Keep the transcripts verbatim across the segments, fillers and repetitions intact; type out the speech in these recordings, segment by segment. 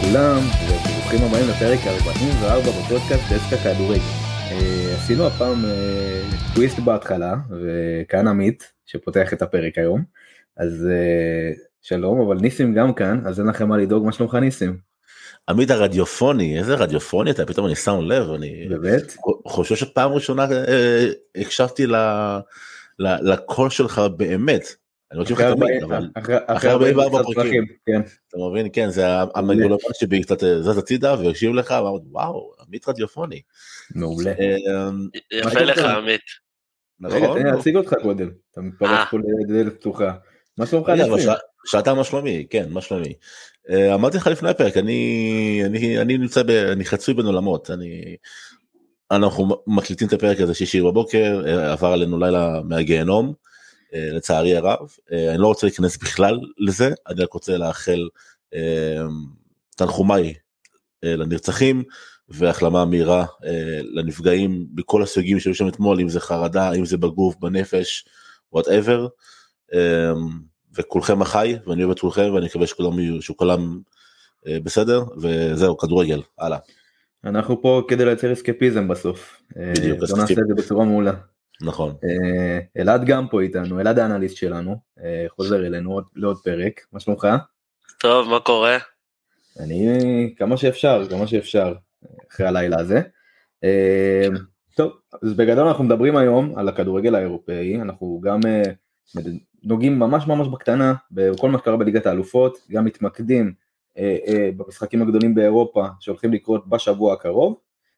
לכולם, וברוכים הבאים לפרק ארבעים וארבע בפודקאסט דסק הכדורגל. עשינו הפעם טוויסט בהתחלה, וכאן עמית שפותח את הפרק היום. אז שלום, אבל ניסים גם כאן, אז אין לכם מה לדאוג. מה שלומך ניסים? עמית הרדיופוני, איזה רדיופוני אתה, פתאום אני שם לב, אני באמת? חושב שפעם ראשונה הקשבתי לקול שלך באמת. אני לא חושב תמיד, אבל אחרי ארבעים וארבע פרקים, אתה מבין, כן, זה המנגולמן שבי קצת זז הצידה והקשיב לך, ואמרתי, וואו, עמית רדיופוני. מעולה. יפה לך עמית. רגע, תן לי להציג אותך קודם, אתה מתפרץ פה לדלת פתוחה. מה שלומך ניסים? שאלת מה שלומי, כן, מה שלומי. אמרתי לך לפני הפרק, אני נמצא, אני חצוי בין עולמות, אנחנו מקליטים את הפרק הזה שישי בבוקר, עבר עלינו לילה מהגיהנום, לצערי הרב, אני לא רוצה להיכנס בכלל לזה, אני רק רוצה לאחל תנחומיי לנרצחים, והחלמה מהירה לנפגעים בכל הסוגים שהיו שם אתמול, אם זה חרדה, אם זה בגוף, בנפש, whatever, וכולכם החי, ואני אוהב את כולכם, ואני מקווה שכולם, שכולם בסדר, וזהו, כדורגל, הלאה. אנחנו פה כדי לייצר אסקפיזם בסוף, בדיוק, בוא נעשה את זה בצורה מעולה. נכון. אלעד גם פה איתנו, אלעד האנליסט שלנו, חוזר אלינו לעוד פרק. מה שלומך? טוב, מה קורה? אני כמה שאפשר, כמה שאפשר, אחרי הלילה הזה. טוב, אז בגדול אנחנו מדברים היום על הכדורגל האירופאי, אנחנו גם נוגעים ממש ממש בקטנה, בכל מה שקרה בליגת האלופות, גם מתמקדים במשחקים הגדולים באירופה, שהולכים לקרות בשבוע הקרוב,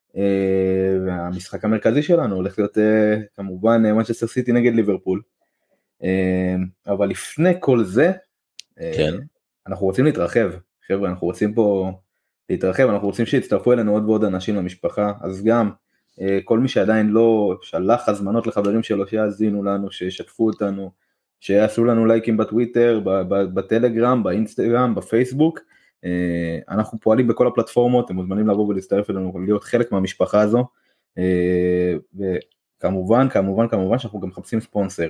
והמשחק המרכזי שלנו הולך להיות כמובן מנצ'סטר סיטי נגד ליברפול. אבל לפני כל זה, כן. אנחנו רוצים להתרחב, חבר'ה, אנחנו רוצים פה להתרחב, אנחנו רוצים שיצטרפו אלינו עוד ועוד אנשים למשפחה, אז גם כל מי שעדיין לא שלח הזמנות לחברים שלו, שיאזינו לנו, שישתפו אותנו, שיעשו לנו לייקים בטוויטר, בטלגרם, באינסטגרם, בפייסבוק, אנחנו פועלים בכל הפלטפורמות, אתם מוזמנים לבוא ולהצטרף אלינו, להיות חלק מהמשפחה הזו, וכמובן, כמובן, כמובן שאנחנו גם מחפשים ספונסר.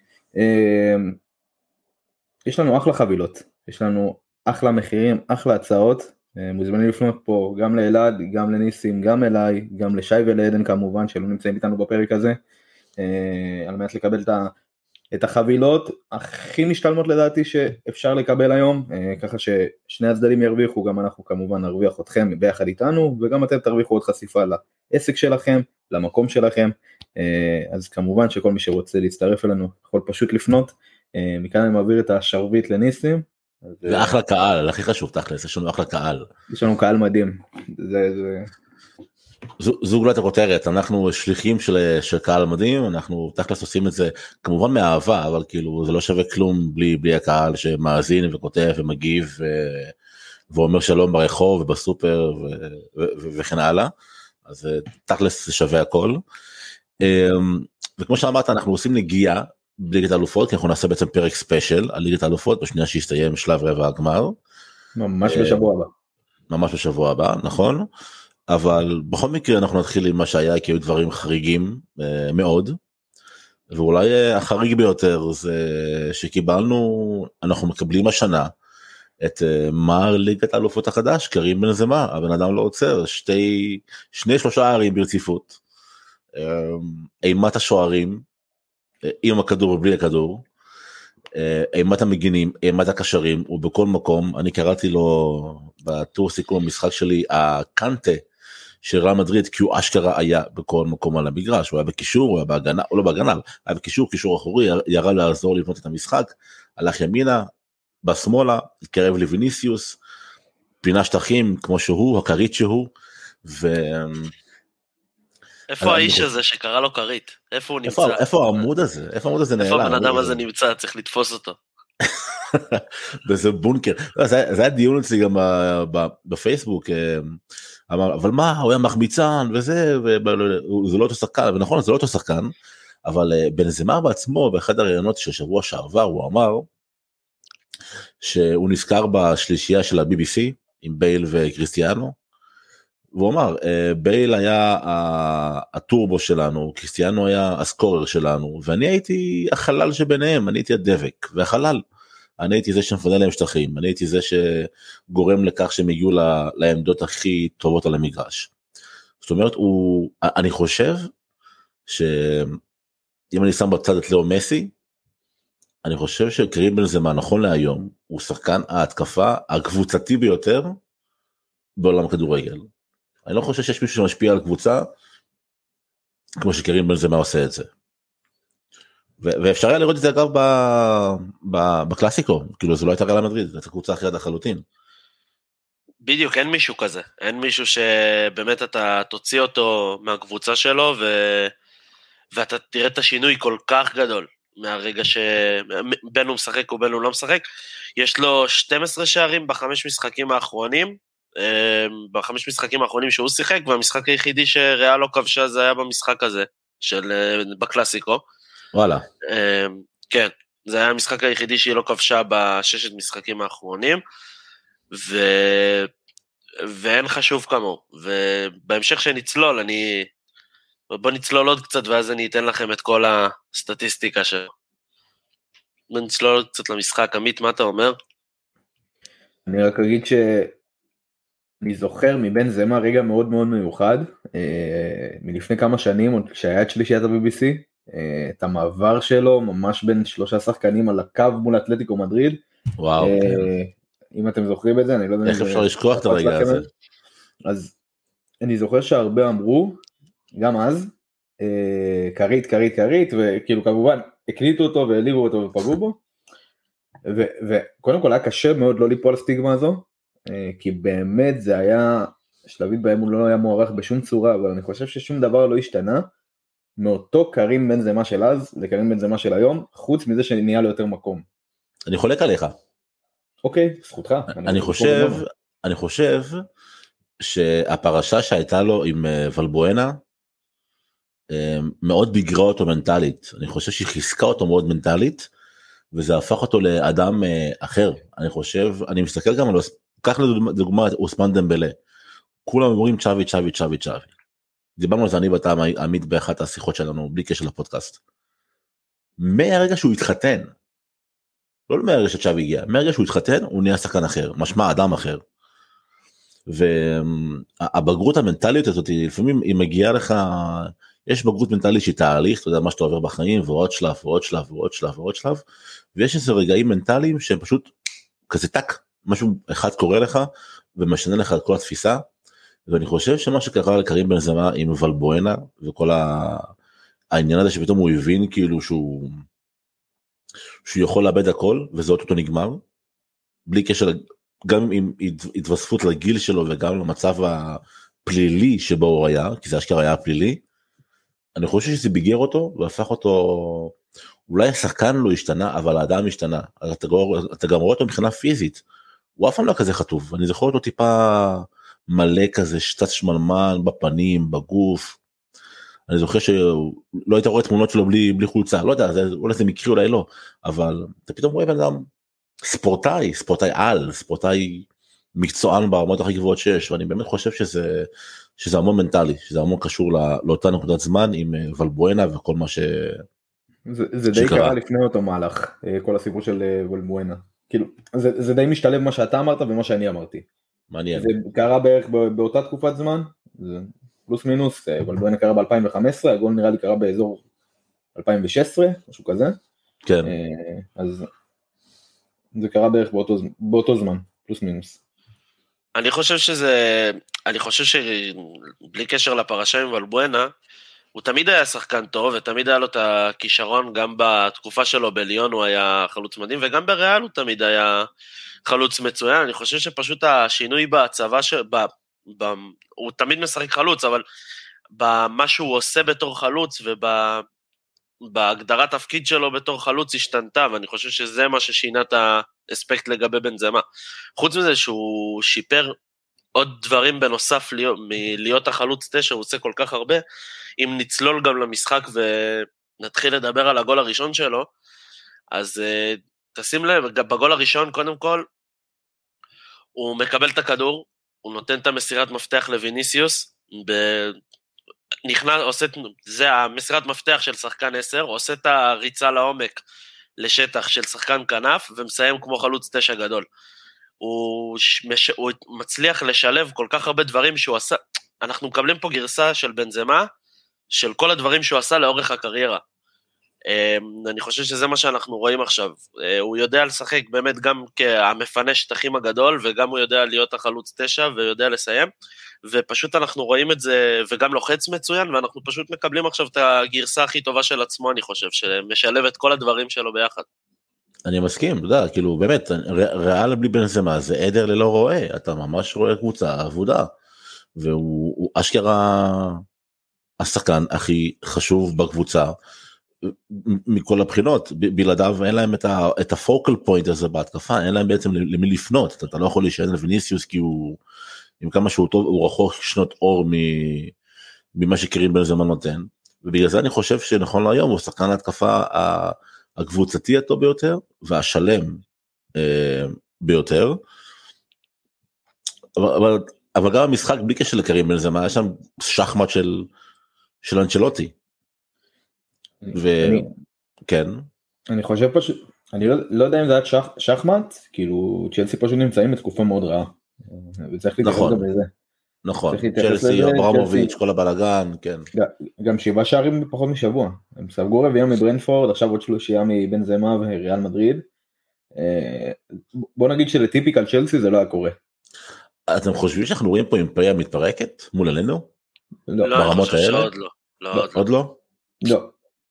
יש לנו אחלה חבילות, יש לנו אחלה מחירים, אחלה הצעות, מוזמנים לפנות פה גם לאלעד, גם לניסים, גם אליי, גם לשי ולעדן כמובן, שלא נמצאים איתנו בפרק הזה, על מנת לקבל את ה... את החבילות הכי משתלמות לדעתי שאפשר לקבל היום, ככה ששני הצדדים ירוויחו, גם אנחנו כמובן נרוויח אתכם ביחד איתנו, וגם אתם תרוויחו עוד חשיפה לעסק שלכם, למקום שלכם, אז כמובן שכל מי שרוצה להצטרף אלינו יכול פשוט לפנות, מכאן אני מעביר את השרביט לניסים. זה אחלה קהל, הכי חשוב תכלס, יש לנו אחלה קהל. יש לנו קהל מדהים, זה... זה... זו גולת הכותרת, אנחנו שליחים של, של קהל מדהים, אנחנו תכלס עושים את זה כמובן מאהבה, אבל כאילו זה לא שווה כלום בלי, בלי הקהל שמאזין וכותב ומגיב ו, ואומר שלום ברחוב ובסופר ו, ו, ו, וכן הלאה, אז תכלס זה שווה הכל. וכמו שאמרת, אנחנו עושים נגיעה בליגת האלופות, כי אנחנו נעשה בעצם פרק ספיישל על ליגת האלופות, בשנייה שיסתיים שלב רבע הגמר. ממש בשבוע הבא. ממש בשבוע הבא, נכון? אבל בכל מקרה אנחנו נתחיל עם מה שהיה, כי היו דברים חריגים אה, מאוד, ואולי אה, החריג ביותר זה שקיבלנו, אנחנו מקבלים השנה את אה, מר ליגת האלופות החדש, קרים בנזמה, הבן אדם לא עוצר, שתי, שני שלושה ערים ברציפות, אה, אימת השוערים, אה, עם הכדור ובלי הכדור, אה, אימת המגינים, אימת הקשרים, ובכל מקום, אני קראתי לו בטור סיכום המשחק שלי, הקנטה, של ריאל מדריד, כי הוא אשכרה היה בכל מקום על המגרש, הוא היה בקישור, הוא היה בהגנה, או לא בהגנה, היה בקישור, קישור אחורי, ירד לעזור לבנות את המשחק, הלך ימינה, בשמאלה, התקרב לויניסיוס, פינה שטחים כמו שהוא, הקרית שהוא, ו... איפה האיש הזה שקרא לו קרית? איפה הוא נמצא? איפה העמוד הזה? איפה העמוד הזה נעלם? איפה הבן אדם הזה נמצא? צריך לתפוס אותו. באיזה בונקר, זה היה דיון אצלי גם בפייסבוק, אמר, אבל מה, הוא היה מחמיצן וזה, זה לא אותו שחקן, ונכון, זה לא אותו שחקן, אבל בנזמה בעצמו, באחד הרעיונות של שבוע שעבר, הוא אמר, שהוא נזכר בשלישייה של ה-בי בי סי, עם בייל וקריסטיאנו, והוא אמר, בייל היה הטורבו שלנו, קריסטיאנו היה הסקורר שלנו, ואני הייתי החלל שביניהם, אני הייתי הדבק, והחלל, אני הייתי זה שמפנה להם שטחים, אני הייתי זה שגורם לכך שהם הגיעו לעמדות הכי טובות על המגרש. זאת אומרת, הוא, אני חושב שאם אני שם בצד את לאו מסי, אני חושב שקרים בנזמה נכון להיום, הוא שחקן ההתקפה הקבוצתי ביותר בעולם הכדורגל. אני לא חושב שיש מישהו שמשפיע על קבוצה, כמו שקרים בנזמה עושה את זה. ואפשר היה לראות את זה אגב בקלאסיקו, כאילו זו לא הייתה ריאל מדריד, זו קבוצה אחרת לחלוטין. בדיוק, אין מישהו כזה, אין מישהו שבאמת אתה תוציא אותו מהקבוצה שלו, ו... ואתה תראה את השינוי כל כך גדול, מהרגע שבין הוא משחק ובין הוא לא משחק. יש לו שנים עשר שערים בחמש משחקים האחרונים, בחמש משחקים האחרונים שהוא שיחק, והמשחק היחידי שריאל לא כבשה זה היה במשחק הזה, של, בקלאסיקו. וואלה. כן, זה היה המשחק היחידי שהיא לא כבשה בששת משחקים האחרונים, ו... ואין חשוב כמוהו, ובהמשך שנצלול, אני... בוא נצלול עוד קצת, ואז אני אתן לכם את כל הסטטיסטיקה שלו. בוא נצלול עוד קצת למשחק. עמית, מה אתה אומר? אני רק אגיד שאני זוכר מבין זה מה רגע מאוד מאוד מיוחד, אה, מלפני כמה שנים, עוד כשהיה את שלישיית ה-בי בי סי, אה, את המעבר שלו, ממש בין שלושה שחקנים על הקו מול אתלטיקו מדריד. וואו, אה, כן. אם אתם זוכרים את זה, אני לא יודע... איך אפשר לשכוח את הרגע הזה? אז אני זוכר שהרבה אמרו, גם אז, אה, קרית, קרית, קרית, וכאילו כמובן, הקליטו אותו והעליבו אותו ופגעו בו, ו- וקודם כל היה קשה מאוד לא ליפול הסטיגמה הזו, אה, כי באמת זה היה, שלבית בהם הוא לא היה מוערך בשום צורה, אבל אני חושב ששום דבר לא השתנה, מאותו קרים בן זמה של אז, לקרים בן זמה של היום, חוץ מזה שנהיה לו יותר מקום. אני חולק עליך. אוקיי, זכותך. אני חושב, אני חושב שהפרשה שהייתה לו עם ולבואנה, מאוד ביגרה אותו מנטלית. אני חושב שהיא חיזקה אותו מאוד מנטלית, וזה הפך אותו לאדם אחר. אני חושב, אני מסתכל גם על, כך לדוגמה את אוסמן דמבלה. כולם אומרים צ'אבי, צ'אבי, צ'אבי, צ'אבי. דיברנו על זה אני ואתה עמית באחת השיחות שלנו, בלי קשר לפודקאסט. מהרגע שהוא התחתן, לא מהרגע שצ'אבי הגיע, מהרגע שהוא התחתן, הוא נהיה שחקן אחר, משמע אדם אחר. והבגרות המנטלית הזאת, לפעמים היא מגיעה לך, יש בגרות מנטלית שהיא תהליך, אתה יודע מה שאתה עובר בחיים, ועוד שלב, ועוד שלב, ועוד שלב, ועוד שלב, ויש איזה רגעים מנטליים שהם פשוט כזה טק, משהו אחד קורה לך, ומשנה לך את כל התפיסה, ואני חושב שמה שקרה לקרים בן זמה עם ולבואנה, וכל העניין הזה שפתאום הוא הבין כאילו שהוא, שהוא יכול לאבד הכל, וזה אותו נגמר, בלי קשר, גם עם התווספות לגיל שלו, וגם למצב הפלילי שבו הוא היה, כי זה אשכרה היה פלילי, אני חושב שזה ביגר אותו, והפך אותו, אולי השחקן לא השתנה, אבל האדם השתנה, אתה, אתה גם רואה אותו מבחינה פיזית, הוא אף פעם לא כזה חטוב, אני זוכר אותו טיפה מלא כזה, שטץ שמלמן בפנים, בגוף, אני זוכר שלא היית רואה תמונות שלו בלי, בלי חולצה, לא יודע, זה, אולי זה מקרי, אולי לא, אבל אתה פתאום רואה בן אדם ספורטאי, ספורטאי על, ספורטאי מקצוען ברמות הכי גבוהות שיש, ואני באמת חושב שזה, שזה המון מנטלי, שזה המון קשור לא, לאותה נקודת זמן עם ולבואנה וכל מה ש... זה, זה די קרה לפני אותו מהלך, כל הסיפור של ולבואנה. כאילו, זה, זה די משתלב מה שאתה אמרת ומה שאני אמרתי. מעניין. זה קרה בערך באותה תקופת זמן, זה פלוס מינוס, ולבואנה קרה ב-אלפיים וחמש עשרה, הגול נראה לי קרה באזור אלפיים ושש עשרה, משהו כזה. כן. אז זה קרה בערך באותו, באותו זמן, פלוס מינוס. אני חושב שזה, אני חושב שבלי קשר לפרשה עם ולבואנה, הוא תמיד היה שחקן טוב, ותמיד היה לו את הכישרון, גם בתקופה שלו בליון הוא היה חלוץ מדהים, וגם בריאל הוא תמיד היה חלוץ מצוין. אני חושב שפשוט השינוי בצבא, ש... ב... ב... הוא תמיד משחק חלוץ, אבל במה שהוא עושה בתור חלוץ, ובהגדרת תפקיד שלו בתור חלוץ השתנתה, ואני חושב שזה מה ששינה את האספקט לגבי בן זמה. חוץ מזה שהוא שיפר עוד דברים בנוסף להיות, מלהיות החלוץ תשע, הוא עושה כל כך הרבה, אם נצלול גם למשחק ונתחיל לדבר על הגול הראשון שלו, אז uh, תשים לב, בגול הראשון קודם כל, הוא מקבל את הכדור, הוא נותן את המסירת מפתח לויניסיוס, ב... נכנס, עושה, זה המסירת מפתח של שחקן עשר, עושה את הריצה לעומק לשטח של שחקן כנף, ומסיים כמו חלוץ תשע גדול. הוא, מש... הוא מצליח לשלב כל כך הרבה דברים שהוא עשה, אנחנו מקבלים פה גרסה של בנזמה, של כל הדברים שהוא עשה לאורך הקריירה. אני חושב שזה מה שאנחנו רואים עכשיו. הוא יודע לשחק באמת גם כמפנה שטחים הגדול, וגם הוא יודע להיות החלוץ תשע, ויודע לסיים, ופשוט אנחנו רואים את זה, וגם לוחץ מצוין, ואנחנו פשוט מקבלים עכשיו את הגרסה הכי טובה של עצמו, אני חושב, שמשלב את כל הדברים שלו ביחד. אני מסכים, אתה יודע, כאילו באמת, ריאל בלי בנזמה זה עדר ללא רואה, אתה ממש רואה קבוצה עבודה, והוא אשכרה השחקן הכי חשוב בקבוצה, מכל הבחינות, בלעדיו אין להם את הפוקל פוינט הזה בהתקפה, אין להם בעצם למי לפנות, אתה לא יכול להישען על ויניסיוס, כי הוא, עם כמה שהוא טוב, הוא רחוק שנות אור ממה שקרים בנזמה נותן, ובגלל זה אני חושב שנכון להיום, הוא שחקן ההתקפה הקבוצתי הטוב ביותר, והשלם ביותר, אבל, אבל גם המשחק בלי קשר לקרים בנזמה, היה שם שחמט של, של אנצ'לוטי, וכן. אני חושב פשוט, אני לא, לא יודע אם זה היה שח, שחמט, כאילו צ'לסי פשוט נמצאים בתקופה מאוד רעה, וצריך להתייחס גם לזה. נכון, צ'לסי, אברמוביץ', כל הבלגן, כן. גם שבעה שערים בפחות משבוע, הם ספגו רביעייה מברנפורד, עכשיו עוד שלושייה מבנזמה וריאל מדריד, בוא נגיד שלטיפיקל צ'לסי זה לא היה קורה. אתם חושבים שאנחנו רואים פה אימפריה מתפרקת מול עלינו? לא, אני חושב שעוד לא. עוד לא? לא.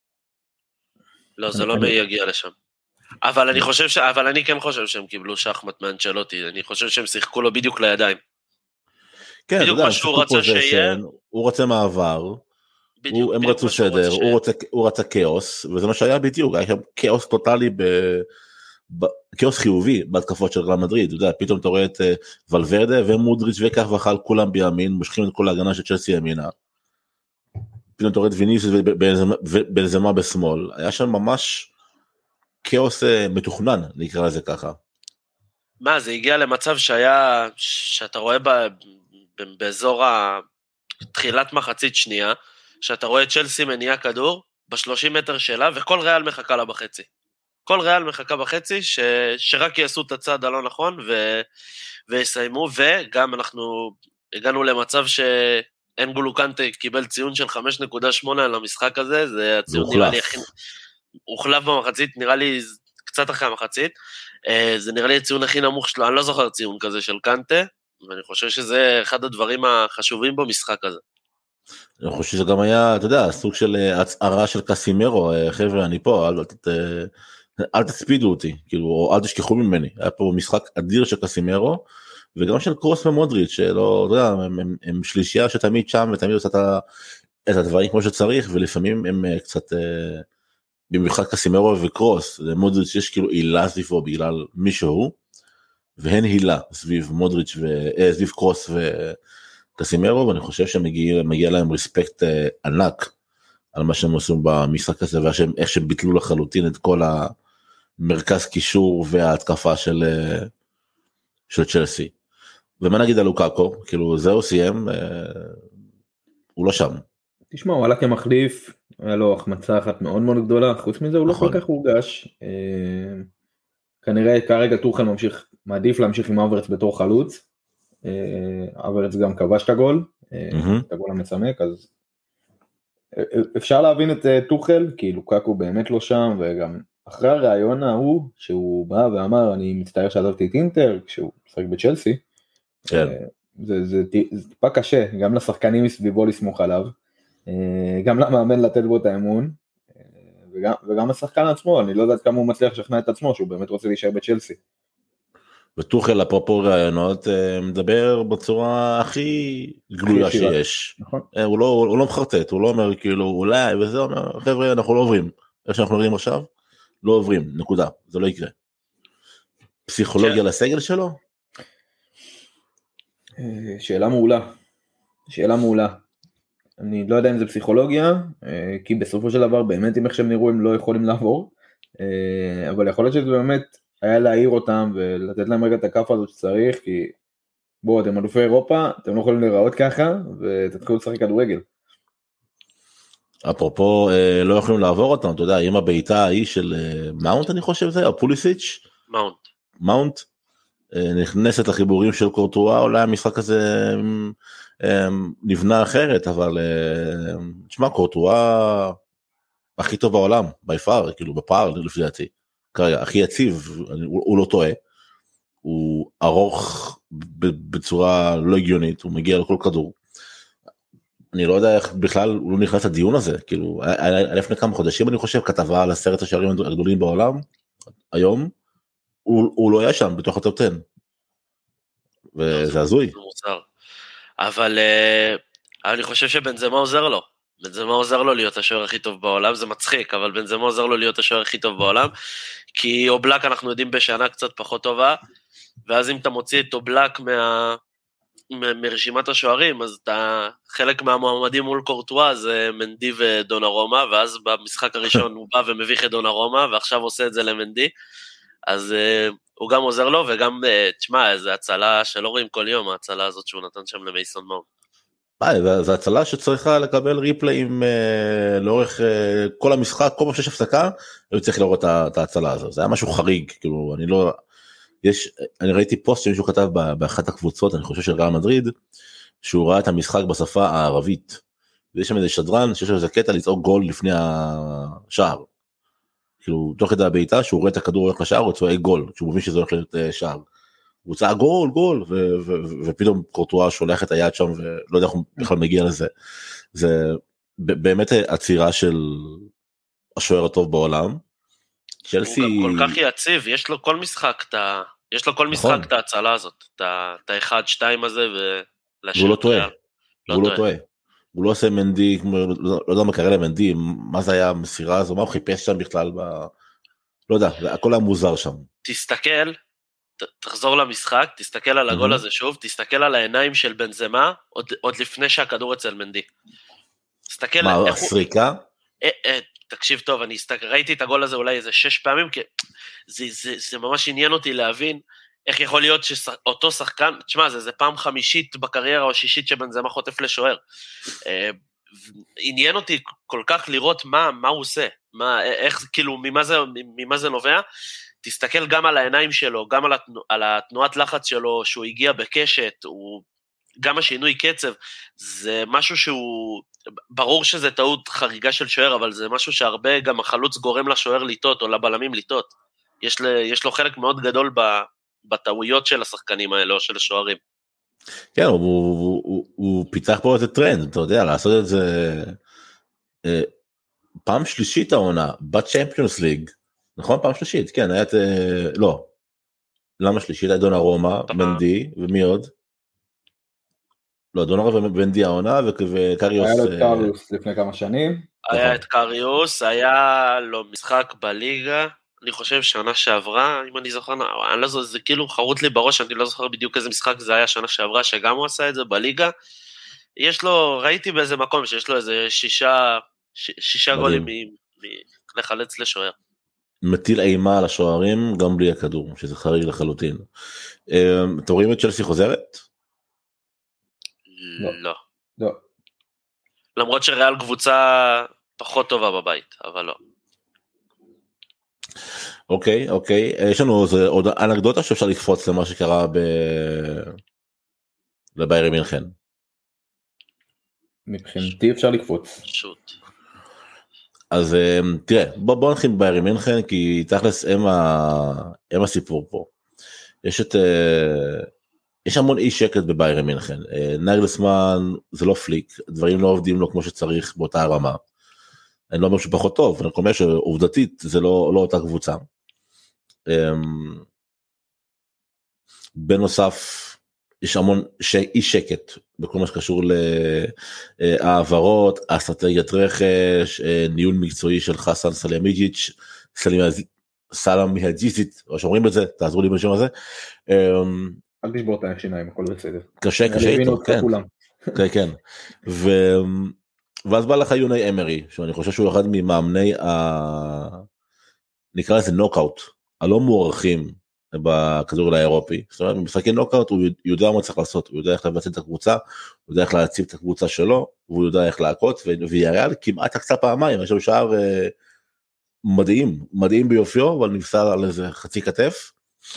לא, זה לא מי יגיע לשם. אבל אני חושב ש... אבל אני כן חושב שהם קיבלו שחמט מאנצ'לוטי, אני חושב שהם שיחקו לו בדיוק לידיים. כן, בדיוק מה שהוא רצה שיהיה. הוא רוצה מעבר, הם רצו סדר, הוא רצה כאוס, וזה מה שהיה בדיוק, היה כאוס טוטלי, כאוס חיובי בהתקפות של ריאל מדריד, אתה יודע, פתאום אתה רואה את ולוורדה ומודריץ' וכך וחל כולם בימין, מושכים את כל ההגנה של צ'לסי ימינה. פתאום אתה רואה את ויניסיוס ובנזמה בשמאל, היה שם ממש כאוס מתוכנן, נקרא לזה ככה. מה, זה הגיע למצב שהיה, שאתה רואה באזור תחילת מחצית שנייה, שאתה רואה את צ'לסי מניעה כדור, בשלושים מטר שלה, וכל ריאל מחכה לה בחצי. כל ריאל מחכה בחצי, ש, שרק יעשו את הצעד הלא נכון, ו, ויסיימו, וגם אנחנו הגענו למצב ש... אנגולו קנטה קיבל ציון של חמש נקודה שמונה על המשחק הזה, זה הציון נראה לי הכי... הוחלף במחצית, נראה לי קצת אחרי המחצית, זה נראה לי הציון הכי נמוך שלו, אני לא זוכר ציון כזה של קנטה, ואני חושב שזה אחד הדברים החשובים במשחק הזה. אני חושב שזה גם היה, אתה יודע, סוג של הצערה של קסימרו, חבר'ה, אני פה, אל, אל, אל תספידו אותי, כאילו, אל תשכחו ממני, היה פה משחק אדיר של קסימרו, וגם של קרוס ומודריץ' שלא, אתה יודע, הם, הם, הם שלישייה שתמיד שם, ותמיד עושה את הדברים כמו שצריך, ולפעמים הם קצת, במיוחד קסימרו וקרוס, למודריץ' יש כאילו עילה סביבו בגלל מישהו, והן הילה סביב מודריץ' וסביב קרוס וקסימרו, ואני חושב שמגיע להם רספקט ענק, על מה שהם עושים במשחק הזה, ואיך שהם ביטלו לחלוטין את כל המרכז קישור וההתקפה של, של צ'לסי. ומה נגיד על לוקאקו, כאילו זהו סיים, הוא לא שם. תשמע, הוא עלה כמחליף, היה לו החמצה אחת מאוד מאוד גדולה, חוץ מזה הוא לא כל כך הורגש, כנראה כרגע טוחל ממשיך, מעדיף להמשיך עם אברץ בתור חלוץ, אברץ גם כבש את הגול, את הגול המצמק, אז אפשר להבין את טוחל, כי לוקאקו באמת לא שם, וגם אחרי הרעיון ההוא, שהוא בא ואמר, אני מצטער שעזבתי את אינטר, כשהוא משחק בצ'לסי, כן. זה, זה, זה טיפה קשה, גם לשחקנים מסביבו לסמוך עליו, גם למאמן לתת בו את האמון, וגם, וגם השחקן עצמו, אני לא יודעת כמה הוא מצליח לשכנע את עצמו, שהוא באמת רוצה להישאר בצ'לסי. וטוחל אפרופו רעיונות, מדבר בצורה הכי גלויה שיש. נכון. הוא לא, הוא לא מחרטט, הוא לא אומר כאילו אולי, וזה אומר, חבר'ה, אנחנו לא עוברים. איך שאנחנו רואים עכשיו, לא עוברים, נקודה, זה לא יקרה. פסיכולוגיה לסגל שלו? שאלה מעולה, שאלה מעולה. אני לא יודע אם זה פסיכולוגיה, כי בסופו של דבר באמת אם איך שהם נראו הם לא יכולים לעבור, אבל יכול להיות שזה באמת היה להעיר אותם ולתת להם רגע את הכף הזאת שצריך, כי בואו, אתם אלופי אירופה, אתם לא יכולים להיראות ככה, ותתחילו לשחק כדורגל. אפרופו לא יכולים לעבור אותם, אתה יודע, עם הבעיטה ההיא של מאונט אני חושב זה, או פוליסיץ'? מאונט. מאונט, נכנסת לחיבורים של קורטואה, אולי המשחק הזה נבנה אחרת, אבל תשמע, קורטואה הכי טוב בעולם, ביפאר, כאילו בפער לפי דעתי, כרגע, הכי יציב, הוא, הוא לא טועה, הוא ארוך בצורה לא הגיונית, הוא מגיע לכל כדור, אני לא יודע איך בכלל הוא לא נכנס לדיון הזה, כאילו, היה לפני כמה חודשים אני חושב, כתבה על עשרת השערים הגדולים בעולם, היום, הוא, הוא לא היה שם בתוך הטופ עשר, וזה הזוי. אבל אני חושב שבנזמה עוזר לו, בנזמה עוזר לו להיות השוער הכי טוב בעולם, זה מצחיק, אבל בנזמה עוזר לו להיות השוער הכי טוב בעולם, כי אובלק אנחנו יודעים בשנה קצת פחות טובה, ואז אם אתה מוציא את אובלק מה... מרשימת השוערים, אז אתה, חלק מהמועמדים מול קורטואה זה מנדי ודונרומה, ואז במשחק הראשון הוא בא ומביך את דונרומה, ועכשיו עושה את זה למנדי, אז uh, הוא גם עוזר לו, וגם, uh, תשמע, איזו הצלה שלא רואים כל יום, ההצלה הזאת שהוא נתן שם למייסון מאונט. זו הצלה שצריכה לקבל ריפליים uh, לאורך uh, כל המשחק, כל מה שיש הפסקה, הוא צריך לראות את ההצלה הזו, זה היה משהו חריג, כאילו, אני לא... יש, אני ראיתי פוסט שמישהו כתב באחת הקבוצות, אני חושב של ריאל מדריד, שהוא ראה את המשחק בשפה הערבית, ויש שם איזה שדרן שיש לו איזה קטע לצעוק גול לפני השער, כאילו תוך כדי הבעיטה שהוא רואה את הכדור הולך לשער, הוא צועק גול, כשהוא מבין שזה הולך להיות שער, הוא צועק גול גול, ופתאום קורטואה שולח את היד שם, ולא יודע איך הוא בכלל מגיע לזה, זה באמת עצירה של השוער הטוב בעולם, צ'לסי... הוא גם כל כך יציב, יש לו כל משחק, אתה... יש לו כל משחק את ההצלה הזאת, את האחד, שתיים הזה, והוא לא טועה, הוא לא טועה, הוא לא עושה מנדי, לא יודע מה קרה למנדי, מה זה היה המסירה הזו, מה הוא חיפש שם בכלל, לא יודע, הכל היה מוזר שם. תסתכל, תחזור למשחק, תסתכל על הגול הזה שוב, תסתכל על העיניים של בנזמה, עוד לפני שהכדור אצל מנדי. תסתכל... מה, הסריקה? תקשיב טוב, אני הסתכל, ראיתי את הגול הזה אולי איזה שש פעמים, כי זה, זה, זה ממש עניין אותי להבין איך יכול להיות שאותו שחקן, תשמע, זה, זה פעם חמישית בקריירה או שישית שבנזמה חוטף לשוער. עניין אותי כל כך לראות מה, מה הוא עושה, מה, איך, כאילו, ממה זה, ממה זה נובע, תסתכל גם על העיניים שלו, גם על, התנוע, על התנועת לחץ שלו, שהוא הגיע בקשת, הוא, גם השינוי קצב, זה משהו שהוא, ברור שזה טעות חריגה של שוער, אבל זה משהו שהרבה גם החלוץ גורם לשוער ליטות, או לבלמים ליטות. יש, ל, יש לו חלק מאוד גדול בטעויות של השחקנים האלה, או של השוערים. כן, הוא, הוא, הוא, הוא פיתח פה איזה טרנד, אתה יודע, לעשות את זה אה, פעם שלישית העונה, בצ'מפיונס ליג, נכון? פעם שלישית, כן, היה את, אה, לא, למה שלישית? היה דונרומה, מנדי, ומי עוד? לא, דונרומה ומנדי העונה, וקריוס... היה לו את קריוס לפני כמה שנים. היה את קריוס, היה לו משחק בליגה, אני חושב שנה שעברה, אם אני זוכר, אני לא זוכר, זה כאילו חרוט לי בראש, אני לא זוכר בדיוק איזה משחק זה היה שנה שעברה, שגם הוא עשה את זה בליגה, יש לו, ראיתי באיזה מקום שיש לו איזה שישה, שישה גולים לחלץ לשוער. מטיל אימה על השוערים, גם בלי הכדור, שזה חריג לחלוטין. אתם רואים את צ'לסי חוזרת? לא. לא. למרות שריאל קבוצה פחות טובה בבית, אבל לא. אוקיי, אוקיי. יש לנו עוד אנקדוטה שאפשר לקפוץ למה שקרה ב... לביירן מינכן. מבחינתי אפשר לקפוץ. שוט. אז תראה, בוא, בוא נתחיל בביירן מינכן, כי תכלס הם, ה... הם הסיפור פה. יש את... יש המון אי שקט בביירן מינכן. נגלסמן זה לא פליק, דברים לא עובדים לו כמו שצריך באותה הרמה. אני לא אומר שהוא פחות טוב, אני אומר שעובדתית זה לא, לא אותה קבוצה. בנוסף, יש המון אי שקט בכל מה שקשור להעברות, אסטרטגיית רכש, ניהול מקצועי של חסן סלמיג'יץ', סלמיג'יץ', או שאומרים את זה, תעזרו לי בשם הזה. אל תשבור את השיניים, הכל בסדר. קשה, קשה איתו, כן. כן, כן. ו... ואז בא לך יוני אמרי, שאני חושב שהוא אחד ממאמני, ה... נקרא לזה נוקאוט, הלא מוערכים בכדורגל האירופי, זאת אומרת, במשחקים נוקאוט הוא יודע מה צריך לעשות, הוא יודע איך לבצע את הקבוצה, הוא יודע איך להציב את הקבוצה שלו, והוא יודע איך להכות, ויריאל כמעט הקצה פעמיים, יש לו שער מדהים, מדהים ביופיו, אבל נפסל על איזה חצי כתף,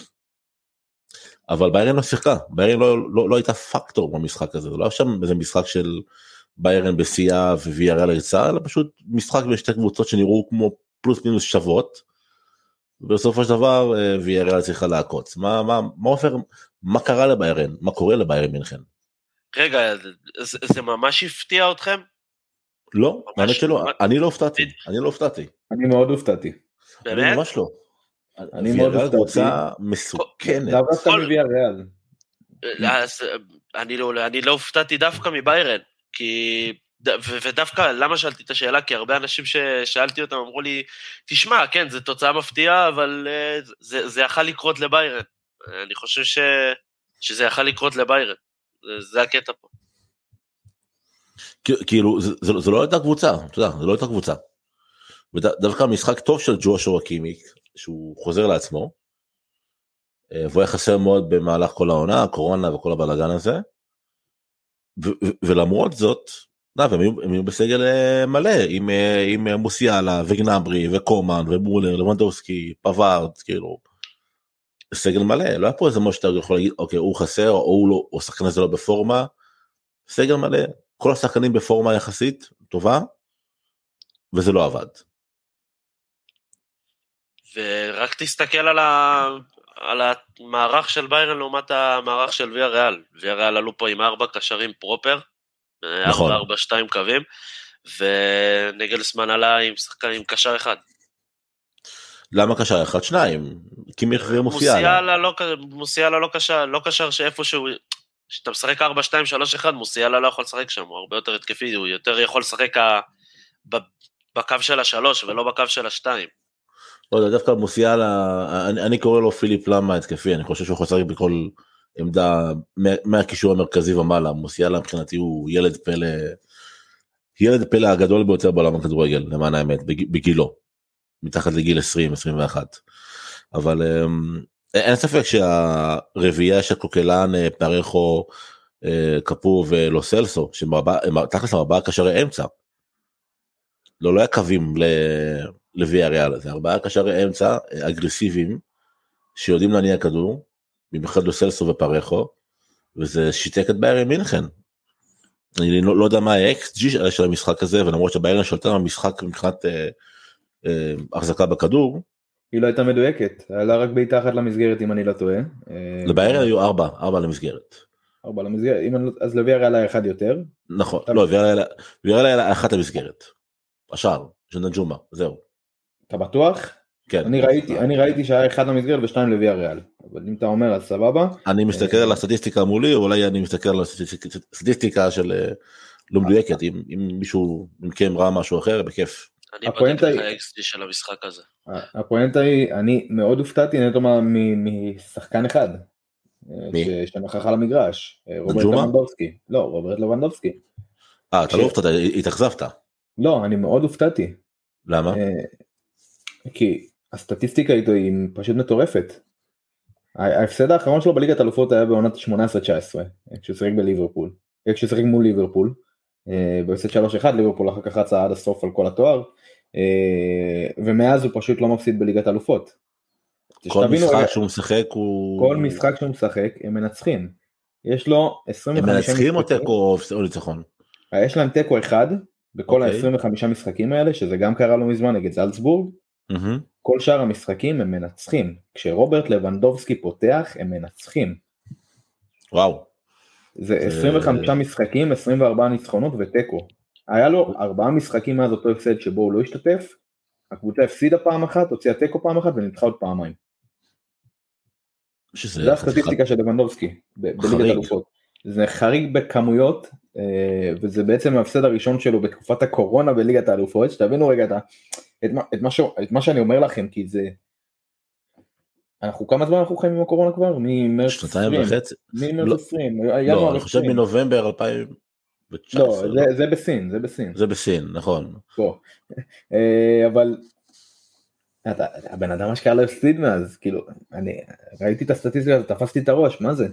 אבל ביירן לא שיחקה, ביירן לא, לא, לא הייתה פקטור במשחק הזה, זה לא היה שם איזה משחק של ביירן בשיאה וויאריאל היצע, אלא פשוט משחק בין שתי קבוצות שנראו כמו פלוס מינוס שוות, ובסופו של דבר ויאריאל צריכה להכות. מה, מה, מה עופר, מה קרה לביירן? מה קורה לביירן מינכן? רגע, זה, זה ממש הפתיע אתכם? לא, ממש שלא, אני לא הופתעתי, אני לא הופתעתי. אני מאוד הופתעתי. באמת? אני ממש לא. אני מאוד הופתעתי. קבוצה מסוכנת. דווקא מוויאריאל. אני לא, אני לא הופתעתי דווקא מביירן, כי... ודווקא למה שאלתי את השאלה, כי הרבה אנשים ששאלתי אותם אמרו לי, תשמע, כן, זו תוצאה מפתיעה, אבל זה, זה יכל לקרות לביירן. אני חושב ש, שזה יכל לקרות לביירן. זה, זה הקטע פה. כאילו, זה, זה, זה לא הייתה קבוצה, אתה יודע, זה לא הייתה קבוצה. ודווקא משחק טוב של ג'ושוע קימיק, שהוא חוזר לעצמו, והוא היה חסר מאוד במהלך כל העונה, הקורונה וכל הבלגן הזה, ו, ו, ולמרות זאת, הם היו, הם היו בסגל מלא, עם, עם מוסיאלה וגנברי וקומן ומולר, לבנדובסקי, פווארד, כאילו, סגל מלא, לא היה פה איזה מה שאתה יכול להגיד, אוקיי, הוא חסר, או הוא לא, או שחקן הזה לא בפורמה, סגל מלא, כל השחקנים בפורמה יחסית, טובה, וזה לא עבד. ורק תסתכל על, ה... על המערך של ביירן לעומת המערך של ויאריאל, ויאריאל עלו פה עם ארבע קשרים פרופר, נכון. ארבע, שתיים קווים, ונגלסמן עלה עם שחקן עם קשר אחד. למה קשר אחד? שניים, קימיך ומוסיאלה. מוסיאלה לא, מוסיאלה לא קשר, לא קשר שאיפשהו, שאתה משחק ארבע, שתיים, שלוש, אחד, מוסיאלה לא יכול לשחק שם, הוא הרבה יותר התקפי, הוא יותר יכול לשחק בקו של השלוש, ולא בקו של השתיים. לא יודע, דווקא מוסיאלה, אני, אני קורא לו פיליפ למה התקפי, אני חושב שהוא יכול לשחק בכל עמדה, מהקישור המרכזי ומעלה, מוסיאלה מבחינתי הוא ילד פלא, ילד פלא הגדול ביותר בעולם הכדורגל, למען האמת, בגילו, מתחת לגיל עשרים, עשרים ואחת, אבל אין ספק שהרביעייה של קוקלן, פרחו, קפו ולו סלסו, שהם תכלס ארבעה קשרי אמצע, לא, לא היה קווים לוויאריאל, זה ארבעה קשרי אמצע אגרסיביים, שיודעים להניע כדור, במיוחד לו סלסו ופרחו, וזה שיתק את ביירן מינכן. אני לא, לא יודע מה ה-אקס ג'י של המשחק הזה, ולמרות שביירן שלטה במשחק מבחינת אה, אה, החזקה בכדור. היא לא הייתה מדויקת, היה לה רק בעיטה אחת למסגרת אם אני לא טועה. לביירן היו ארבע, ארבע למסגרת. ארבע למסגרת, אז לוויאריאל היה אחד יותר. נכון, לא, ויאריאל היה אחת למסגרת. השאר, של נג'ומה, זהו. אתה בטוח? כן. אני ראיתי, אני ראיתי שהיה אחד למסגרת ושתיים לוויאריאל, אבל אם אתה אומר אז סבבה. אני מסתכל על הסטטיסטיקה מולי, אולי אני מסתכל על הסטטיסטיקה של לא מדויקת, אם מישהו מכם ראה משהו אחר, בכיף. אני בודק לך האקס ג'י של המשחק הזה. הפואנטה היא, אני מאוד הופתעתי, אני אומר משחקן אחד, שנוכח על המגרש, רוברט לבנדובסקי. לא, רוברט לבנדובסקי. אה, אתה לא הופתעת, התאכזבת. לא, אני מאוד הופתעתי. למה? כי הסטטיסטיקה איתו היא פשוט מטורפת. ההפסד האחרון שלו בליגת האלופות היה בעונת שמונה עשרה תשע עשרה, כשהוא שיחק בליברפול, כשהוא שיחק מול ליברפול, בהפסד שלוש אחד, ליברפול אחר כך רצה עד הסוף על כל התואר, ומאז הוא פשוט לא מפסיד בליגת האלופות. כל משחק שהוא משחק הוא... כל משחק שהוא משחק הם מנצחים. יש לו עשרים וחמישה... הם מנצחים או תיקו או ניצחון? יש להם תיקו אחד, בכל ה-עשרים וחמישה משחקים האלה, שזה גם קרה לו מזמן נגד זלצבורג, כל שאר המשחקים הם מנצחים, כשרוברט לבנדובסקי פותח הם מנצחים. וואו. זה עשרים וחמישה משחקים, עשרים וארבעה ניצחונות וטקו. היה לו ארבעה משחקים מאז אותו הפסד שבו הוא לא השתתף, הקבוצה הפסידה פעם אחת, הוציאה טקו פעם אחת ונדחה עוד פעמיים. זה הסטטיסטיקה של לבנדובסקי בליגת האלופות. זה חריג בכמויות, וזה בעצם ההפסד הראשון שלו בתקופת הקורונה בליגת האלופות, שתבינו רגע את, את, מה, את, מה ש, את מה שאני אומר לכם, כי זה, אנחנו כמה זמן אנחנו חיים עם הקורונה כבר? ממרץ שנתיים וחצי. ממרץ עשרים. לא, אני חושב מנובמבר אלפיים ותשע עשרה. לא, זה, זה בסין, זה בסין. זה בסין, נכון. פה. אבל אתה, הבן אדם אשכרה לא הפסיד מאז, כאילו, אני ראיתי את הסטטיסטיקה, תפסתי את הראש, מה זה?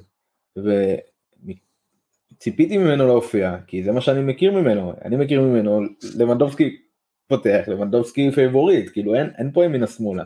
וציפיתי ממנו להופיע, כי זה מה שאני מכיר ממנו, אני מכיר ממנו, לבנדובסקי פותח, לבנדובסקי פייבוריט, כאילו אין, אין פה ימינה שמאלה,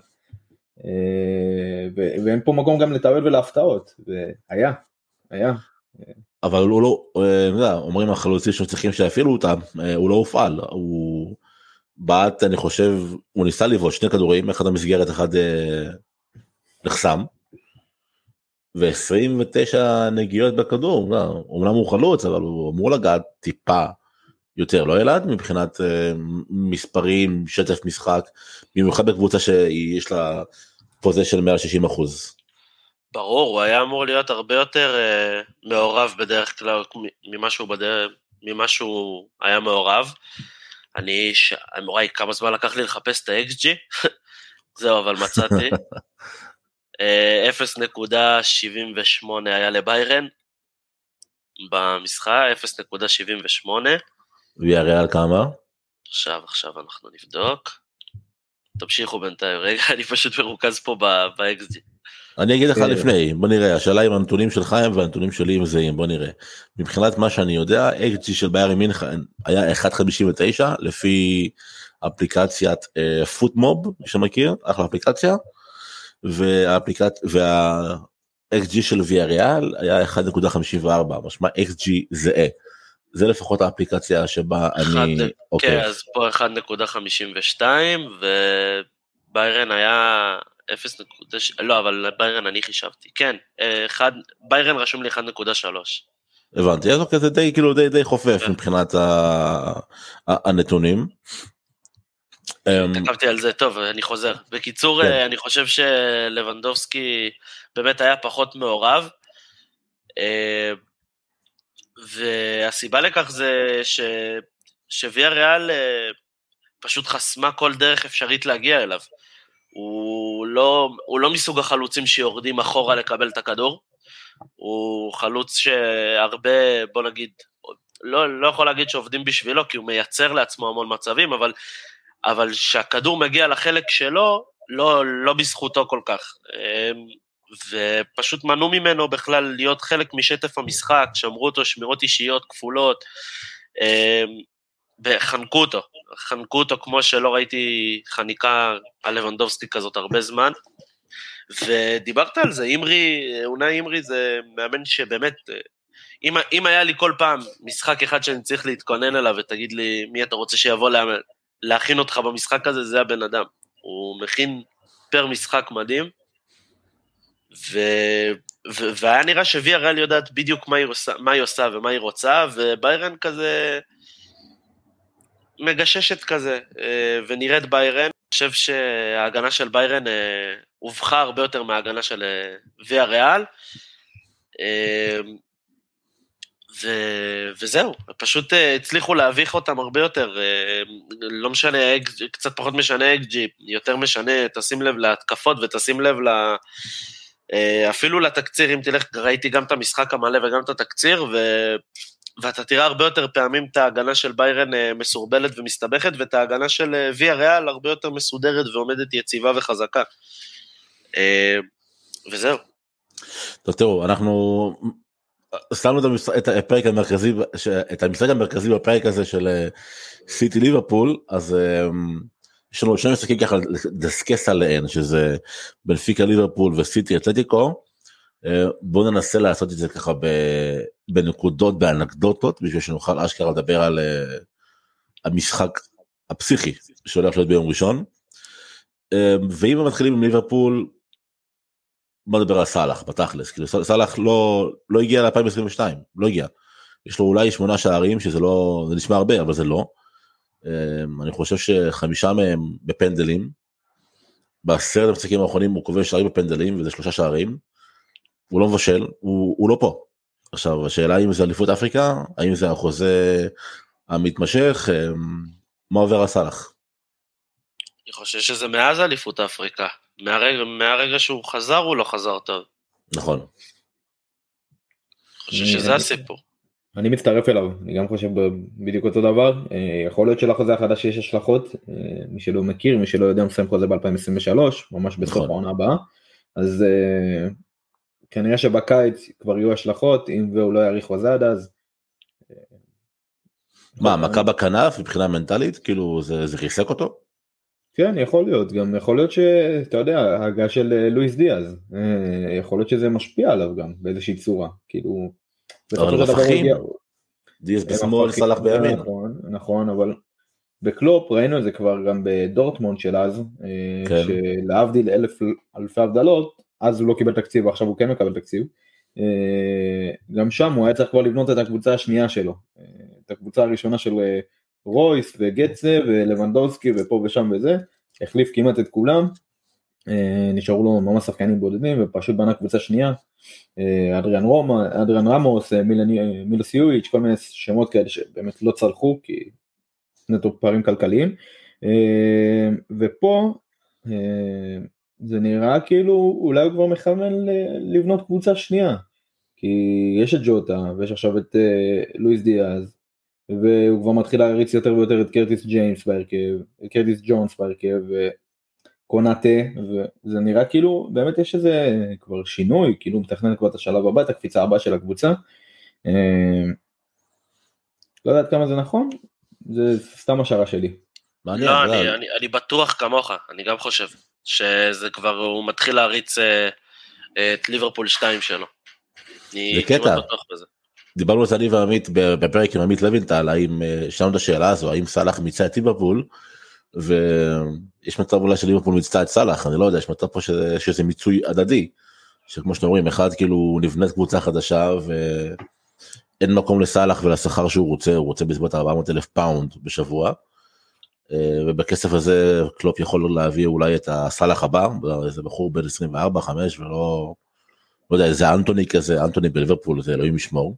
ואין פה מקום גם לטעויות ולהפתעות, והיה, היה. אבל הוא לא, אומרים החלוצים שצריכים שיפעילו אותם, הוא לא הופעל, הוא בעט, אני חושב, הוא ניסה לבעוט שני כדורים, אחד המסגרת, אחד נחסם, ו-עשרים ותשע נגיעות בכדור, אומנם הוא חלוץ, אבל הוא אמור לגעת טיפה יותר, לא ילד, מבחינת מספרים, שטף משחק, במיוחד בקבוצה שיש לה פוזיישן מעל שישים אחוז. ברור, הוא היה אמור להיות הרבה יותר uh, מעורב בדרך כלל ממה שהוא, בדרך, ממה שהוא היה מעורב. אני, ש... אמורי, כמה זמן לקח לי לחפש את ה-אקס ג'י? זהו, אבל מצאתי. אפס נקודה שבעים ושמונה היה לביירן במשחק, אפס נקודה שבעים ושמונה. ויאריאל כמה? עכשיו, עכשיו אנחנו נבדוק. תמשיכו בינתיים, רגע, אני פשוט מרוכז פה ב-אקס ג'י. אני אגיד לך לפני, בוא נראה, השאלה אם הנתונים שלך הם והנתונים שלי הם זהים, בוא נראה. מבחינת מה שאני יודע, אקס ג'י של ביירן מינכן היה אחת נקודה חמישים ותשע, לפי אפליקציית פוטמוב, מי שמכיר, אחלה אפליקציה, וה-אקס ג'י של ויאריאל היה אחת נקודה חמישים וארבע, משמע אקס ג'י זהה. זה לפחות האפליקציה שבה אני... כן, אז פה אחת נקודה חמישים ושתיים, וביירן היה... אפס נקודה... לא, אבל ביירן אני חישבתי. כן, אחד, ביירן רשום לי אחת נקודה שלוש. הבנתי, אז אוקיי, זה די, כאילו, די, די חופף מבחינת הנתונים. תקבתי על זה, טוב, אני חוזר. בקיצור, אני חושב שלבנדובסקי באמת היה פחות מעורב, והסיבה לכך זה ש... שוויאריאל פשוט חסמה כל דרך אפשרית להגיע אליו. הוא לא, הוא לא מסוג החלוצים שיורדים אחורה לקבל את הכדור, הוא חלוץ שהרבה, בוא נגיד, לא, לא יכול להגיד שעובדים בשבילו, כי הוא מייצר לעצמו המון מצבים, אבל, אבל שהכדור מגיע לחלק שלו, לא, לא בזכותו כל כך, ופשוט מנעו ממנו בכלל להיות חלק משטף המשחק, שמרו אותו שמירות אישיות כפולות, וחנקו אותו, חנקו אותו כמו שלא ראיתי חניקה על לבנדובסקי כזאת הרבה זמן, ודיברת על זה, אימרי, אונאי אימרי זה מאמן שבאמת, אם, אם היה לי כל פעם משחק אחד שאני צריך להתכונן אליו, ותגיד לי מי אתה רוצה שיבוא לה, להכין אותך במשחק הזה, זה הבן אדם, הוא מכין פר משחק מדהים, ו... ו... והיה נראה שוויאריאל יודעת בדיוק מה היא עושה, מה היא עושה ומה היא רוצה, וביירן כזה מגששת כזה, ונראית ביירן. אני חושב שההגנה של ביירן הובחה הרבה יותר מההגנה של ויאריאל, ו... וזהו, פשוט הצליחו להביך אותם הרבה יותר, לא משנה, קצת פחות משנה אקס ג'י, יותר משנה, תשים לב להתקפות ותשים לב ל... אפילו לתקציר, אם תלך, ראיתי גם את המשחק המלא וגם את התקציר, ו... ואתה תראה הרבה יותר פעמים את ההגנה של ביירן מסורבלת ומסתבכת, ואת ההגנה של ויאריאל הרבה יותר מסודרת ועומדת יציבה וחזקה. וזהו. טוב, תראו, אנחנו שמנו את הפרק המרכזי, את המשחק המרכזי בפרק הזה של סיטי ליברפול, אז יש לנו שני משחקים ככה לדסקס עליהן, שזה בנפיקה ליברפול וסיטי אתלטיקו. בואו ננסה לעשות את זה ככה בנקודות, באנקדוטות, בשביל שנוכל אשכרה לדבר על המשחק הפסיכי שהולך להיות ביום ראשון. ואם מתחילים עם ליברפול, בוא נדבר על סלאח בתכלס, כאילו סלאח לא, לא הגיע ל-אלפיים עשרים ושתיים, לא הגיע. יש לו אולי שמונה שערים, שזה לא, זה נשמע הרבה, אבל זה לא. אני חושב שחמישה מהם בפנדלים, בעשרת המשחקים האחרונים הוא קובע שערים בפנדלים, וזה שלושה שערים. הוא לא מבשל, הוא, הוא לא פה. עכשיו, השאלה אם זה אליפות אפריקה, האם זה החוזה המתמשך, מה עובר על סלאח? אני חושב שזה מאז אליפות אפריקה. מהרגע, מהרגע שהוא חזר, הוא לא חזר טוב. נכון. אני חושב שזה הסיפור. אני מצטרף אליו, אני גם חושב בדיוק אותו דבר, יכול להיות שלחוזה החדש יש השלכות, מי שלא מכיר, מי שלא יודע מסיים חוזה ב-אלפיים עשרים ושלוש, ממש בסוף העונה הבאה, אז כנראה שבקיץ כבר יהיו השלכות, אם והוא לא יאריך חוזה עד אז. מה, מכה בכנף מבחינה מנטלית? כאילו זה חיסק אותו? כן, יכול להיות, גם יכול להיות שאתה יודע, ההגעה של לואיס דיאז, יכול להיות שזה משפיע עליו גם באיזושהי צורה, כאילו, אבל הוא מפחים, דיאז בשמאל, סלח בימין. נכון, נכון, אבל בקלופ ראינו את זה כבר גם בדורטמונד של אז, שלהבדיל אלף אלפי הבדלות, אז הוא לא קיבל תקציב, ועכשיו הוא כן מקבל תקציב, גם שם הוא היה צריך כבר לבנות את הקבוצה השנייה שלו, את הקבוצה הראשונה של רויס וגצה ולוונדובסקי ופה ושם וזה, החליף כמעט את כולם, נשארו לו ממש שחקנים בודדים ופשוט בנה קבוצה שנייה, אדריאן רומא, אדריאן רמוס, מילוס יויץ', כל מיני שמות כאלה שבאמת לא צלחו כי נטו פערים כלכליים, ופה זה נראה כאילו אולי הוא כבר מכוון לבנות קבוצה שנייה, כי יש את ג'וטה ויש עכשיו את לואיס דיאז, והוא כבר מתחיל להריץ יותר ויותר את קרטיס ג'יימס בהרכב, קרטיס ג'ונס בהרכב, וקונאטה, וזה נראה כאילו, באמת יש איזה כבר שינוי, כאילו מתכנן כבר את השלב הבא, את הקפיצה הבאה של הקבוצה, לא יודעת כמה זה נכון, זה סתם השערה שלי. לא, אני, אני, אני בטוח כמוך, אני גם חושב, שזה כבר, הוא מתחיל להריץ את ליברפול שתיים שלו. זה קטע. דיברנו על זה אני ועמית בפרק עם עמית לוינטל, האם שאלנו את השאלה הזו, האם סלאח מיצה את ליברפול, ויש מצב אולי של ליברפול מיצתה את סלאח, אני לא יודע, יש מצב פה שזה, שזה מיצוי הדדי, שכמו שאתם אומרים, אחד כאילו נבנית קבוצה חדשה, ואין מקום לסלאח ולשכר שהוא רוצה, הוא רוצה בסביבות ארבע מאות אלף פאונד בשבוע, ובכסף הזה קלופ יכול להביא אולי את הסלאח הבא, איזה בחור בין עשרים וארבע חמש ולא, לא יודע, איזה אנטוני כזה, אנטוני בליברפול, זה אלוהים ישמור.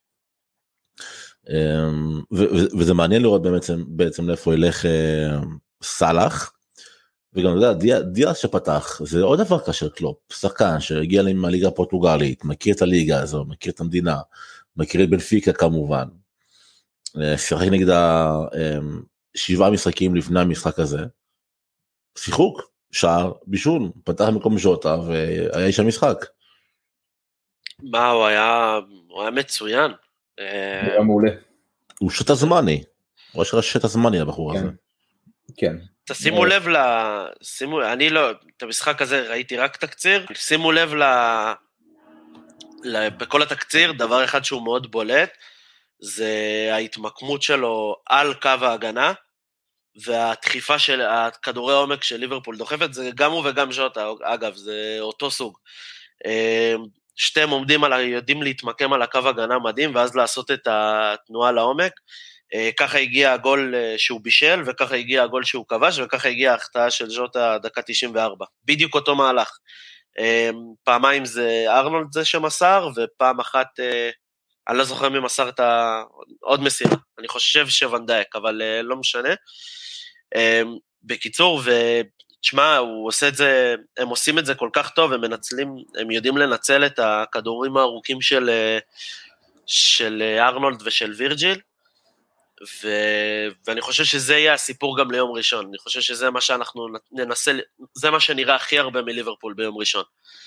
וזה מעניין לראות בעצם, בעצם לאיפה ילך סלאח, וגם אתה יודע, דיאז שפתח, זה עוד דבר כאשר קלופ, שחקן שהגיע מהליגה הפורטוגלית, מכיר את הליגה הזו, מכיר את המדינה, מכיר את בנפיקה כמובן, שיחק נגד שבעה משחקים לפני המשחק הזה, שיחוק, שער, בישול, פתח מקום ז'וטה, והיה איש המשחק. מה, הוא היה, הוא היה מצוין. הוא היה מעולה. הוא שטה זמני, הוא היה שטה זמני הבחור הזה. כן. תשימו לב ל... שימו, אני לא, את המשחק הזה ראיתי רק תקציר, שימו לב ל... בכל התקציר, דבר אחד שהוא מאוד בולט, זה ההתמקמות שלו על קו ההגנה, והדחיפה של הכדורי העומק של ליברפול דוחפת, זה גם הוא וגם ז'וטה, אגב, זה אותו סוג. שתיהם עומדים על, יודעים להתמקם על הקו הגנה מדהים, ואז לעשות את התנועה לעומק, ככה הגיע הגול שהוא בישל, וככה הגיע הגול שהוא כבש, וככה הגיע ההחטאה של ז'וטה דקה תשעים וארבע, בדיוק אותו מהלך. פעמיים זה ארנולד זה שמסר, ופעם אחת, אני לא זוכר מי מסר את עוד מסירה, אני חושב שוונדייק, אבל לא משנה. בקיצור, ותשמע, הוא עושה את זה, הם עושים את זה כל כך טוב, הם מנצלים, הם יודעים לנצל את הכדורים הארוכים של, של ארנולד ושל וירג'יל, ו... ואני חושב שזה יהיה הסיפור גם ליום ראשון, אני חושב שזה מה שאנחנו ננסה, זה מה שנראה הכי הרבה מליברפול ביום ראשון,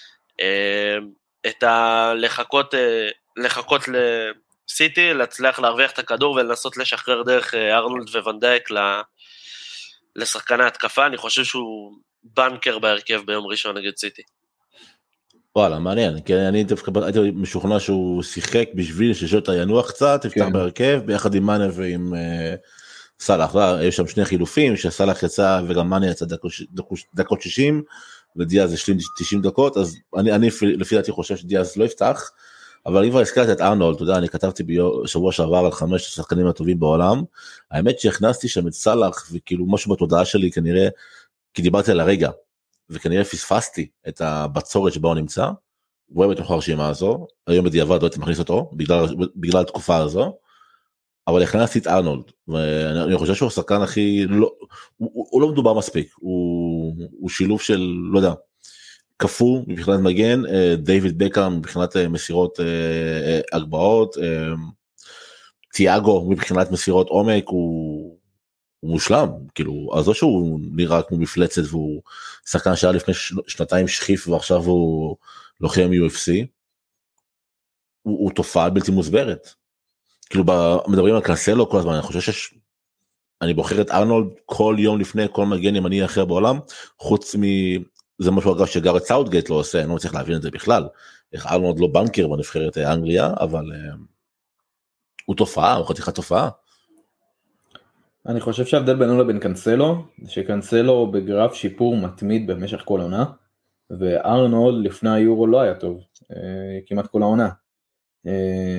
את הלחכות, לחכות לסיטי, להצליח להרוויח את הכדור ולנסות לשחרר דרך ארנולד וונדייק לשחקני התקפה, אני חושב שהוא בנקר בהרכב ביום ראשון נגד סיטי. וואלה, מעניין, כי אני דווקא הייתי משוכנע שהוא שיחק בשביל שז'וטה ינוח קצת, יפתח בהרכב, ביחד עם מאנה ועם סלאח, היו שם שני חילופים, שסלאח יצא וגם מאנה יצא דקות שישים, ודיאז השלים תשעים דקות, אז אני לפי דעתי חושב שדיאז לא יפתח, אבל אם כבר הזכרתי את ארנולד, אתה יודע, אני כתבתי בשבוע שעבר על חמש השחקנים הטובים בעולם, האמת שהכנסתי שם את סלאח, וכאילו משהו בתודעה שלי כנראה, כי דיברתי על הרגע, וכנראה פספסתי את הבצורת שבה הוא נמצא, הוא רואה בתוך הרשימה הזו, היום בדיעבד לא הייתי מכניס אותו, בגלל, בגלל התקופה הזו, אבל הכנסתי את ארנולד, ואני חושב שהוא השחקן הכי, לא, הוא, הוא לא מדובר מספיק, הוא, הוא שילוב של, לא יודע, קפוא מבחינת מגן, דיוויד בקאם מבחינת מסירות הגבהות, תיאגו מבחינת מסירות עומק הוא, הוא מושלם, כאילו, אז לא שהוא נראה כמו מפלצת והוא שחקן שהיה לפני שנתיים שחיף ועכשיו הוא לוחם יו אף סי, הוא, הוא תופעה בלתי מוסברת. כאילו מדברים על קנסלו כל הזמן, אני חושב שיש, אני בוחר את ארנולד כל יום לפני כל מגן ימני אחר בעולם, חוץ מ... זה משהו אגב שגארט סאוטגייט לא עושה, אני לא מצליח להבין את זה בכלל, איך ארנולד לא בנקר בנבחרת אנגליה, אבל uh, הוא תופעה, הוא חתיכת תופעה. אני חושב שההבדל בינו לבין קנסלו, זה שקנסלו בגרף שיפור מתמיד במשך כל עונה, וארנולד לפני היורו לא היה טוב, uh, כמעט כל העונה. Uh,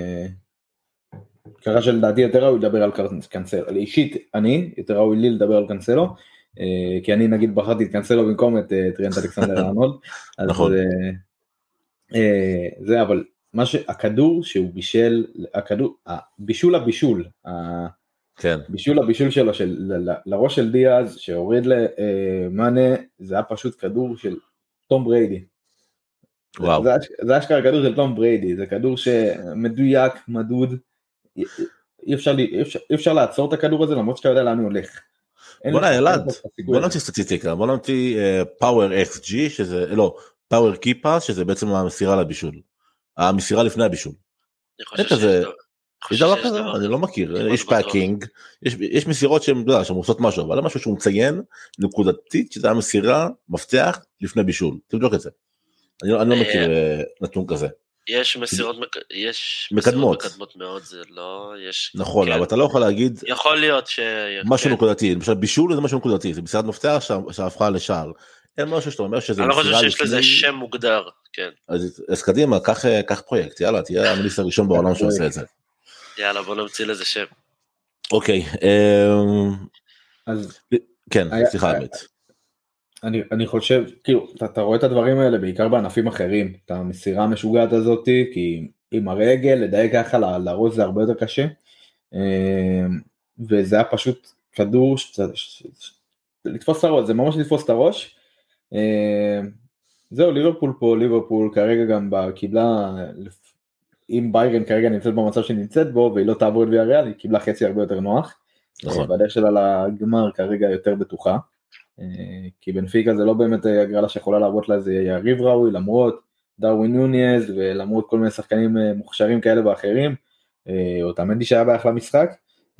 ככה שלדעתי יותר ראוי לדבר על קנסלו, אישית אני, יותר ראוי לי לדבר על קנסלו, כי אני נגיד בחרתי את קנסלו במקום את טרנט אלכסנדר ארנולד, נכון. זה אבל מה שהכדור שהוא בישל, הכדור, בישול הבישול, בישול הבישול שלו לראש של דיאז, שהוריד למאנה, זה היה פשוט כדור של תום בריידי. זה אשכרה כדור של תום בריידי, זה כדור שמדויק, מדוד, אי אפשר, אי אפשר, אי אפשר לעצור את הכדור הזה, למרות שאתה יודע לאן הוא הולך. בוא נעלד, בוא נמציא סטטיסטיקה, בוא נמציא פאוור אקס ג'י, שזה, לא, פאוור קיפה, שזה בעצם המסירה לבישול. המסירה לפני הבישול. אני חושב שיש דבר. אני לא מכיר, יש פאקינג, יש מסירות שהן עושות משהו, אבל משהו שהוא מציין, נקודתית, שזה המסירה, מפתח, לפני בישול. תבדוק את זה. אני לא מכיר נתון כזה. יש מסירות, יש מקדמות. מקדמות מאוד, זה לא, יש... נכון, כן. אבל אתה לא יכול להגיד... יכול להיות ש... משהו כן. נקודתי, למשל בישול זה משהו נקודתי, זה מסירת מפתח שהפכה לשער. אין משהו שאתה אומר שזה... אני לא חושב שיש לזה שם מוגדר, כן. אז, אז קדימה, קח, קח פרויקט, יאללה, תהיה המליס הראשון בעולם שעושה את זה. יאללה, בוא נמציא לזה שם. אוקיי, אז... כן, סליחה, האמת. אני, אני חושב, כאילו, אתה, אתה רואה את הדברים האלה בעיקר בענפים אחרים, את המסירה המשוגעת הזאת, כי עם הרגל, לדייק ככה לראש זה הרבה יותר קשה, וזה היה פשוט כדור, ש... ש... ש... לתפוס את הראש, זה ממש לתפוס את הראש, זהו, ליברפול פה, ליברפול כרגע גם קיבלה, אם ביירן כרגע נמצאת במצב שנמצאת בו, והיא לא תעבור את ויאריאל, היא קיבלה חצי הרבה יותר נוח, נכון. והדרך שלה לגמר כרגע יותר בטוחה, כי בנפיקה זה לא באמת הגרלה שיכולה לעבוד לה, זה יריב ראוי, למרות דרווין נוניז, ולמרות כל מיני שחקנים מוכשרים כאלה ואחרים, או תאמנתי שהיה באחלה משחק,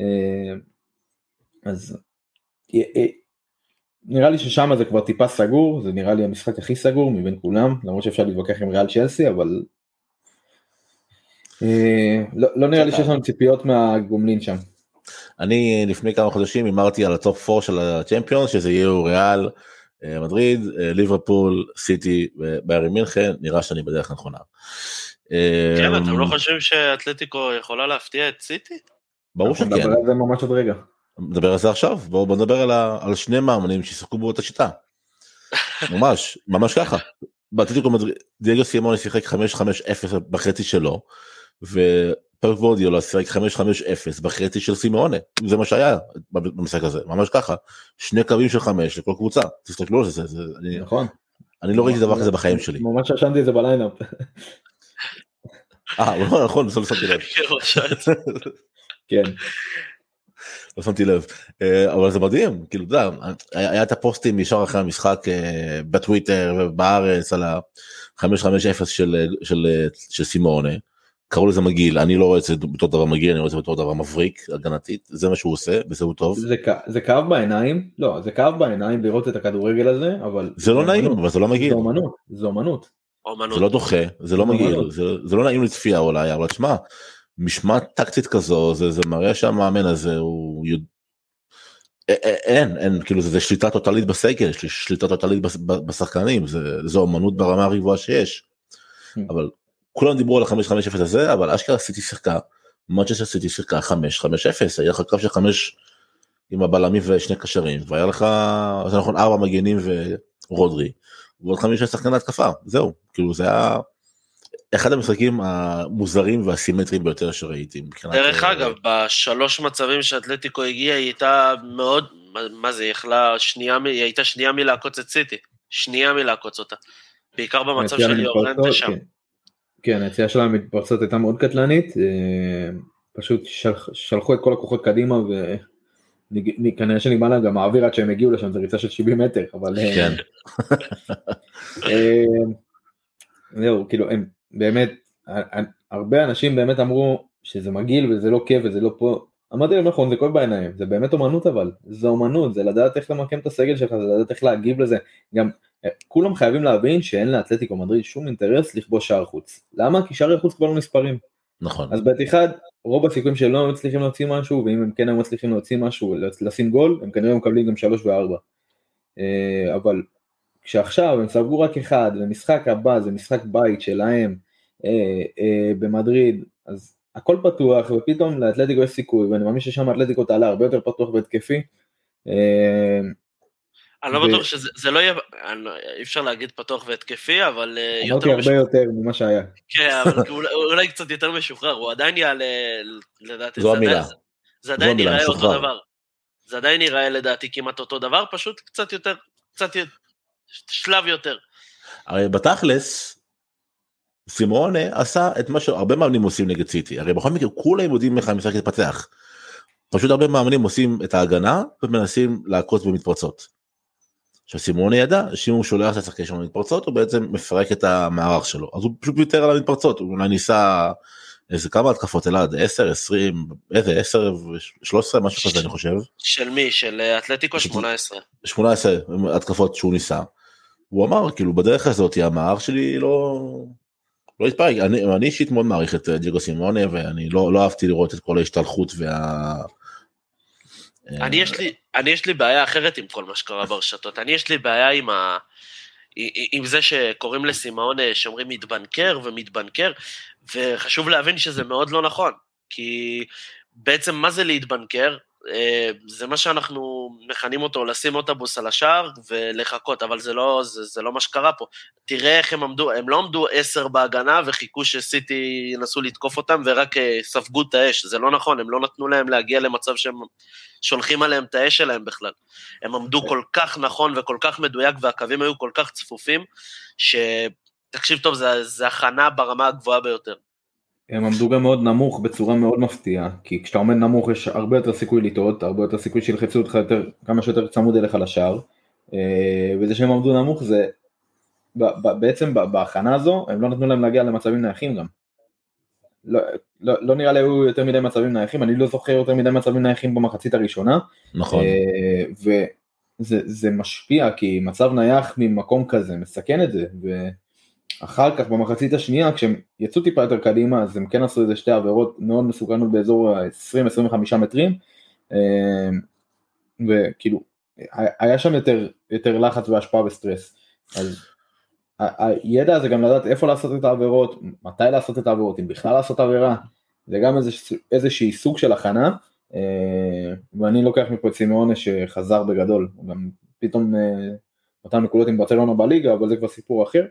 אז נראה לי ששם זה כבר טיפה סגור, זה נראה לי המשחק הכי סגור מבין כולם, למרות שאפשר להתווכח עם ריאל צ'לסי, אבל לא נראה לי שיש לנו ציפיות מהגומלין שם. אני לפני כמה חודשים אמרתי על הטופ ארבע של הצ'מפיונס, שזה יהיו ריאל, מדריד, ליברפול, סיטי וביירן מינכן, נראה שאני בדרך נכונה. כן, אתם לא חושבים שאתלטיקו יכולה להפתיע את סיטי? ברור שכן. נדבר על זה ממש עוד רגע. נדבר על זה עכשיו, בואו נדבר על שני מאמנים ששיחקו באותה שיטה. ממש, ממש ככה. באתלטיקו מדריד, דייגו סימון שיחק חמש חמש אפס בחצי שלו, ו... פרק גוורדיולה שיחק חמש חמש אפס בחצי של סימאונה, זה מה שהיה במשחק הזה, ממש ככה, שני קווים של חמש לכל קבוצה, תסתכלו על זה, נכון. אני לא ראיתי דבר כזה בחיים שלי. ממש רשמתי את זה בליינאפ. אה, נכון, לא שמתי לב. כן. לא שמתי לב, אבל זה מדהים, כאילו, אתה יודע, היה את הפוסטים ישר אחרי המשחק בטוויטר ובארץ על ה-חמש חמש אפס של סימאונה, קראו לזה מגעיל, אני לא רואה את זה בתור דבר מגעיל, אני רואה את זה בתור דבר מבריק, הגנתית, זה מה שהוא עושה, וזה הוא טוב. זה, זה כאב בעיניים, לא, זה כאב בעיניים לראות את הכדורגל הזה, אבל... זה לא נעים, אבל זה לא מגעיל. זה אומנות, זה אומנות. זה לא דוחה, זה לא מגעיל, זה, זה לא נעים לצפייה אולי, אבל תשמע, משמעת טקטית כזו, זה, זה מראה שהמאמן הזה הוא... אין, אין, כאילו זה, זה שליטה טוטלית בסגל, שליטה טוטלית בשחקנים, זה, זה אומנות ברמה הגבוהה שיש, אבל... כולם דיברו על ה-חמש חמש אפס הזה, אבל אשכרה סיטי שיחקה, מנצ'סטר סיטי שיחקה חמש חמש אפס, היה לך קו של חמש עם הבלמים ושני קשרים, והיה לך, זה נכון, ארבע מגנים ורודרי, ועוד חמישה שחקני התקפה, זהו, כאילו זה היה אחד המשחקים המוזרים והסימטריים ביותר שראיתי. דרך אגב, בשלוש מצבים שאתלטיקו הגיעה, היא הייתה מאוד, מה זה, היא הייתה שנייה מלעקוץ את סיטי, שנייה מלעקוץ אותה, בעיקר במצב של יורנטה שם. כן, היציאה שלה המתפרצות הייתה מאוד קטלנית, פשוט שלחו את כל הכוחות קדימה, וכנראה שנגמר להם גם האוויר עד שהם הגיעו לשם, זה ריצה של שבעים מטר, אבל... כן. זהו, כאילו, הם באמת, הרבה אנשים באמת אמרו שזה מגעיל וזה לא כיף וזה לא פה, אמרתי להם נכון, זה כואב בעיניים, זה באמת אומנות אבל, זה אומנות, זה לדעת איך למקם את הסגל שלך, זה לדעת איך להגיב לזה, גם כולם חייבים להבין שאין לאתלטיקו מדריד שום אינטרס לכבוש שער חוץ, למה? כי שערי חוץ כבר לא נספרים, נכון. אז בעת אחד, רוב הסיכויים שלא מצליחים להוציא משהו, ואם הם כן הם מצליחים להוציא משהו, לשים גול, הם כנראה מקבלים גם שלוש וארבע, אבל כשעכשיו הם ספגו רק אחד, ומשחק הבא זה משחק בית שלהם אה, אה, במדריד, אז הכל פתוח, ופתאום לאתלטיקו יש סיכוי, ואני מאמין ששם האתלטיקו תעלה הרבה יותר פתוח והתקפי. אה, אני לא בטוח שזה לא יהיה, אי אפשר להגיד פתוח והתקפי, אבל אמרתי הרבה יותר ממה שהיה. כן, אבל אולי קצת יותר משוחרר, הוא עדיין יעלה, לדעתי, זו המילה. זה עדיין יראה אותו דבר. זה עדיין יראה לדעתי כמעט אותו דבר, פשוט קצת יותר, קצת שלב יותר. הרי בתכלס, סימונה עשה את מה שהרבה מאמנים עושים נגד סיטי, הרי בכל מקרה כולם יודעים איך המשחק יתפתח, פשוט הרבה מאמנים עושים את ההגנה ומנסים לעקוץ במתפרצות. עכשיו סימונה ידע שאם הוא שולח לשחקן שלו במתפרצות הוא בעצם מפרק את המערך שלו, אז הוא פשוט ויתר על המתפרצות, הוא אולי ניסה איזה כמה התקפות אלעד, עשר, עשרים, איזה עשר, שלוש עשרה, משהו כזה אני חושב. של מי? של אתלטיקו? שמונה עשרה. שמונה עשרה התקפות שהוא ניסה. הוא אמר, כאילו, בדרך הזאת, המערך שלי לא, לא התפרק. אני, אני אישית מאוד מעריך את דייגו סימונה, ואני לא, לא אהבתי לראות את כל ההשתלחות וה... אני יש לי, אני יש לי בעיה אחרת עם כל מה שקרה ברשתות. אני יש לי בעיה עם ה... עם זה שקוראים לסימאון שאומרים מתבנקר ומתבנקר, וחשוב להבין שזה מאוד לא נכון, כי בעצם מה זה להתבנקר? זה מה שאנחנו מכנים אותו, לשים אוטובוס על השער ולחכות, אבל זה לא, זה, זה לא מה שקרה פה. תראה איך הם עמדו, הם לא עמדו עשר בהגנה וחיכו שסיטי ינסו לתקוף אותם ורק ספגו את האש, זה לא נכון, הם לא נתנו להם להגיע למצב שהם שולחים עליהם את האש שלהם בכלל. הם עמדו כל כך נכון וכל כך מדויק והקווים היו כל כך צפופים, שתקשיב טוב, זה, זה הכנה ברמה הגבוהה ביותר. הם עמדו גם מאוד נמוך בצורה מאוד מפתיעה, כי כשאתה עומד נמוך יש הרבה יותר סיכוי לטעות, הרבה יותר סיכוי שילחצו אותך יותר, כמה שיותר צמוד אליך לשער, וזה שהם עמדו נמוך זה, בעצם בהכנה הזו, הם לא נתנו להם להגיע למצבים נייחים גם. לא, לא, לא נראה לי היו יותר מדי מצבים נייחים, אני לא זוכר יותר מדי מצבים נייחים במחצית הראשונה. נכון. וזה זה משפיע, כי מצב נייח ממקום כזה מסכן את זה, ו... אחר כך במחצית השנייה, כשהם יצאו טיפה יותר קדימה, אז הם כן עשו איזה שתי עבירות מאוד מסוכנות באזור ה-עשרים עד עשרים וחמישה מטרים, וכאילו, היה שם יותר, יותר לחץ והשפעה וסטרס, אז הידע הזה גם לדעת איפה לעשות את העבירות, מתי לעשות את העבירות, אם בכלל לעשות עבירה, זה גם איזה, איזושהי סוג של הכנה, ואני לוקח מפה את סימאונה שחזר בגדול, הוא גם פתאום נתן נקודות עם ברצלונה בליגה, אבל זה כבר סיפור אחר,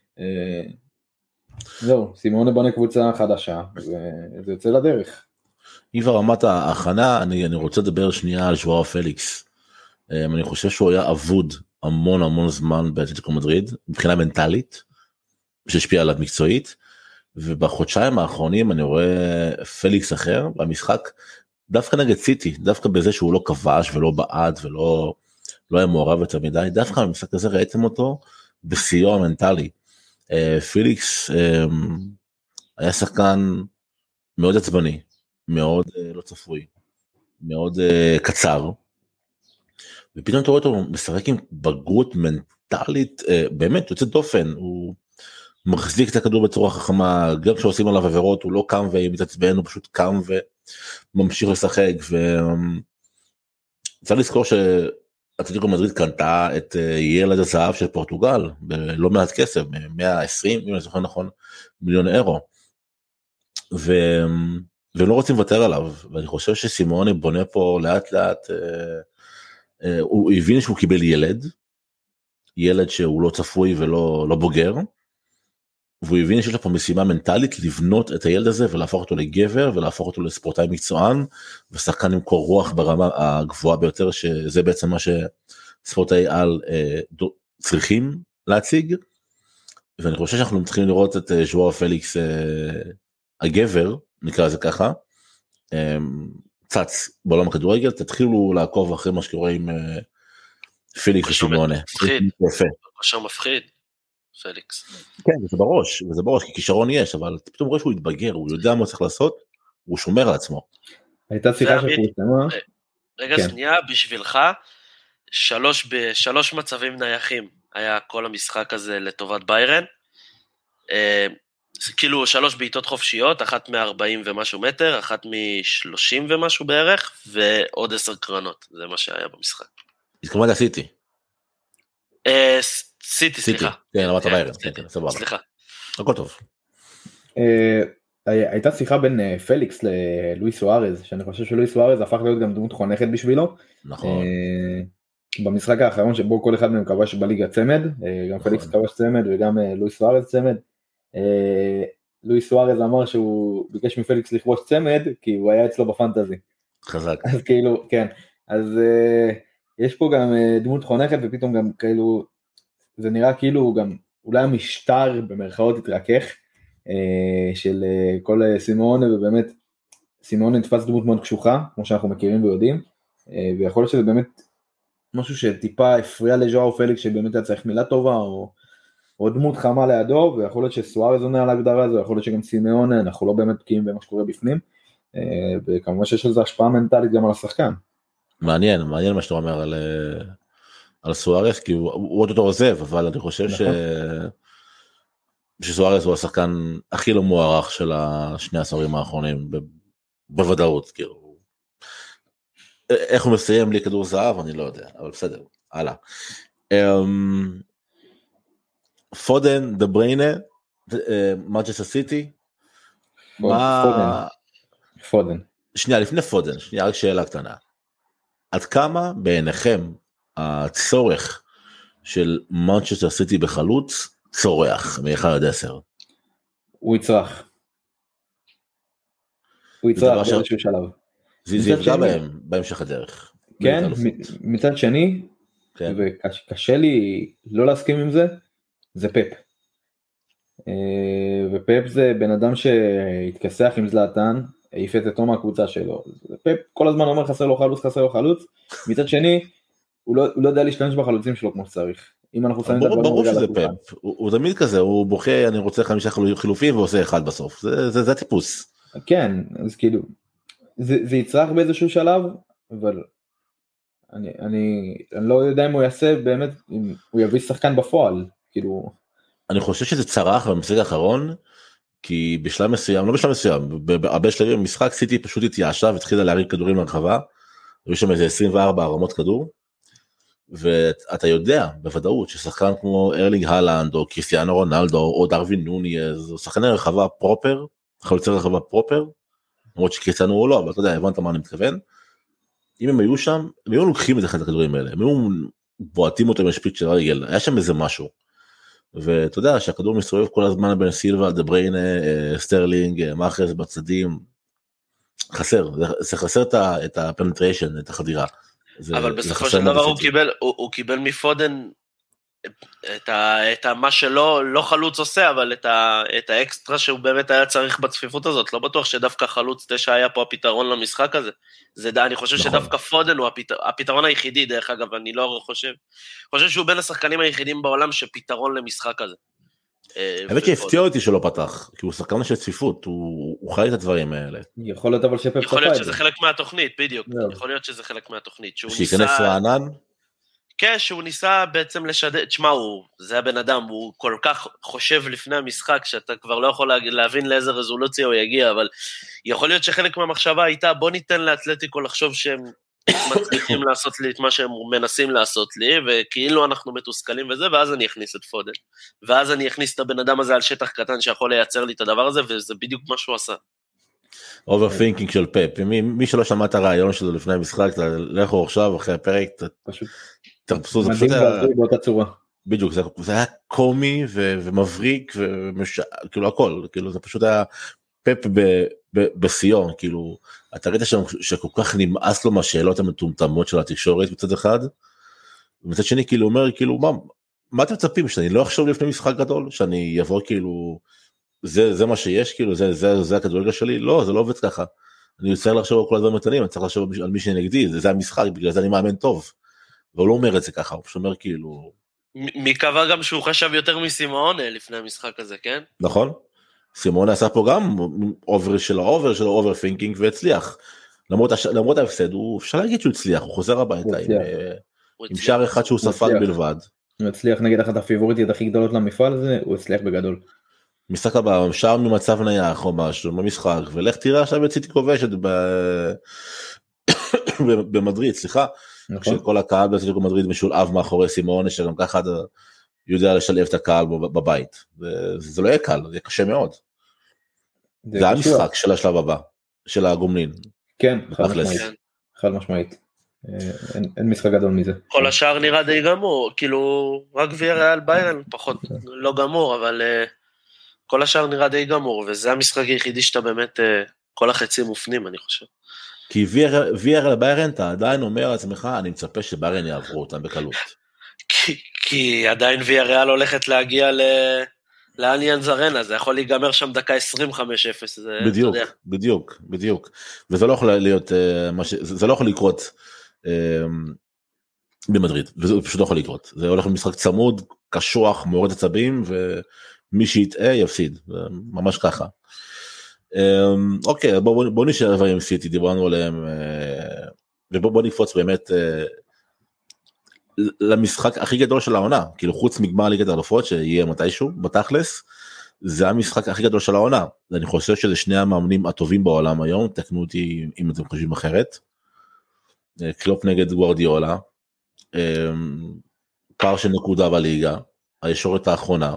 זהו, סימאונה בונה קבוצה חדשה וזה יוצא לדרך. אם כבר רמת ההכנה, אני, אני רוצה לדבר שנייה על ז'ואאו פליקס. אני חושב שהוא היה אבוד המון המון זמן באתלטיקו מדריד מבחינה מנטלית שהשפיעה עליו מקצועית, ובחודשיים האחרונים אני רואה פליקס אחר במשחק דווקא נגד סיטי, דווקא בזה שהוא לא כבש ולא בעד ולא לא היה מעורב יותר מדי, דווקא במשחק הזה ראיתם אותו בסיוע המנטלי. פיליקס היה שחקן מאוד עצבני, מאוד לא צפוי, מאוד קצר, ופתאום אתה רואה אותו משחק עם בגרות מנטלית באמת יוצאת דופן, הוא מחזיק את הכדור בצורה חכמה, גם כשעושים עליו עבירות הוא לא קם ומתעצבן, הוא פשוט קם וממשיך לשחק, וצריך לזכור ש אתלטיקו מדריד קנתה את ילד הזהב של פורטוגל בלא מעט כסף, מאה ועשרים, אם אני זוכר נכון, מיליון אירו, ו... והם לא רוצים לוותר עליו, ואני חושב שסימאונה בונה פה לאט לאט, אה, אה, הוא הבין שהוא קיבל ילד, ילד שהוא לא צפוי ולא לא בוגר, והוא הבין שיש לו פה משימה מנטלית לבנות את הילד הזה ולהפוך אותו לגבר ולהפוך אותו לספורטאי מקצוען ושחקן עם קור רוח ברמה הגבוהה ביותר, שזה בעצם מה שספורטאי על אה, צריכים להציג. ואני חושב שאנחנו צריכים לראות את ז'ואאו פליקס אה, הגבר, נקרא לזה ככה, צץ בעולם הכדורגל, תתחילו לעקוב אחרי מה שקורה עם פליקס וסימאונה. קשר מפחיד, פליקס. כן, זה בראש, זה בראש, כי כישרון יש, אבל פתאום רואה שהוא יתבגר, הוא יודע מה צריך לעשות, הוא שומר על עצמו. הייתה שיחה שפורסמה. רגע שנייה, בשבילך, שלוש בשלוש מצבים נייחים היה כל המשחק הזה לטובת ביירן, כאילו שלוש בעיטות חופשיות, אחת מ-ארבעים ומשהו מטר, אחת מ-שלושים ומשהו בערך, ועוד עשר קרנות, זה מה שהיה במשחק. התכוונת לסיטי. סיטי, סליחה. כן, למדת ביירן, כן, סבבה. סליחה. הכל טוב. הייתה שיחה בין פליקס ללואיס סוארז, שאני חושב שלואיס סוארז הפך להיות גם דמות חונכת בשבילו. נכון. במשחק האחרון שבו כל אחד מהם כבש בליגה צמד, גם פליקס כבש צמד וגם לואיס סוארז צמד. לואיס סוארז אמר שהוא ביקש מפליקס לכבוש צמד, כי הוא היה אצלו בפנטזי. חזק. אז כאילו, כן. אז יש פה גם דמות חונכת, ופתאום גם כאילו, זה נראה כאילו גם, אולי המשטר במרכאות התרכך, של כל סימאונה, ובאמת, סימאונה נתפס דמות מאוד קשוחה, כמו שאנחנו מכירים ויודעים, ויכול להיות שזה באמת משהו שטיפה הפריע לז'ואו פליקס, שבאמת היה צריך מילה טובה, או, או דמות חמה לידו, ויכול להיות שסוארז עונה על ההגדרה הזו, יכול להיות שגם סימאונה, אנחנו לא באמת בקיאים במה שקורה בפנים, וכמובן שיש לזה השפעה מנטלית גם על השחקן. מעניין, מעניין מה שאתה אומר על, על סוארז, כי הוא, הוא עוד יותר עוזב, אבל אני חושב ש... שסוארז הוא השחקן הכי לא מוערך של השני עשורים האחרונים, בוודאות, כאילו. איך הוא מסיים בלי כדור זהב, אני לא יודע, אבל בסדר, הלאה. פודן, דה בריינה, מנצ'סטר סיטי, מה... פודן. שנייה, לפני פודן, שנייה, רק שאלה קטנה. עד כמה בעיניכם הצורך של מנצ'סטר סיטי בחלוץ, צורח מ-אחד עד עשר? הוא יצרח. הוא יצרח באיזשהו שלב. זה יפגע בהם בהמשך הדרך. כן, מצד שני, וקשה לי לא להסכים עם זה, זה פפ. ופפ זה בן אדם שהתכסח עם זלאטן, העיף את אותו מהקבוצה שלו. פפ כל הזמן אומר חסר לו חלוץ, חסר לו חלוץ, מצד שני, הוא לא, הוא לא יודע להשתמש בחלוצים שלו כמו שצריך. אם אנחנו שמים את הדברים... ברור שזה פפ, הוא, הוא תמיד כזה, הוא בוכה, אני רוצה חמישה חילופים ועושה אחד בסוף, זה, זה, זה הטיפוס. כן, אז כאילו, זה, זה יצרח באיזשהו שלב, אבל אני, אני, אני לא יודע אם הוא יעשה באמת, אם הוא יביא שחקן בפועל, כאילו... אני חושב שזה צרח במשחק האחרון, כי בשלב מסוים, לא בשלב מסוים, בהרבה שלבים במשחק סיטי פשוט התייאשה והתחילה להרים כדורים לרחבה, היו שם איזה עשרים וארבע הרמות כדור, ואתה יודע בוודאות ששחקן כמו ארלינג הלנד או קריסטיאנו רונלדו או דרווין נוניז או שחקני רחבה פרופר, חלוצי רחבה פרופר, למרות שקריסטיאנו הוא לא, אבל אתה יודע, הבנת מה אני מתכוון, אם הם היו שם, הם היו לוקחים את אחד הכדורים האלה, הם היו בועטים אותו עם השפיץ של הרגל, היה שם איזה משהו, ואתה יודע שהכדור מסתובב כל הזמן בין סילבה, דה בריינה, סטרלינג, מאחרס בצדים, חסר, זה חסר את הפנטריישן, את החדירה. אבל בסופו של דבר הוא קיבל, הוא, הוא קיבל מפודן את, ה, את ה, מה שלא לא חלוץ עושה, אבל את, ה, את האקסטרה שהוא באמת היה צריך בצפיפות הזאת. לא בטוח שדווקא חלוץ תשע היה פה הפתרון למשחק הזה. זה, אני חושב נכון. שדווקא פודן הוא הפתר, הפתרון היחידי, דרך אגב, אני לא חושב, חושב שהוא בין השחקנים היחידים בעולם שפתרון למשחק הזה. האמת שהפתיע אותי שלא פתח, כי הוא שחקן של צפיפות, הוא, הוא חי את הדברים האלה. יכול להיות אבל שפפ יכול להיות שזה חלק מהתוכנית, בדיוק, יכול להיות שזה חלק מהתוכנית. שייכנס לענן? כן, שהוא ניסה בעצם לשדר, תשמע, זה הבן אדם, הוא כל כך חושב לפני המשחק, שאתה כבר לא יכול להבין לאיזה רזולוציה הוא יגיע, אבל יכול להיות שחלק מהמחשבה הייתה, בוא ניתן לאתלטיקו לחשוב שהם מצליחים לעשות לי את מה שהם מנסים לעשות לי, וכאילו אנחנו מתוסכלים וזה, ואז אני אכניס את פודן, ואז אני אכניס את הבן אדם הזה על שטח קטן שיכול לייצר לי את הדבר הזה, וזה בדיוק מה שהוא עשה. אוברפינקינג של פפ, מי, מי שלא שמע את הרעיון שלו לפני המשחק, לכו עכשיו אחרי הפרק, פשוט תרפסו, זה פשוט היה, באותה צורה. בדיוק, זה, זה היה קומי ו, ומבריק, ומש... כאילו הכל, כאילו זה פשוט היה פפ ב, ב, בסיון, כאילו, אתה ראית שם שכל כך נמאס לו מהשאלות המטומטמות של התקשורת מצד אחד, ומצד שני כאילו אומר, כאילו, מה, מה אתם מצפים, שאני לא אחשוב לפני משחק גדול, שאני יבוא כאילו, זה, זה מה שיש, כאילו, זה, זה, זה הכדורגל שלי, לא, זה לא עובד ככה, אני צריך לחשוב על כל הדברים הקטנים, אני צריך לחשוב על מי שנגדי, זה, זה המשחק, בגלל זה אני מאמן טוב. והוא לא אומר את זה ככה, הוא פשוט אומר כאילו... מי קבע גם שהוא חשב יותר מסימאונה לפני המשחק הזה, כן? נכון. סימאונה עשה פה גם אובר של האובר, של האובר פינקינג, והצליח. למרות, הש... למרות ההפסד, הוא אפשר להגיד שהוא הצליח, הוא חוזר הביתה עם, עם שער אחד שהוא ספג בלבד. הוא הצליח נגד אחת הפיבוריטיות הכי גדולות למפעל הזה, הוא הצליח בגדול. משחק הבא, שער ממצב נייח או משהו במשחק, ולך תראה עכשיו את סיטי כובשת ב... במדריד, סליחה, נכון. שכל הקהל בסיטי במדריד משולב מאחורי סימאונה, שגם ככה יודע לשלב את הקהל בבית, וזה לא יהיה קל, זה יהיה קשה מאוד. זה, זה המשחק של השלב הבא, של הגומלין. כן, חד משמעית. חד משמעית. אין, אין משחק גדול מזה. כל השאר נראה די גמור, כאילו רק ויאריאל ביירן פחות לא גמור, אבל uh, כל השאר נראה די גמור, וזה המשחק היחידי שאתה באמת, uh, כל החצים מופנים אני חושב. כי ויאריאל ביירן אתה עדיין אומר לעצמך, אני מצפה שביירן יעברו אותם בקלות. כי, כי עדיין ויאריאל הולכת להגיע ל... לאליאנס ארנה, זה יכול להיגמר שם דקה עשרים וחמש אפס, בדיוק, בדיוק, בדיוק, וזה לא יכול להיות, זה לא יכול לקרות במדריד, וזה פשוט לא יכול לקרות, זה הולך למשחק צמוד, קשוח, מורד עצבים, ומי שיטעה יפסיד, ממש ככה. אוקיי, בואו נשאר עם סיטי, דיברנו עליהם, ובואו נקפוץ באמת, למשחק הכי גדול של העונה, כאילו חוץ מגמר ליגת האלופות שיהיה מתישהו בתכלס, זה המשחק הכי גדול של העונה, ואני חושב שזה שני המאמנים הטובים בעולם היום, תקנו אותי אם אתם חושבים אחרת, קלופ נגד גוארדיולה, פער של נקודה בליגה, הישורת האחרונה,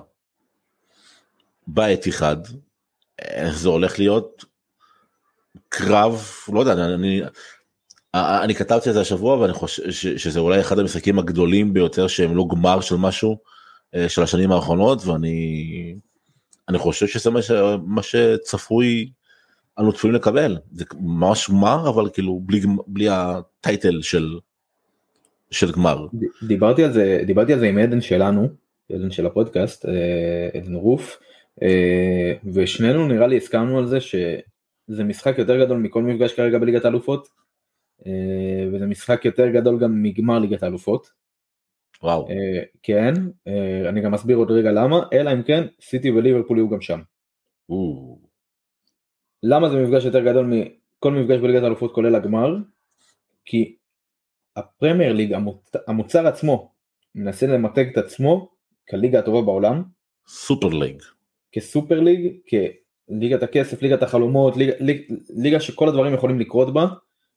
בעת אחד, זה הולך להיות קרב, לא יודע, אני... אני כתבתי את זה השבוע, ואני חושב שזה אולי אחד המשחקים הגדולים ביותר, שהם לא גמר של משהו, של השנים האחרונות, ואני אני חושב שזה מה, ש, מה שצפוי, אנו צפויים לקבל, זה ממש גמר, אבל כאילו בלי, בלי הטייטל של, של גמר. דיברתי על זה, דיברתי על זה עם עדן שלנו, עדן של הפודקאסט, עדן רוף, ושנינו נראה לי הסכמנו על זה, שזה משחק יותר גדול מכל מפגש כרגע בליגת האלופות, וזה משחק יותר גדול גם מגמר ליגת האלופות. וואו. כן, אני גם אסביר עוד רגע למה, אלא אם כן סיטי וליברפול יהיו גם שם. למה זה מפגש יותר גדול מכל מפגש בליגת האלופות כולל הגמר? כי הפרמייר ליג, המוצר עצמו, מנסה למתג את עצמו כליגה הטובה בעולם. סופר ליג. כסופר ליג, כליגת הכסף, ליגת החלומות, ליגה, ליגה שכל הדברים יכולים לקרות בה,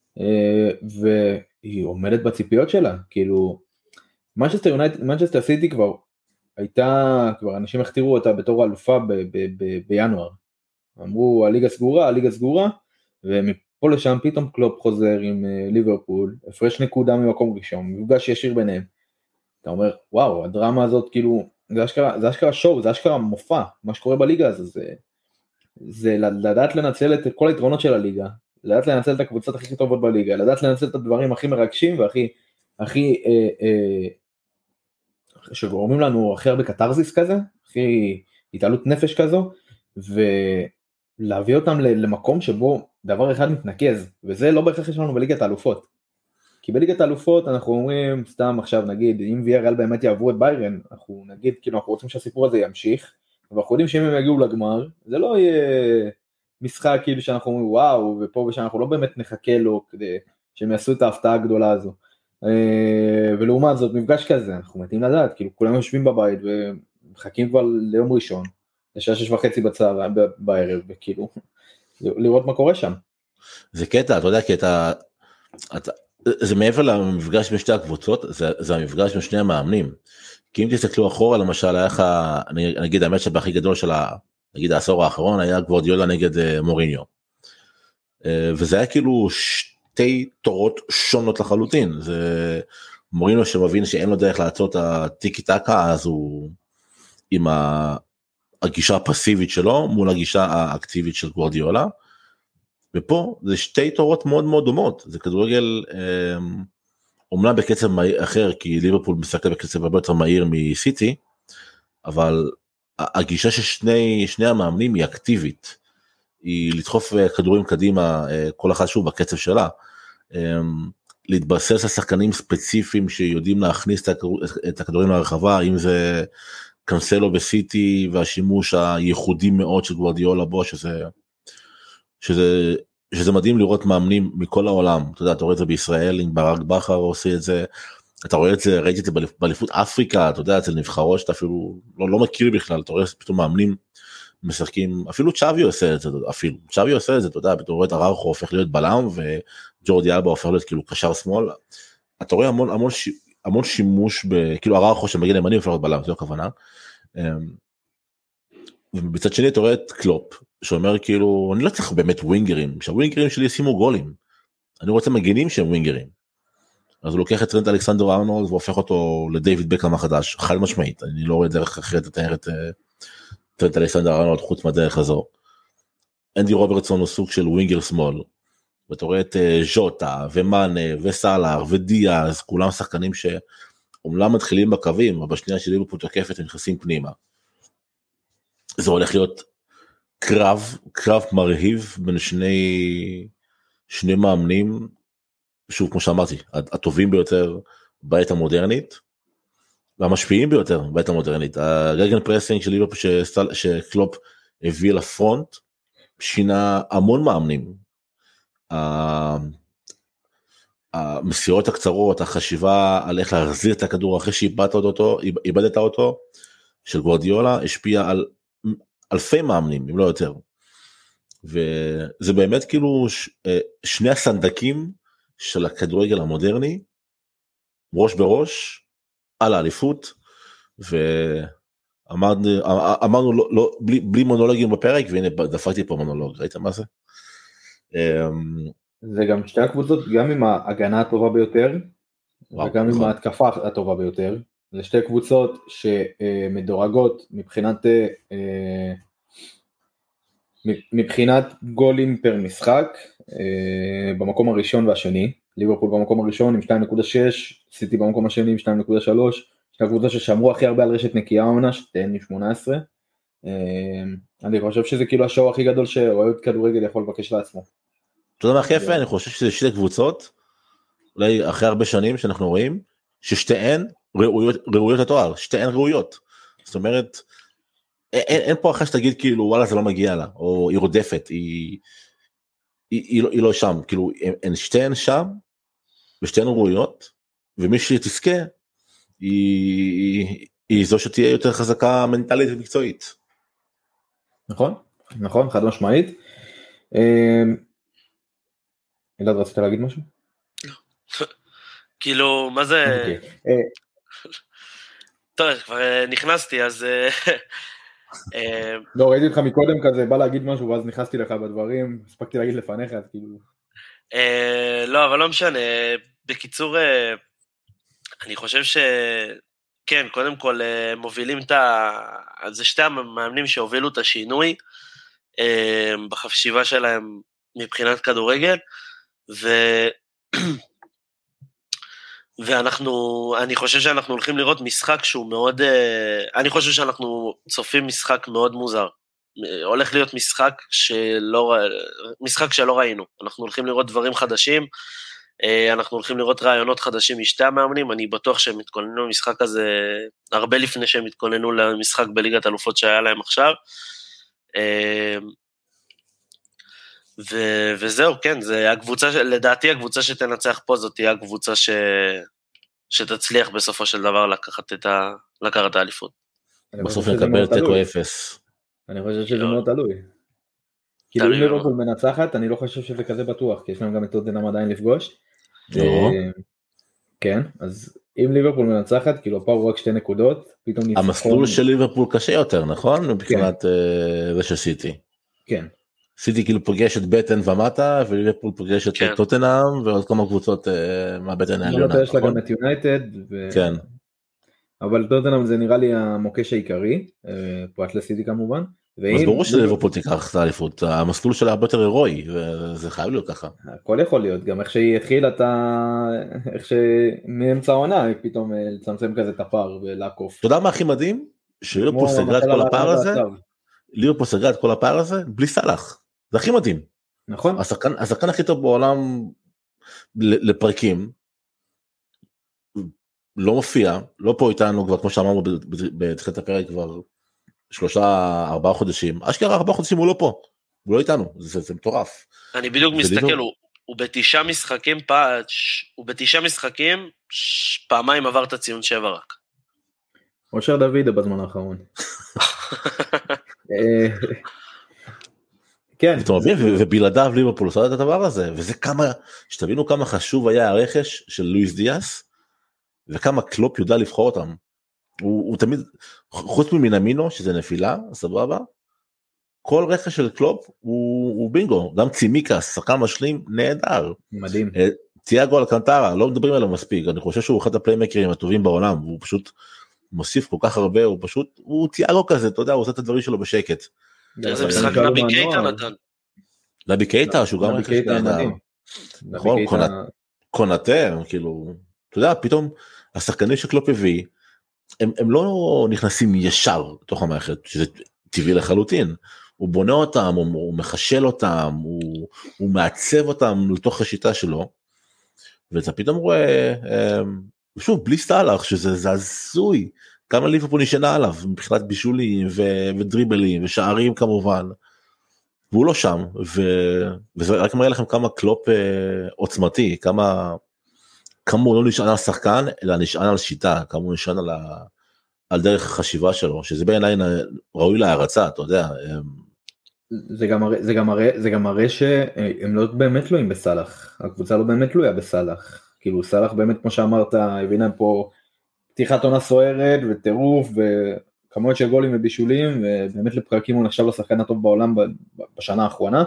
והיא עומדת בציפיות שלה, כאילו מנצ'סטר יונייטד, מנצ'סטר סיטי כבר הייתה, כבר אנשים הכתירו אותה בתור אלופה בינואר, אמרו הליגה סגורה, הליגה סגורה, ומפה לשם פתאום קלופ חוזר עם ליברפול, הפרש נקודה ממקום ראשון, מפגש ישיר ביניהם, אתה אומר וואו, הדרמה הזאת כאילו, זה אשכרה, זה אשכרה שואו, זה אשכרה מופע, מה שקורה בליגה הזו, זה, זה לדעת לנצל את כל היתרונות של הליגה, לדעת לנצל את הקבוצות הכי טובות בליגה, לדעת לנצל את הדברים הכי מרגשים והכי, הכי, אה, אה, שגורמים לנו הכי הרבה קטרזיס כזה, הכי התעלות נפש כזו, ולהביא אותם למקום שבו דבר אחד מתנקז, וזה לא בהכרח יש לנו בליגת האלופות, כי בליגת האלופות אנחנו אומרים, סתם עכשיו נגיד, אם ויאריאל באמת יעברו את ביירן, אנחנו נגיד, כאילו אנחנו רוצים שהסיפור הזה ימשיך, ואנחנו יודעים שאם הם יגיעו לגמר, זה לא יהיה משחק כאילו שאנחנו אומרים וואו, ופה ושאנחנו לא באמת נחכה לו, כדי שהם יעשו את ההפתעה הגדולה הזו, ולעומת זאת מפגש כזה, אנחנו מתאים לדעת, כאילו כולם יושבים בבית, ומחכים כבר ליום ראשון, לשעה שש וחצי בצהר, בערב, וכאילו, לראות מה קורה שם. זה קטע, אתה יודע, כי אתה, אתה זה מעבר למפגש בשתי הקבוצות, זה, זה המפגש בשני המאמנים, כי אם תסתכלו אחורה, למשל, היה לך, אני אגיד, האמת שבהכי גדול של ה... נגיד העשור האחרון היה גוורדיולה נגד מוריניו, וזה היה כאילו שתי תורות שונות לחלוטין, זה מוריניו שמבין שאין לו דרך לעצור את הטיקי טקה, אז הוא עם הגישה הפסיבית שלו, מול הגישה האקטיבית של גוורדיולה, ופה זה שתי תורות מאוד מאוד דומות, זה כדורגל אומנם בקצב אחר, כי ליברפול משחקת בקצב הרבה יותר מהיר מסיטי, אבל הגישה ששני שני המאמנים היא אקטיבית, היא לדחוף כדורים קדימה, כל אחד שוב בקצב שלה, להתבסס על שחקנים ספציפיים שיודעים להכניס את הכדורים לרחבה, אם זה קנסלו בסיטי והשימוש הייחודי מאוד של גוארדיולה בו, שזה, שזה, שזה מדהים לראות מאמנים מכל העולם, אתה יודע, אתה רואה את זה בישראל, עם ברק בכר עושה את זה, אתה רואה את זה, ראיתי את זה באליפות אפריקה, אתה יודע, אצל נבחרות שאתה אפילו לא, לא מכיר בכלל, אתה רואה פתאום מאמנים משחקים, אפילו צ'אבי עושה את זה, אפילו, צ'אבי עושה את זה, אתה יודע, פתאום רואה את אראוכו הופך להיות בלם, וג'ורדי אלבה הופך להיות כאילו קשר שמאל, אתה רואה המון, המון, המון שימוש, ב, כאילו אראוכו שמגן ימני הופך להיות בלם, זו הכוונה, ובצד שני אתה רואה את קלופ, שאומר כאילו, אני לא צריך באמת ווינגרים, שהווינגרים שלי ישימו גולים, אני רוצה מגנים שהם ווינגרים, אז הוא לוקח את טרנט אלכסנדר ארנולד, והופך אותו לדיוויד בקאם החדש, חד משמעית, אני לא רואה דרך אחרת לתאר את טרנט אלכסנדר ארנולד חוץ מהדרך הזו. אנדי רוברטסון הוא סוג של ווינגר שמאל, ואתה רואה את ז'וטה, ומאנה, וסלאר, ודיאז, כולם שחקנים שאומנם מתחילים בקווים, אבל בשנייה שלי בפות תוקפת הם נכנסים פנימה. זה הולך להיות קרב, קרב מרהיב בין שני, שני מאמנים, שוב כמו שאמרתי, הטובים ביותר בעת המודרנית, והמשפיעים ביותר בעת המודרנית. הגגן פרסינג של ליברפול שקלופ הביא לפרונט, שינה המון מאמנים. המסירות הקצרות, החשיבה על איך להחזיר את הכדור אחרי שאיבדת אותו, איבדת אותו, של גוארדיולה, השפיע על אלפי מאמנים, אם לא יותר. וזה באמת כאילו שני הסנדקים של הכדורגל המודרני, ראש בראש, על האליפות, ואמרנו לא, לא, בלי, בלי מונולוגים בפרק, והנה דפקתי פה מונולוג, ראית מה זה? זה גם שתי הקבוצות, גם עם ההגנה הטובה ביותר, וואו, וגם נכון. עם ההתקפה הטובה ביותר, זה שתי קבוצות שמדורגות מבחינת, מבחינת גולים פר משחק, במקום הראשון והשני, ליברפול במקום הראשון עם שתיים נקודה שש, סיטי במקום השני עם שתיים נקודה שלוש, שתי הקבוצות ששמרו הכי הרבה על רשת נקייה העונה, שתיהן עם שמונה עשרה, אני חושב שזה כאילו השואו הכי גדול שאוהד כדורגל יכול לבקש לעצמו. אתה יודע מה הכי יפה? אני חושב שזה שתי קבוצות, אולי אחרי הרבה שנים שאנחנו רואים, ששתיהן ראויות, ראויות לתואר, שתיהן ראויות, זאת אומרת, אין, אין פה אחרי שתגיד כאילו וואלה זה לא מגיע לה, או היא רודפת, היא, היא, היא, לא, היא לא שם, כאילו הן שתיהן שם, ושתיהן ראויות, ומי שתזכה, היא, היא זו שתהיה יותר חזקה מנטלית ומקצועית. נכון, נכון, חד משמעית. אלעד, רצית להגיד משהו? לא. כאילו, מה זה... טוב, כבר נכנסתי, אז... לא, ראיתי אותך מקודם כזה, בא להגיד משהו, ואז נכנסתי לך בדברים, הספקתי להגיד לפניך, אז כאילו... לא, אבל לא משנה. בקיצור, אני חושב ש... כן, קודם כל מובילים את ה... זה שתי המאמנים שהובילו את השינוי בחשיבה שלהם מבחינת כדורגל, ו... ואנחנו, אני חושב שאנחנו הולכים לראות משחק שהוא מאוד, אני חושב שאנחנו צופים משחק מאוד מוזר, הולך להיות משחק שלא, משחק שלא ראינו, אנחנו הולכים לראות דברים חדשים, אנחנו הולכים לראות רעיונות חדשים משתי המאמנים, אני בטוח שהם התכוננו למשחק הזה, הרבה לפני שהם התכוננו למשחק בליגת אלופות שהיה להם עכשיו, ו- וזהו, כן, זה הקבוצה, לדעתי הקבוצה שתנצח פה, זאת תהיה הקבוצה ש... שתצליח בסופו של דבר לקחת את ה... לקחת האליפות. בסוף נקבל תיקו אפס. אני חושב שזה מאוד תלוי. כאילו אם ליברפול מנצחת, אני לא חושב שזה כזה בטוח, כי יש להם גם את טוטנהאם עדיין לפגוש. כן, אז אם ליברפול מנצחת, כאילו הפער הוא רק שתי נקודות, פתאום ניצחון... המסלול של ליברפול קשה יותר, נכון? מבחינת זה של סיטי. כן. סיטי כאילו פוגשת בטן ומטה, וליברפול פוגשת את טוטנהאם, ועוד כמה קבוצות מהבטן העליונה. יש לה גם את יונייטד. כן. אבל טוטנהאם זה נראה לי המוקש העיקרי, פרט לסיטי כמובן. אז ברור שליברפול תיקח את האליפות, המסלול שלה הרבה יותר הירואי, וזה חייב להיות ככה. הכל יכול להיות, גם איך שהיא התחילה, איך שמאמצע העונה, פתאום לצמצם כזה את הפער ולעקוף. אתה יודע מה הכי מדהים? שליברפול סגרה את כל הפער הזה, ליברפול סגרה את כל הפער הזה, בלי סלאח. זה הכי מדהים. נכון. השחקן, השחקן הכי טוב בעולם לפרקים, לא מופיע, לא פה איתנו כבר, כמו שאמרנו בתחילת הפרק, כבר שלושה, ארבעה חודשים, אשכרה ארבעה חודשים הוא לא פה, הוא לא איתנו, זה, זה מטורף. אני בדיוק מסתכל, הוא, הוא בתשעה משחקים, הוא בתשעה משחקים, פעמיים עבר את הציון שבע רק. אושר דוד בזמן האחרון. כן. ובלעדיו ליברפול עושה את הדבר הזה, וזה כמה, שתבינו כמה חשוב היה הרכש של לואיס דיאס, וכמה קלופ יודע לבחור אותם. הוא, הוא תמיד, חוץ ממינמינו, שזה נפילה, סבבה, כל רכש של קלופ הוא, הוא בינגו, גם צימיקס, שחקן משלים נהדר. מדהים. תיאגו אלקנטרה, לא מדברים עליו מספיק, אני חושב שהוא אחד הפליימקרים הטובים בעולם, הוא פשוט מוסיף כל כך הרבה, הוא פשוט, הוא תיאגו כזה, אתה יודע, הוא עושה את הדברים שלו בשקט. איזה משחק נבי קייטה נתן. נבי קייטה, שהוא גם רכש נהדר. נכון, קונאטה, כאילו, אתה יודע, פתאום השחקנים שקלופ הביא, הם, הם לא נכנסים ישר לתוך המערכת, שזה טבעי לחלוטין, הוא בונה אותם, הוא, הוא מחשל אותם, הוא, הוא מעצב אותם לתוך השיטה שלו, ואתה פתאום רואה, שוב, בלי סטלח, שזה זעזוי, כמה ליברפול נשענה עליו, מבחינת בישולים ו- ודריבלים ושערים כמובן, והוא לא שם, ו- וזה רק מראה לכם כמה קלופ עוצמתי, כמה, כמה הוא לא נשען על שחקן, אלא נשען על שיטה, כמה הוא נשען על, ה- על דרך החשיבה שלו, שזה בעיניי ראוי להערצה, אתה יודע. זה גם מראה, זה גם מראה, זה גם מראה שהם לא באמת תלויים בסלח, הקבוצה לא באמת תלויה בסלח, כאילו סלח באמת כמו שאמרת, הבינה פה פתיחת עונה סוערת וטירוף וכמות של גולים ובישולים, ובאמת לפרקים הוא נחשב לשחקן הטוב בעולם בשנה האחרונה,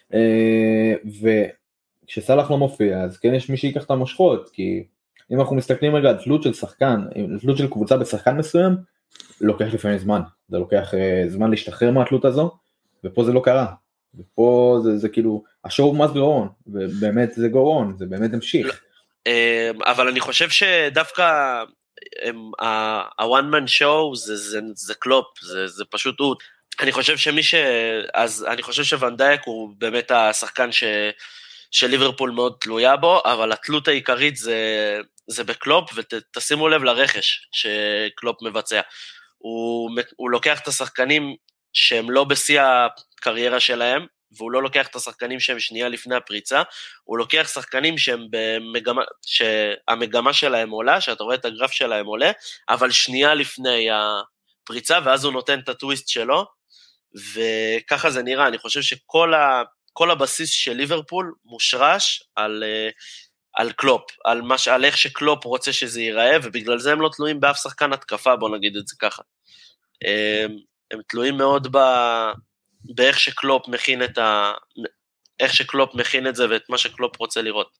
וכשסלח לא מופיע אז כן יש מי שיקח את המושכות, כי אם אנחנו מסתכלים רגע על תלות של שחקן, תלות של קבוצה בשחקן מסוים, לוקח לפעמים זמן, זה לוקח זמן להשתחרר מהתלות הזו, ופה זה לא קרה, ופה זה, זה כאילו, השואו must go on, ובאמת זה go on, זה באמת המשיך. אבל אני חושב שדווקא ה-one man show זה, זה, זה קלופ, זה, זה פשוט הוא. אני חושב שמי ש... אז אני חושב שוונדייק הוא באמת השחקן ש... שליברפול מאוד תלויה בו, אבל התלות העיקרית זה, זה בקלופ, ותשימו לב לרכש שקלופ מבצע. הוא, הוא לוקח את השחקנים שהם לא בשיא הקריירה שלהם, והוא לא לוקח את השחקנים שהם שנייה לפני הפריצה, הוא לוקח שחקנים שהם במגמה, שהמגמה שלהם עולה, שאתה רואה את הגרף שלהם עולה, אבל שנייה לפני הפריצה, ואז הוא נותן את הטוויסט שלו, וככה זה נראה. אני חושב שכל ה, כל הבסיס של ליברפול מושרש על, על קלופ, על, מה, על איך שקלופ רוצה שזה ייראה, ובגלל זה הם לא תלויים באף שחקן התקפה, בוא נגיד את זה ככה. הם, הם תלויים מאוד ב... באיך שקלופ מכין את ה... איך שקלופ מכין את זה, ואת מה שקלופ רוצה לראות.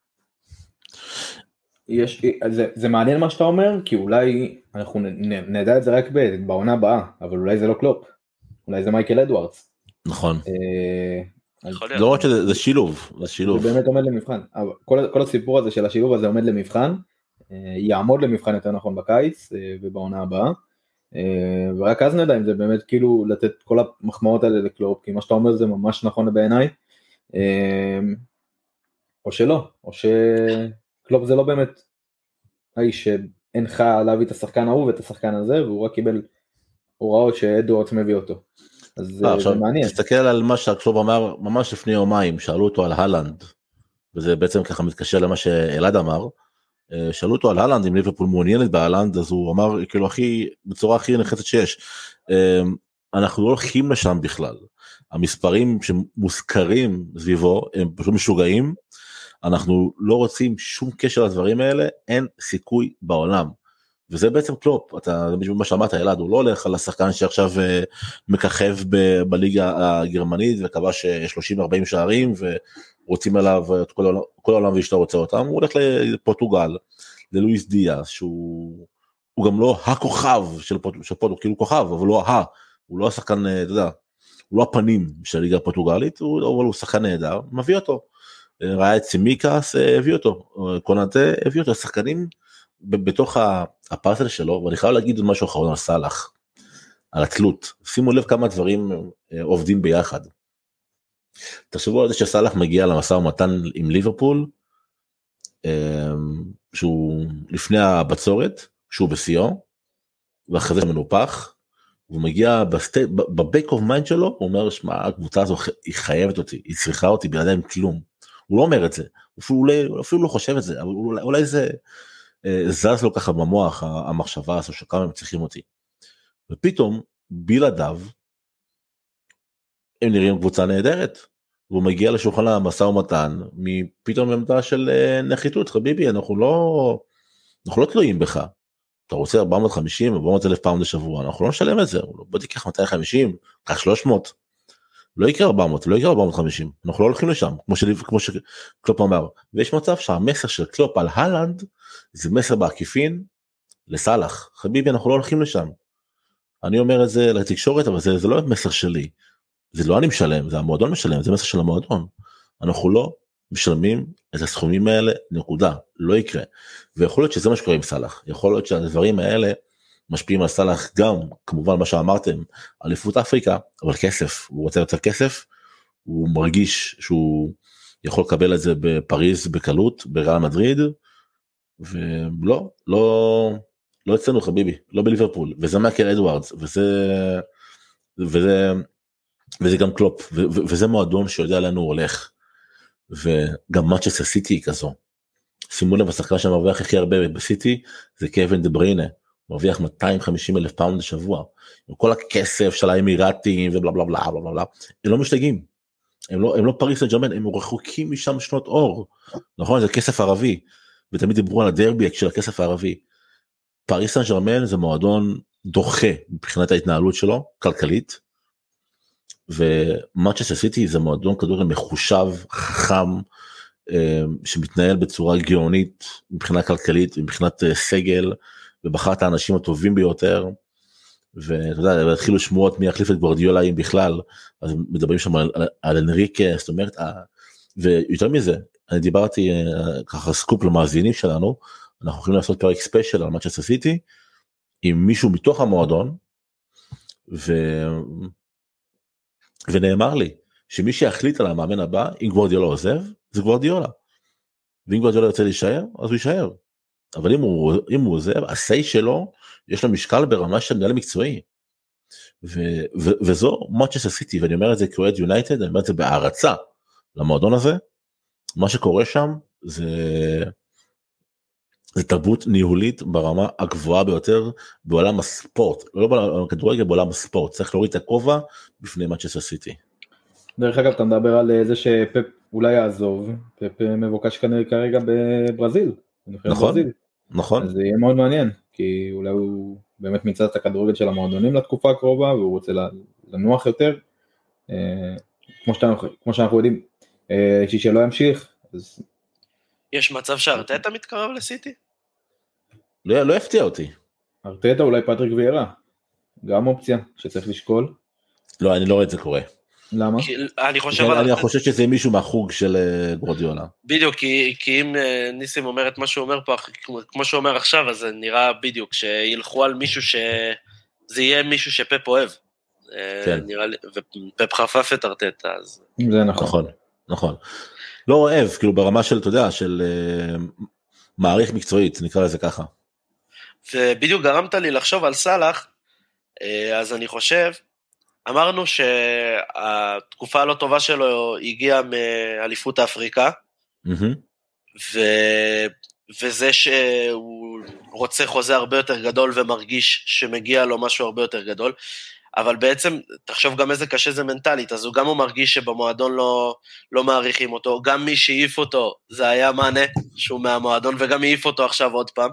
יש, זה, זה מעניין מה שאתה אומר, כי אולי אנחנו נדע את זה רק בעונה הבאה, אבל אולי זה לא קלופ, אולי זה מייקל אדוארדס. נכון. לא רק שזה, זה שילוב, זה שילוב. זה באמת עומד למבחן, כל, כל הסיפור הזה של השילוב הזה עומד למבחן, יעמוד למבחן יותר נכון בקיץ ובעונה הבאה, ורק אז נדע אם זה באמת כאילו לתת כל המחמאות האלה לקלופ, כי מה שאתה אומר זה ממש נכון בעיניי, או שלא, או שקלופ זה לא באמת האיש שאינך להביא את השחקן ההוא ואת השחקן הזה, והוא רק קיבל הוראות שאדוארדס מביא אותו. אז זה מעניין. תסתכל על מה שקלופ אמר ממש לפני יומיים, שאלו אותו על הלנד, וזה בעצם ככה מתקשר למה שאלעד אמר, שאלו אותו על הלנד, אם ליברפול מעוניינת בהלנד, אז הוא אמר כאילו הכי, בצורה הכי נחצת שיש, אנחנו לא הולכים לשם בכלל, המספרים שמוזכרים סביבו, הם פשוט משוגעים, אנחנו לא רוצים שום קשר לדברים האלה, אין סיכוי בעולם, וזה בעצם קלופ, אתה, מה שאמרת אלעד, הוא לא הולך על השחקן שעכשיו מככב בליגה הגרמנית, וכבש שלושים ארבעים שערים, ורוצים עליו את כל, כל העולם ואשתו רוצה אותם, הוא הולך לפורטוגל, ללואיס דיאס, שהוא הוא גם לא הכוכב של פורטוגל, כאילו כוכב, אבל לא ה, הוא לא השחקן, אתה יודע, הוא לא הפנים של הליגה הפורטוגלית, הוא, אבל הוא שחקן נהדר, מביא אותו, ראה את צימיקס, הביא אותו, קונאטה, הביא אותו, השחקנים, בתוך הפאזל שלו, ואני חייב להגיד משהו אחרון על סלאח, על התלות, שימו לב כמה דברים עובדים ביחד. תחשבו על זה שסלאח מגיע למשא ומתן עם ליברפול, שהוא לפני הבצורת, שהוא בסיום, ואחרי זה מנופח, הוא מגיע בבק אוף מיינד שלו, הוא אומר, שמה, הקבוצה הזו היא חייבת אותי, היא צריכה אותי, בלעדיהם כלום. הוא לא אומר את זה, הוא אפילו לא חושב את זה, אבל אולי זה זז לו ככה במוח, המחשבה הזו שכמה הם צריכים אותי. ופתאום, בלעדיו, הם נראים קבוצה נהדרת, והוא מגיע לשולחן המשא ומתן, מפתאום עמדה של נחיתות, חביבי, אנחנו לא, אנחנו לא תלויים בך, אתה רוצה ארבע מאות וחמישים, ארבע מאות אלף פעם לשבוע, אנחנו לא נשלם את זה, בוא תיקח מאתיים וחמישים, קח שלוש מאות, לא יקרה ארבע מאות, לא יקרה ארבע מאות וחמישים, אנחנו לא הולכים לשם, כמו, של, כמו שקלופ אמר, ויש מצב שהמסר של קלופ על הלנד, זה מסר בעקיפין לסלאח, חביבי, אנחנו לא הולכים לשם, אני אומר את זה לתקשורת, אבל זה, זה לא מסר שלי, זה לא אני משלם, זה המועדון משלם, זה מסר של המועדון, אנחנו לא משלמים את הסכומים האלה, נקודה, לא יקרה, ויכול להיות שזה מה שקורה עם סלאח, יכול להיות שהדברים האלה משפיעים על סלאח גם, כמובן מה שאמרתם, אליפות אפריקה, אבל כסף, הוא רוצה יותר כסף, הוא מרגיש שהוא יכול לקבל את זה בפריז בקלות, בריאל מדריד, ולא, לא, לא אצלנו חביבי, לא בליברפול, וזה מייקל אדוארדס, וזה, וזה, וזה גם קלופ, ו- ו- וזה מועדון שיודע לאן הוא הולך, וגם מנצ'סטר סיטי היא כזו, שימו לב, השחקן שמרוויח הכי הרבה בסיטי, זה קווין דה בריינה, מרוויח מאתיים וחמישים אלף פאונד לשבוע, עם כל הכסף של האמירטים, ובלה בלה בלה בלה בלה, הם לא משתגעים, הם לא, הם לא פריס סן ז'רמן, הם רחוקים משם שנות אור, נכון, זה כסף ערבי, ותמיד דיברו על הדרבי של הכסף הערבי, פריס סן ז'רמן זה מועדון דוחה, מבחינת ההתנהלות שלו, כלכלית, ומנצ'סטר סיטי זה מועדון כדורגל מחושב, חכם, שמתנהל בצורה גאונית, מבחינה כלכלית, מבחינת סגל, ובחר את האנשים הטובים ביותר, ואתה יודע, התחילו שמועות מי יחליף את גוארדיולה אם בכלל, אז מדברים שם על, על, על אנריקה, זאת אומרת, ויותר מזה, אני דיברתי ככה סקופ למאזינים שלנו, אנחנו יכולים לעשות פרק ספיישל על מנצ'סטר סיטי, עם מישהו מתוך המועדון, ו... ונאמר לי, שמי שיחליט על המאמן הבא, אם גוארדיולה עוזב, זה גוארדיולה, ואם גוארדיולה יוצא להישאר, אז הוא יישאר, אבל אם הוא, אם הוא עוזב, הסי שלו, יש לו משקל ברמה של מנהל מקצועי, ו, ו, וזו מנצ'סטר סיטי, ואני אומר את זה כאוהד יונייטד, אני אומר את זה בהערצה למועדון הזה, מה שקורה שם, זה, זה תרבות ניהולית ברמה הגבוהה ביותר, בעולם הספורט, לא בכדורגל, בעולם הספורט, צריך להוריד את הכובע, בפני מנצ'סטר סיטי. דרך אגב, אתה מדבר על זה שפפ אולי יעזוב, פפ מבוקש כרגע בברזיל, נכון, נכון. אז זה יהיה מאוד מעניין, כי אולי הוא באמת מצא את הכדורגל של המועדונים לתקופה הקרובה, והוא רוצה לנוח יותר, כמו שאנחנו, כמו שאנחנו יודעים, שלא ימשיך. אז... יש מצב שארטטה מתקרב לסיטי? לא, לא הפתיע אותי. ארטטה אולי פטריק ויירה, גם אופציה שצריך לשקול. לא, אני לא רואה את זה קורה. למה? אני חושב, אני חושב שזה מישהו מהחוג של גוארדיולה. בדיוק, כי, כי אם ניסים אומר את מה שהוא אומר פה, כמו שהוא אומר עכשיו, אז זה נראה בדיוק, שילכו על מישהו שזה יהיה מישהו שפפ אוהב. כן. נראה לי, ופפ חפף את ארטטה, אז... זה נכון. נכון, נכון. לא אוהב, כאילו ברמה של, אתה יודע, של מעריך מקצועית, נקרא לזה ככה. ובדיוק גרמת לי לחשוב על סלאח, אז אני חושב, אמרנו שהתקופה הלא טובה שלו הגיעה מאליפות אפריקה, ו... וזה שהוא רוצה חוזה הרבה יותר גדול ומרגיש שמגיע לו משהו הרבה יותר גדול, אבל בעצם תחשוב גם איזה קשה זה מנטלית, אז הוא גם הוא מרגיש שבמועדון לא, לא מעריכים אותו, גם מי שהעיף אותו זה היה מענה שהוא מהמועדון, וגם העיף אותו עכשיו עוד פעם.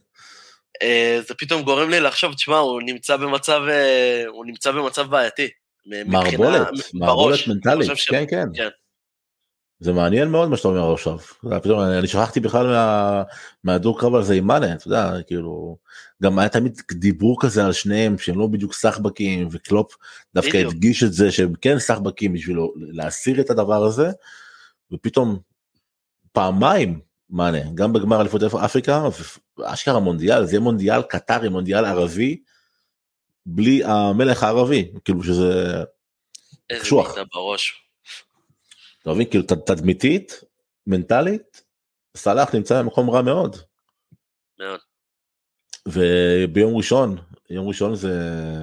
זה פתאום גורם לי לחשוב, תשמע, הוא נמצא במצב, הוא נמצא במצב בעייתי. מערבולת, מערבולת מנטלית, כן, כן. כן. זה מעניין מאוד מה שאתה אומר עכשיו. פתאום, אני שכחתי בכלל מה, מהדור קרב על זה עם מנה, אתה יודע, כאילו, גם היה תמיד דיבור כזה על שניהם, שהם לא בדיוק סחבקים, וקלופ דווקא הדגיש את זה, שהם כן סחבקים בשבילו להסיר את הדבר הזה, ופתאום פעמיים מנה, גם בגמר אליפות אפריקה, ואשכרה מונדיאל, זה יהיה מונדיאל קטרי, מונדיאל ערבי, בלי המלך הערבי, כאילו שזה קשוח. איזה מיטה בראש. אתה מבין, כאילו תדמיתית, מנטלית, סלאח נמצא במקום רע מאוד. מאוד. וביום ראשון, יום ראשון זה,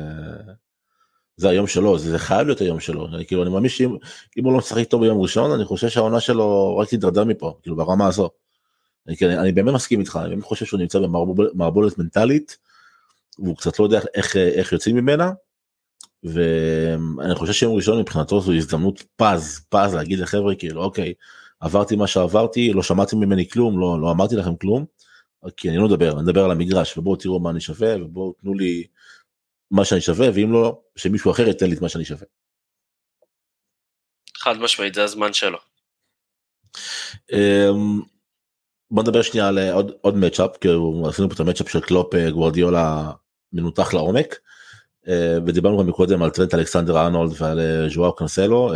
זה היום שלו, זה, זה חייב להיות היום שלו, אני, כאילו, אני מאמין שאם אם הוא לא משחק טוב ביום ראשון, אני חושב שהעונה שלו רק תתדרדר מפה, כאילו ברמה הזו. אני, אני, אני באמת מסכים איתך, אני באמת חושב שהוא נמצא במערבולת מנטלית, והוא קצת לא יודע איך, איך יוצאים ממנה, ואני חושב שיום ראשון מבחינתו זו הזדמנות פז, פז להגיד לחבר'ה, כאילו אוקיי, עברתי מה שעברתי, לא שמעתי ממני כלום, לא, לא אמרתי לכם כלום, כי אני לא מדבר, אני מדבר על המגרש, ובואו תראו מה אני שווה, ובואו תנו לי מה שאני שווה, ואם לא, שמישהו אחר ייתן לי את מה שאני שווה. חד משמעית, זה הזמן שלו. בוא נדבר שנייה על עוד, עוד מצ'אפ, כי עשינו פה את המצ'אפ של קלופ גוורדיולה מנותח לעומק, ודיברנו גם מקודם על טרנט אלכסנדר ארנולד ועל ז'ואאו קנסלו,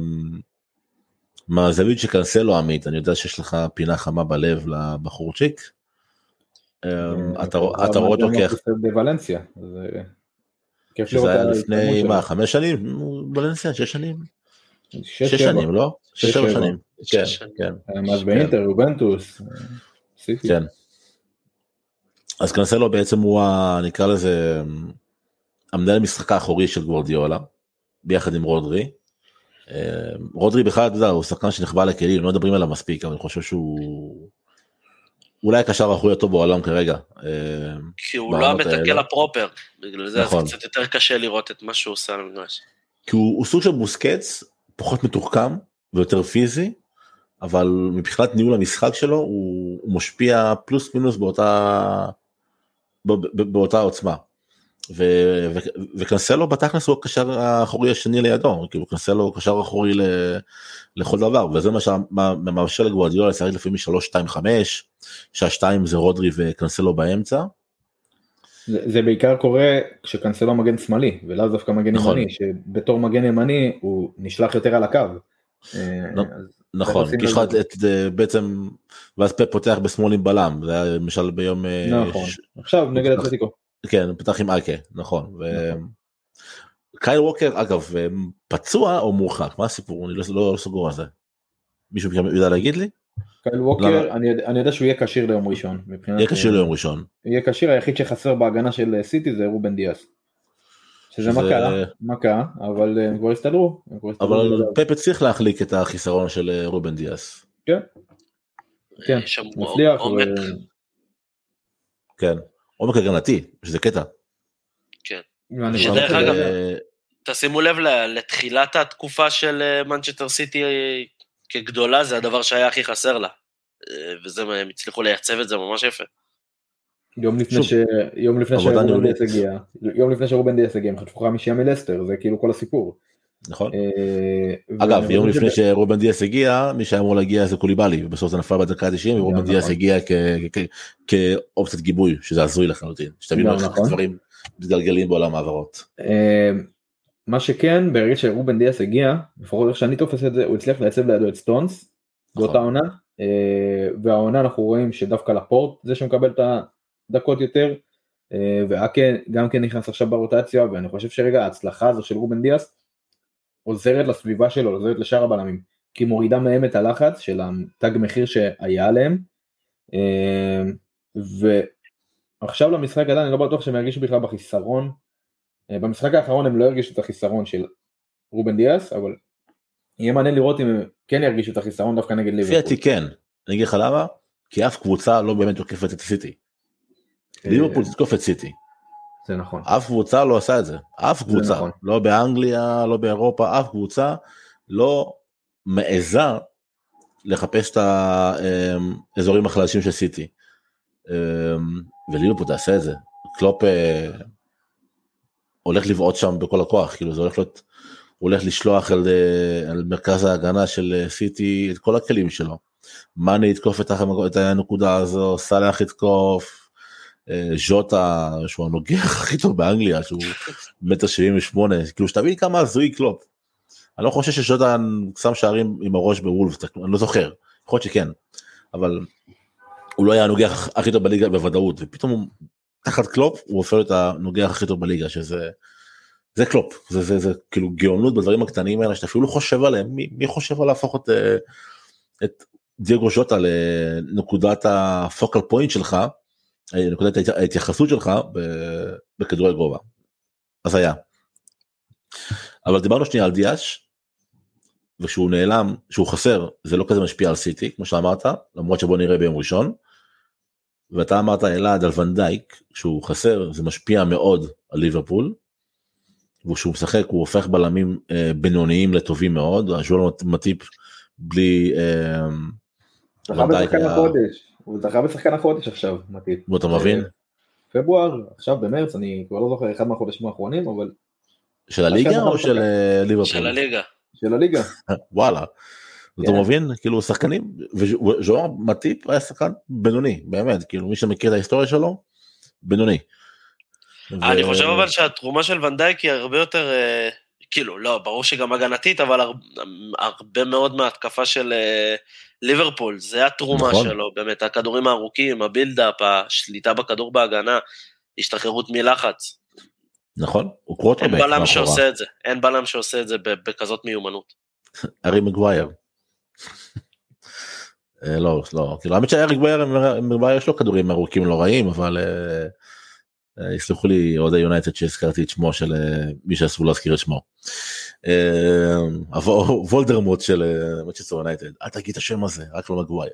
מהזווית שקנסלו עמית, אני יודע שיש לך פינה חמה בלב לבחורצ'יק, אתה רואה אותו כיח... בוולנסיה, שזה היה לפני מה, חמש שנים? בוולנסיה, שש שנים? שש שנים, לא? שש שבע שנים. כן, כן. אז באינטר, יובנטוס. כן. אז קנסלו בעצם הוא, נקרא לזה, המנהל המשחק האחורי של גוורדיולה, ביחד עם רודרי. רודרי בכלל, אתה יודע, הוא שחקן שנחבא לכלים, לא מדברים עליו מספיק, אבל אני חושב שהוא אולי הקשר האחורי הטוב בעולם כרגע. כי הוא לא המתקל הפרופר, בגלל זה זה קצת יותר קשה לראות את מה שהוא עושה על המגרש. כי הוא סוג של בוסקץ, פחות מתוחכם ויותר פיזי, אבל מבחינת ניהול המשחק שלו, הוא משפיע פלוס מינוס באותה, באותה עוצמה. וקנסלו בתכלס הוא הקשר האחורי השני לידו, כאילו קנסלו הוא קשר אחורי לכל דבר, וזה מה שמאפשר לגוורדיולה לשחק לפעמים שלוש שתיים חמש, שהשתיים זה רודרי וקנסלו באמצע. זה בעיקר קורה כשקנסלו מגן שמאלי, ולאו דווקא מגן ימני, שבתור מגן ימני הוא נשלח יותר על הקו. נכון, כי יש לך בעצם, ואז פפ פותח בשמאל עם בלם, זה היה למשל ביום... נכון, עכשיו נגד אתלטיקו. כן, הוא פתח עם אקה, נכון. קייל ווקר, אגב, פצוע או מורחק? מה הסיפור? אני לא סגור על זה. מישהו יודע להגיד לי? קייל ווקר, אני יודע שהוא יהיה קשיר ליום ראשון. יהיה קשיר ליום ראשון. יהיה קשיר, היחיד שחסר בהגנה של סיטי זה רובן דיאס. שזה מכה, מכה, אבל הם כבר הסתדרו. אבל פפ צריך להחליק את החיסרון של רובן דיאס. כן. כן, מצליח. כן. עומק הגנתי, שזה קטע. כן. שדרך אגב, תשימו לב לתחילת התקופה של מנצ'סטר סיטי כגדולה, זה הדבר שהיה הכי חסר לה. וזה, הם הצליחו לייצב את זה ממש יפה. יום לפני ש... יום לפני שרובן דיאס הגיע, יום לפני שרובן דיאס הגיע, הם חטפו חמישייה מלסטר, זה כאילו כל הסיפור. נכון. אגב, יום לפני שרובן דיאס הגיע, מי שהיה אמור להגיע זה קוליבאלי, ובסוף זה נפל בדקה ה-תשעים, ורובן דיאס הגיע כאופציית גיבוי, שזה הזוי לחלוטין, שתבינו איך דברים מתגלגלים בעולם העברות. מה שכן, ברגע שרובן דיאס הגיע, לפחות איך שאני תופס את זה, הוא הצליח לייצב לידו את סטונס, באותה עונה, והעונה אנחנו רואים שדווקא לפורט, זה שמקבל את הדקות יותר, ואקה גם כן נכנס עכשיו ברוטציה, ואני חושב שרגע ההצלחה הזו של רובן דיאס, עוזרת לסביבה שלו, עוזרת לשאר הבלמים, כי מורידה מהם את הלחץ של התג מחיר שהיה עליהם, ועכשיו למשחק עדיין, אני לא בטוח שהם ירגישו בכלל בחיסרון, במשחק האחרון הם לא הרגישו את החיסרון של רובן דיאס, אבל יהיה מעניין לראות אם הם כן ירגישו את החיסרון דווקא נגד ליברפול. לפי כן, אני אגיד לך למה, כי אף קבוצה לא באמת תוקפת את סיטי. ליברפול תתקוף את סיטי. זה נכון. אף קבוצה לא עשה את זה, אף קבוצה, נכון. לא באנגליה, לא באירופה, אף קבוצה לא מעזה לחפש את האזורים החלשים של סיטי. וליברפול תעשה את זה. קלופ הולך לבעוט שם בכל הכוח, כאילו זה הולך להיות, הוא הולך לשלוח על, על מרכז ההגנה של סיטי את כל הכלים שלו. מאני יתקוף את הנקודה הזו, סלאח יתקוף, ז'וטה, שהוא הנוגח הכי טוב באנגליה, שהוא מטר שבעים ושמונה, כאילו שתבין כמה הזוי קלופ. אני לא חושב שז'וטה שם שערים עם הראש בוולף, אני לא זוכר, יכול להיות שכן, אבל הוא לא היה הנוגח הכי טוב בליגה בוודאות, ופתאום הוא, תחת קלופ, הוא הופך את הנוגח הכי טוב בליגה, שזה זה קלופ, זה, זה, זה כאילו גאונות בדברים הקטנים האלה, שאתה אפילו לא חושב עליהם, מי, מי חושב על להפוך את, את דייגו ז'וטה לנקודת הפוקל פוינט שלך, נקודת ההתייחסות שלך בכדורי גובה. אז היה. אבל דיברנו שנייה על דיאש, וכשהוא נעלם, שהוא חסר, זה לא כזה משפיע על סיטי, כמו שאמרת, למרות שבוא נראה ביום ראשון, ואתה אמרת אלעד על ונדייק, כשהוא חסר, זה משפיע מאוד על ליברפול, וכשהוא משחק הוא הופך בלמים אה, בינוניים לטובים מאוד, השואל מטיפ בלי אה, ונדייק היה... החודש. הוא זכה בשחקן החודש עכשיו, מטיפ. ואתה מבין? פברואר, עכשיו במרץ, אני כבר לא זוכר אחד מהחודשים האחרונים, אבל... של הליגה או של ליברפול? של הליגה. של הליגה. וואלה. אתה מבין? כאילו שחקנים, וז'ואר מטיפ היה שחקן בינוני, באמת, כאילו מי שמכיר את ההיסטוריה שלו, בינוני. אני חושב אבל שהתרומה של ונדייק היא הרבה יותר, כאילו, לא, ברור שגם הגנתית, אבל הרבה מאוד מההתקפה של ליברפול, זה התרומה שלו, באמת, הכדורים הארוכים, הבילדאפ, השליטה בכדור בהגנה, השתחררות מלחץ. נכון, הוא קרוטו. אין בלם שעושה את זה, אין בלם שעושה את זה בכזאת מיומנות. ארי מגווייר. לא, לא, כאילו, האמת שארי מגווייר יש לו כדורים ארוכים לא רעים, אבל יסלחו לי אוהדי יונייטד שהזכרתי את שמו של מי שאסור להזכיר את שמו. וולדרמוט של מנצ'סטר יונייטד, אל תגיד את השם הזה, רק לא מגווייר.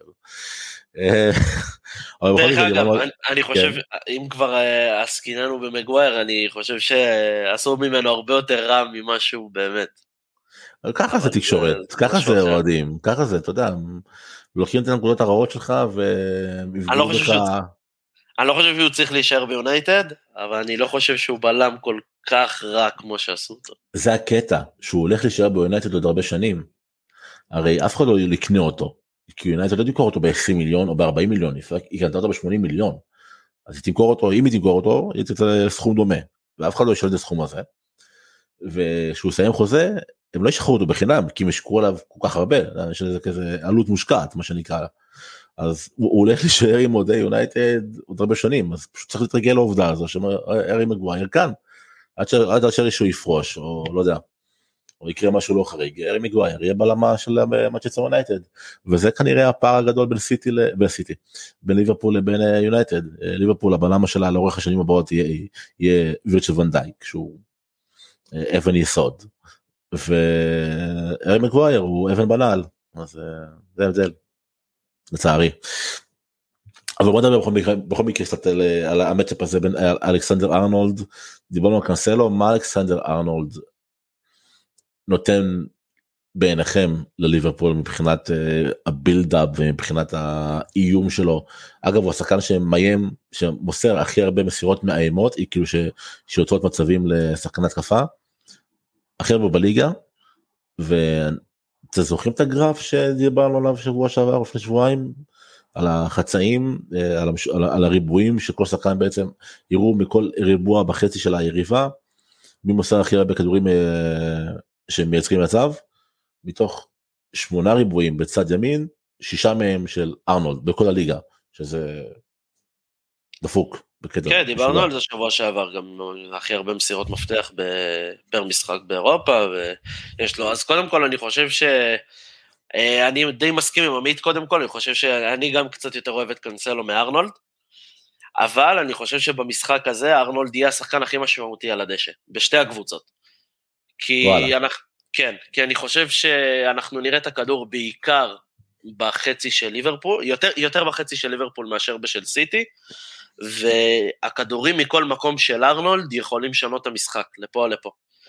דרך אגב, אני חושב, אם כבר עסקיננו במגווייר, אני חושב שעשו ממנו הרבה יותר רע ממשהו באמת. ככה זה תקשורת, ככה זה אוהדים, ככה זה, אתה יודע, לוקחים את הנקודות הרעות שלך ומבגעו לך... אני לא חושב שהוא צריך להישאר ביונייטד, אבל אני לא חושב שהוא בלם כל כך רע כמו שעשו אותו. זה הקטע, שהוא הולך להישאר ביונייטד עוד הרבה שנים, הרי אף אחד לא יקנה אותו, כי יונייטד לא תמכור אותו ב-עשרים מיליון או ב-ארבעים מיליון, היא קנתה אותו ב-שמונים מיליון, אז היא תמכור אותו, אם היא תמכור אותו, היא תצא סכום דומה, ואף אחד לא ישאל את הסכום הזה, ושהוא יסיים חוזה, הם לא ישחררו אותו בחינם, כי הם ישקרו עליו כל כך הרבה, יש לזה כזה עלות מושקעת, מה שנקרא, אז הוא הולך להישאר עם אוהדי יונייטד עוד הרבה שנים, אז פשוט צריך להתרגל לעובדה הזו, שארי מגווייר כאן, עד אשר שהוא יפרוש, או לא יודע, או יקרה משהו לא חריג, ארי מגווייר יהיה בלמה של מנצ'סטר יונייטד, וזה כנראה הפער הגדול בין סיטי, בין סיטי, בין ליברפול לבין יונייטד, ליברפול הבלמה שלה לאורך השנים הבאות יהיה וירצ'ל ונדייק, שהוא אבן יסוד, וארי מגווייר הוא אבן בנעל, אז זה הבדל. לצערי. אבל בוא נדבר בכל מקרה, בכל מקרה קצת על המצ'אפ הזה בין אלכסנדר ארנולד, דיברנו על קנסלו, מה אלכסנדר ארנולד נותן בעיניכם לליברפול מבחינת הבילדאפ ומבחינת האיום שלו? אגב, הוא השחקן שמאיים, שמוסר הכי הרבה מסירות מאיימות, היא כאילו שיוצאות מצבים לשחקן התקפה, הכי הרבה בליגה, ו... אתם זוכרים את הגרף שדיברנו עליו שבוע שעבר או לפני שבועיים, על החצאים, על, המש... על, על הריבועים שכל שחקן בעצם יראו מכל ריבוע בחצי של היריבה, מי מוסר הכי הרבה כדורים שמייצרים מצב, מתוך שמונה ריבועים בצד ימין, שישה מהם של ארנולד בכל הליגה, שזה דפוק. כן, דיברנו על זה שבוע שעבר, גם הכי הרבה מסירות מפתח פר משחק באירופה, ויש לו, אז קודם כל אני חושב ש... אני די מסכים עם עמית קודם כל, אני חושב שאני גם קצת יותר אוהב את קנסלו מארנולד, אבל אני חושב שבמשחק הזה, ארנולד יהיה השחקן הכי משמעותי על הדשא, בשתי הקבוצות. כי אנחנו, כן, כי אני חושב שאנחנו נראה את הכדור בעיקר בחצי של ליברפול, יותר, יותר בחצי של ליברפול מאשר בשל סיטי, והכדורים מכל מקום של ארנולד יכולים לשנות את המשחק, לפה או לפה.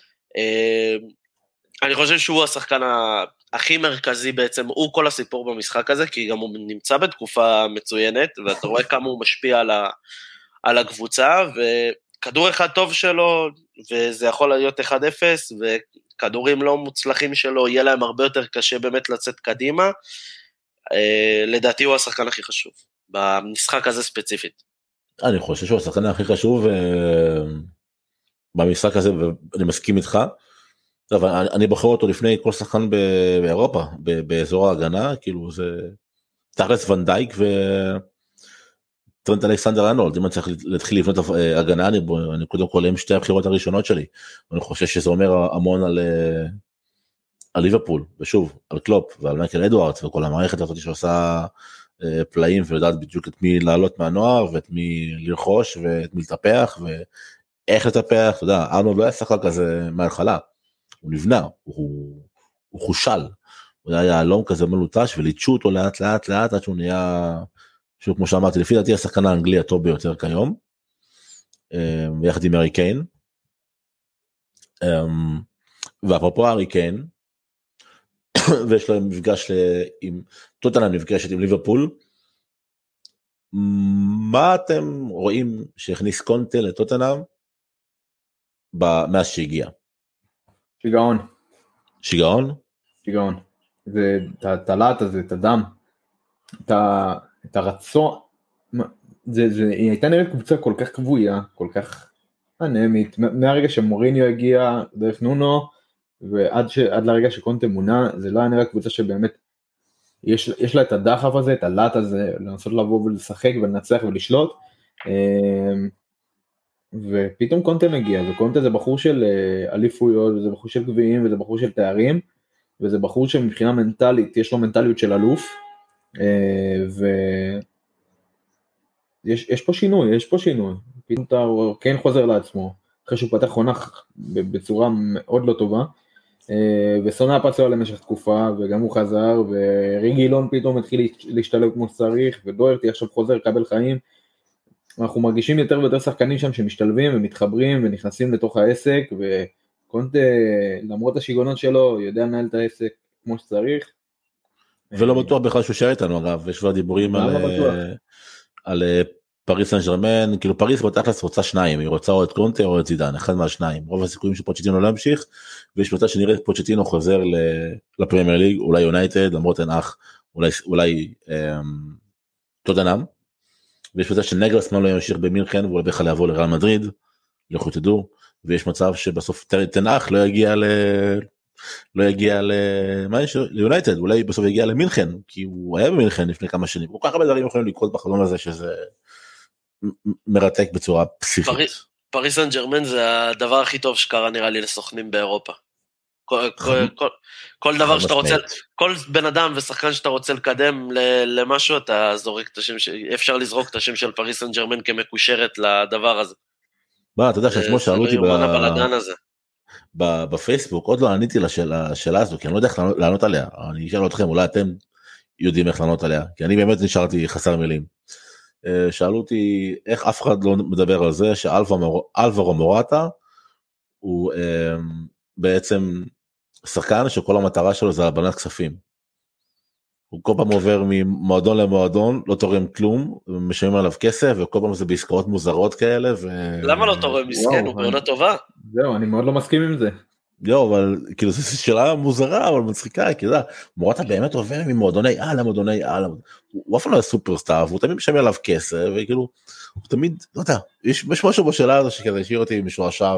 אני חושב שהוא השחקן הכי מרכזי בעצם, הוא כל הסיפור במשחק הזה, כי גם הוא נמצא בתקופה מצוינת, ואתה רואה כמה הוא משפיע על, ה, על הקבוצה, וכדור אחד טוב שלו, וזה יכול להיות אחד אפס, וכדורים לא מוצלחים שלו, יהיה להם הרבה יותר קשה באמת לצאת קדימה, לדעתי הוא השחקן הכי חשוב, במשחק הזה ספציפית. אני חושב שהוא השחקן הכי חשוב במשחק הזה, ואני מסכים איתך, אבל אני בוחר אותו לפני כל שחקן באירופה, באזור ההגנה, כאילו זה תכלס ונדייק טרנט אלכסנדר ארנולד, אם אני צריך להתחיל לבנות הגנה, אני, אני קודם כל עם שתי הבחירות הראשונות שלי, ואני חושב שזה אומר המון על, על ליברפול, ושוב, על קלופ ועל מייקל אדוארדס, וכל המערכת הזאת שעושה פלאים, ויודעת בדיוק את מי לעלות מהנוער, ואת מי לרכוש, ואת מי לטפח, ואיך לטפח, אתה יודע, ארנולד לא היה שחקן כזה מההתחלה, הוא נבנה, הוא, הוא חושל, הוא היה יעלום כזה מלוטש, וליטשו אותו לאט לאט לאט, עד שהוא נהיה, שוב כמו שאמרתי, לפי דעתי השחקן האנגלי הטוב ביותר כיום, ויחד עם הארי קיין, ואפרופו הארי קיין, ויש לו מפגש עם, טוטנהאם נפגשת עם ליברפול, מה אתם רואים שהכניס קונטה לטוטנהאם, מאז שהגיע? שיגעון. שיגעון? שיגעון. זה את הלהט הזה, את הדם, את הרצון, זה, זה, היא הייתה נראית קבוצה כל כך קבויה, כל כך אנמית, מהרגע שמוריניו הגיע דרך נונו, ועד ש, עד לרגע שקונטה מונה, זה לא היה נראה קבוצה שבאמת, יש, יש לה את הדחף הזה, את הלהט הזה, לנסות לבוא ולשחק ולנצח ולשלוט, ופתאום קונטה מגיע, וקונטה זה בחור של אליפויות, וזה בחור של גביעים, וזה בחור של תארים, וזה בחור שמבחינה מנטלית, יש לו מנטליות של אלוף, ויש יש פה שינוי, יש פה שינוי, פתאום אתה כן חוזר לעצמו, אחרי שהוא פתח חונך בצורה מאוד לא טובה, וסונה פצוע למשך תקופה, וגם הוא חזר, וריגילון פתאום התחיל להשתלב כמו שצריך, ודוירטי עכשיו חוזר קבל חיים, אנחנו מרגישים יותר ויותר שחקנים שם שמשתלבים ומתחברים ונכנסים לתוך העסק, וקונטה למרות השיגונות שלו יודע לנהל את העסק כמו שצריך. ולא בטוח בכלל שהוא שער איתנו אגב, יש כבר דיבורים על, על פריס סן ז'רמן, כאילו פריס בתכלס רוצה שניים, היא רוצה או את קונטה או את זידן, אחד מהשניים, רוב הסיכויים שפוצ'טינו לא ימשיך, ויש מצב שנראה את פוצ'טינו חוזר לפרמייר ליג, אולי יונייטד, למרות אין אח, אולי, אולי טוטנהאם, ויש מצב שנגלסמן לא ימשיך במינכן, ואולי בכלל יעבור לריאל מדריד, לכו תדעו, ויש מצב שבסוף תנח לא יגיע ל... לא יגיע ל... מה יש? ליונייטד, אולי בסוף יגיע למינכן, כי הוא היה במינכן לפני כמה שנים, כל כך הרבה דברים יכולים לקרות בחלום הזה, שזה מרתק בצורה פסיכית. פריס סן ז'רמן זה הדבר הכי טוב שקרה נראה לי לסוכנים באירופה. כל, כל, כל, כל דבר שאתה רוצה, כל בן אדם ושחקן שאתה רוצה לקדם למשהו, אתה זורק את השם, אפשר לזרוק את השם של פריס סן ז'רמן כמקושרת לדבר הזה. בא, אתה יודע שאתמול שאלו אותי בפייסבוק, עוד לא עניתי לשאלה הזו, כי אני לא יודע איך לענות עליה, אני אשאל אתכם, אולי אתם יודעים איך לענות עליה, כי אני באמת נשארתי חסר מילים. שאלו אותי איך אף אחד לא מדבר על זה, שאלברו מורטה, הוא בעצם שחקן שכל המטרה שלו זה הלבנת כספים. הוא כל פעם עובר ממועדון למועדון, לא תורם כלום, משלמים עליו כסף, וכל פעם זה בעסקאות מוזרות כאלה. ו... למה לא תורם מסכן? הוא בעונה טובה. זהו, אני מאוד לא מסכים עם זה. יו, אבל כאילו זו שאלה מוזרה, אבל מצחיקה, כי אתה יודע, מורטה באמת עובר ממועדוני על למועדוני על, הוא אף לא היה סופרסטאר, והוא תמיד משלם עליו כסף, וכאילו, הוא תמיד, לא יודע, יש משהו בשאלה הזו שכזה השאיר אותי משורשה,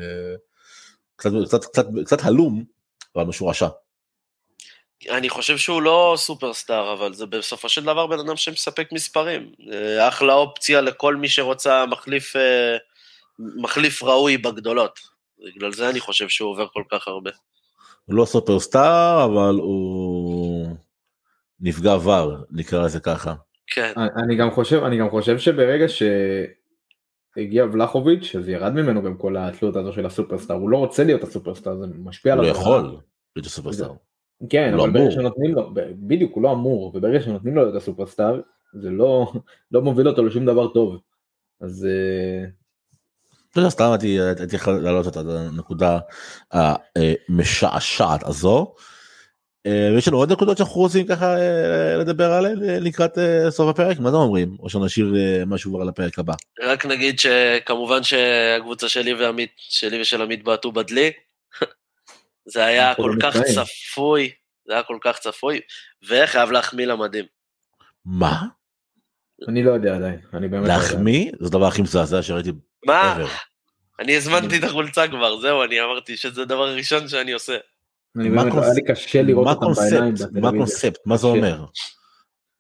וקצת הלום, אבל משורשה. אני חושב שהוא לא סופרסטאר, אבל זה בסופו של דבר בן אדם שמספק מספרים. אחלה אופציה לכל מי שרוצה מחליף, מחליף ראוי בגדולות. בגלל זה אני חושב שהוא עובר כל כך הרבה. הוא לא סופרסטאר, אבל הוא נפגע ור, נקרא לזה ככה. כן. אני גם חושב, אני גם חושב שברגע שהגיע ולחוביץ', אז ירד ממנו גם כל התלות הזו של הסופרסטאר. הוא לא רוצה להיות הסופרסטאר, זה משפיע עליו. הוא לא יכול להיות הסופרסטאר. כן, אבל ברגע שנותנים לו, בדיוק הוא לא אמור, וברגע שנותנים לו את הסופרסטאר, זה לא, לא מוביל אותו לשום דבר טוב. אז... אתה יודע, סתם הייתי יכול להעלות את הנקודה המשעשעת הזו, ויש לנו עוד נקודות שאנחנו רוצים ככה לדבר עליהן לקראת סוף הפרק, מה אתם אומרים? או שנשאיר משהו על הפרק הבא? רק נגיד שכמובן שהקבוצה שלי ועמית, שלי ושל עמית בעטו בדלי, זה היה כל כך צפוי, זה היה כל כך צפוי, וחייב להחמיא למדים. מה? אני לא יודע עדיין, אני באמת... להחמיא? זה הדבר הכי מזעזע שראיתי. מה? אני הזמנתי את החולצה כבר, זהו, אני אמרתי שזה הדבר הראשון שאני עושה. אני באמת, היה לי קשה לראות אותם בעיניים. מה הקונספט? מה זה אומר?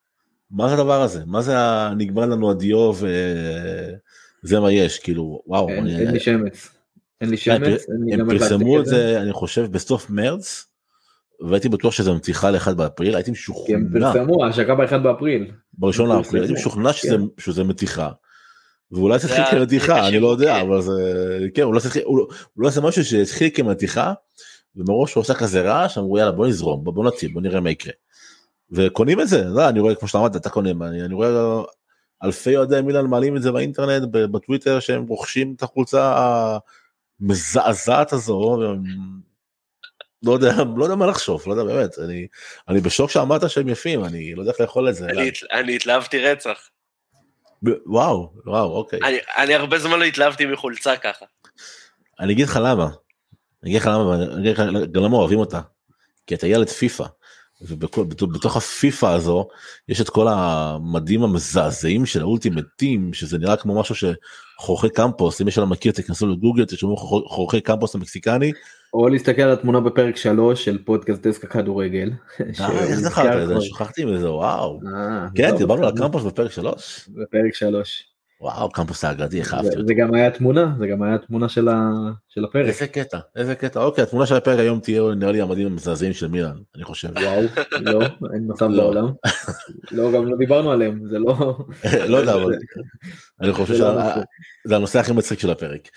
מה זה הדבר הזה? מה זה נגמר לנו הדיו וזה מה יש, כאילו, וואו. אין לי שמץ. אין לי שמץ. הם פרסמו את זה, אני חושב, בסוף מרץ, והייתי בטוח שזה מתיחה לאחד באפריל, הייתי משוכנע. הם פרסמו, ההשקה באחד באפריל. בראשון לאפריל, הייתי משוכנע שזה מתיחה. ואולי זה התחיל כמתיחה, אני לא יודע, אבל זה, כן, הוא לא עושה משהו שהתחיל כמתיחה, ומראש הוא עושה כזה רעש, אמרו יאללה בוא נזרום, בוא נציב, בוא נראה מה יקרה. וקונים את זה, אני רואה כמו שאתה אמרת, אתה קונים, אני רואה אלפי אוהדי מילאן מעלים את זה באינטרנט, בטוויטר, שהם רוכשים את החולצה המזעזעת הזו, לא יודע, לא יודע מה לחשוב, לא יודע באמת, אני, אני בשוק שאמרת שהם יפים, אני לא יודע איך לאכול את זה. אני, אני התלהבתי רצח. וואו, וואו, אוקיי. אני, אני הרבה זמן לא התלהבתי מחולצה ככה. אני אגיד לך למה, אני אגיד לך למה, אני אגיד לך גם למה אוהבים אותה, כי אתה ילד פיפה, ובתוך הפיפה הזו, יש את כל המדים המזעזעים של האולטימטים, שזה נראה כמו משהו שחורכי קמפוס, אם יש לנו מכיר, תכנסו לגוגל, תשמעו חורכי קמפוס המקסיקני. או להסתכל על התמונה בפרק שלוש של פודקאסט דסק הכדורגל. איך זכרת את זה? שכחתי מזה, וואו. כן, דיברנו על הקמפוס בפרק שלוש? בפרק שלוש. וואו, קמפוס האגדי, איך אהבתי אותו. זה גם היה תמונה, זה גם היה תמונה של הפרק. איזה קטע, איזה קטע. אוקיי, התמונה של הפרק היום תהיה נראה לי המדים המזעזעים של מילאן, אני חושב. וואו, לא, אין מצב בעולם. לא, גם לא דיברנו עליהם, זה לא... לא יודע, אבל אני חושב שזה הנושא הכי מצחיק של הפרק.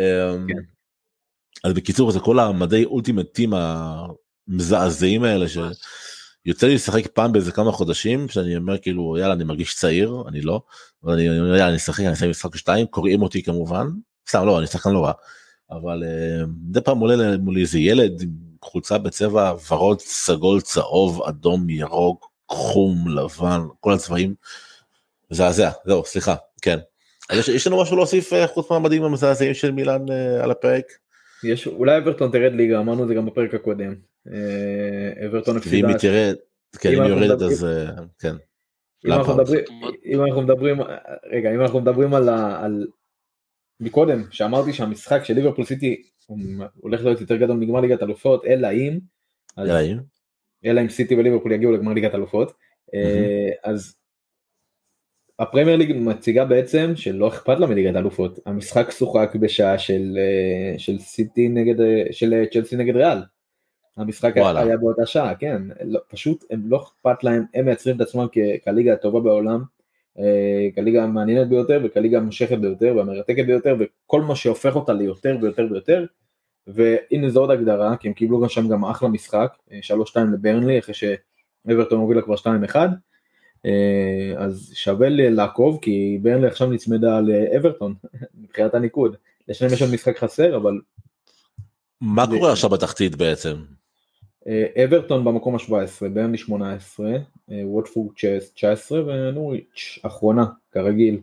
אז בקיצור, זה כל המדי אולטימטים המזעזעים האלה, שיוצא לי לשחק פעם באיזה כמה חודשים, שאני אומר כאילו, יאללה, אני מרגיש צעיר, אני לא, אבל אני אומר, יאללה, אני אשחק, אני אשחק משחק שתיים, קוראים אותי כמובן, סתם לא, אני שחקן לא רע, אבל מדי פעם עולה מולי איזה ילד, חולצה בצבע ורוד, סגול, צהוב, אדום, ירוק, חום, לבן, כל הצבעים, מזעזע, זהו, סליחה, כן. יש, יש לנו משהו להוסיף חוץ מהמדים המזעזעים של מילאן על הפרק? יש, אולי אברטון תרד ליגה, אמרנו את זה גם בפרק הקודם. אברטון ואם היא תרד, כן, אם היא יורדת אז, כן. אם אנחנו מדברים, רגע, אם אנחנו מדברים על, מקודם, שאמרתי שהמשחק של ליברפול סיטי, הולך להיות יותר גדול מגמר ליגת אלופות, אלא אם, אלא אם, אלא אם סיטי וליברפול יגיעו לגמר ליגת אלופות, אז, הפרמייר ליג מציגה בעצם שלא אכפת לה מליגת האלופות, המשחק שוחק בשעה של של סיטי נגד של צ'לסי נגד ריאל, המשחק היה באותה שעה, כן, פשוט הם לא אכפת להם, הם מייצרים את עצמם כליגה הטובה בעולם, כליגה המעניינת ביותר וכליגה המשכת ביותר והמרתקת ביותר, וכל מה שהופך אותה ליותר ויותר ויותר, והנה זו עוד הגדרה, כי הם קיבלו גם שם גם אחלה משחק, שלוש שתיים לברנלי, אחרי שאברטון הובילה כבר שתיים אחד, אז שווה לעקוב, כי ברנלי עכשיו נצמדה לאברטון, מבחינת הניקוד, לשניהם יש עוד משחק חסר, אבל... מה קורה עכשיו בתחתית בעצם? אברטון במקום ה-שבע עשרה, ברנלי שמונה עשרה, ווטפורד תשע עשרה, ונוריץ' אחרונה, כרגיל.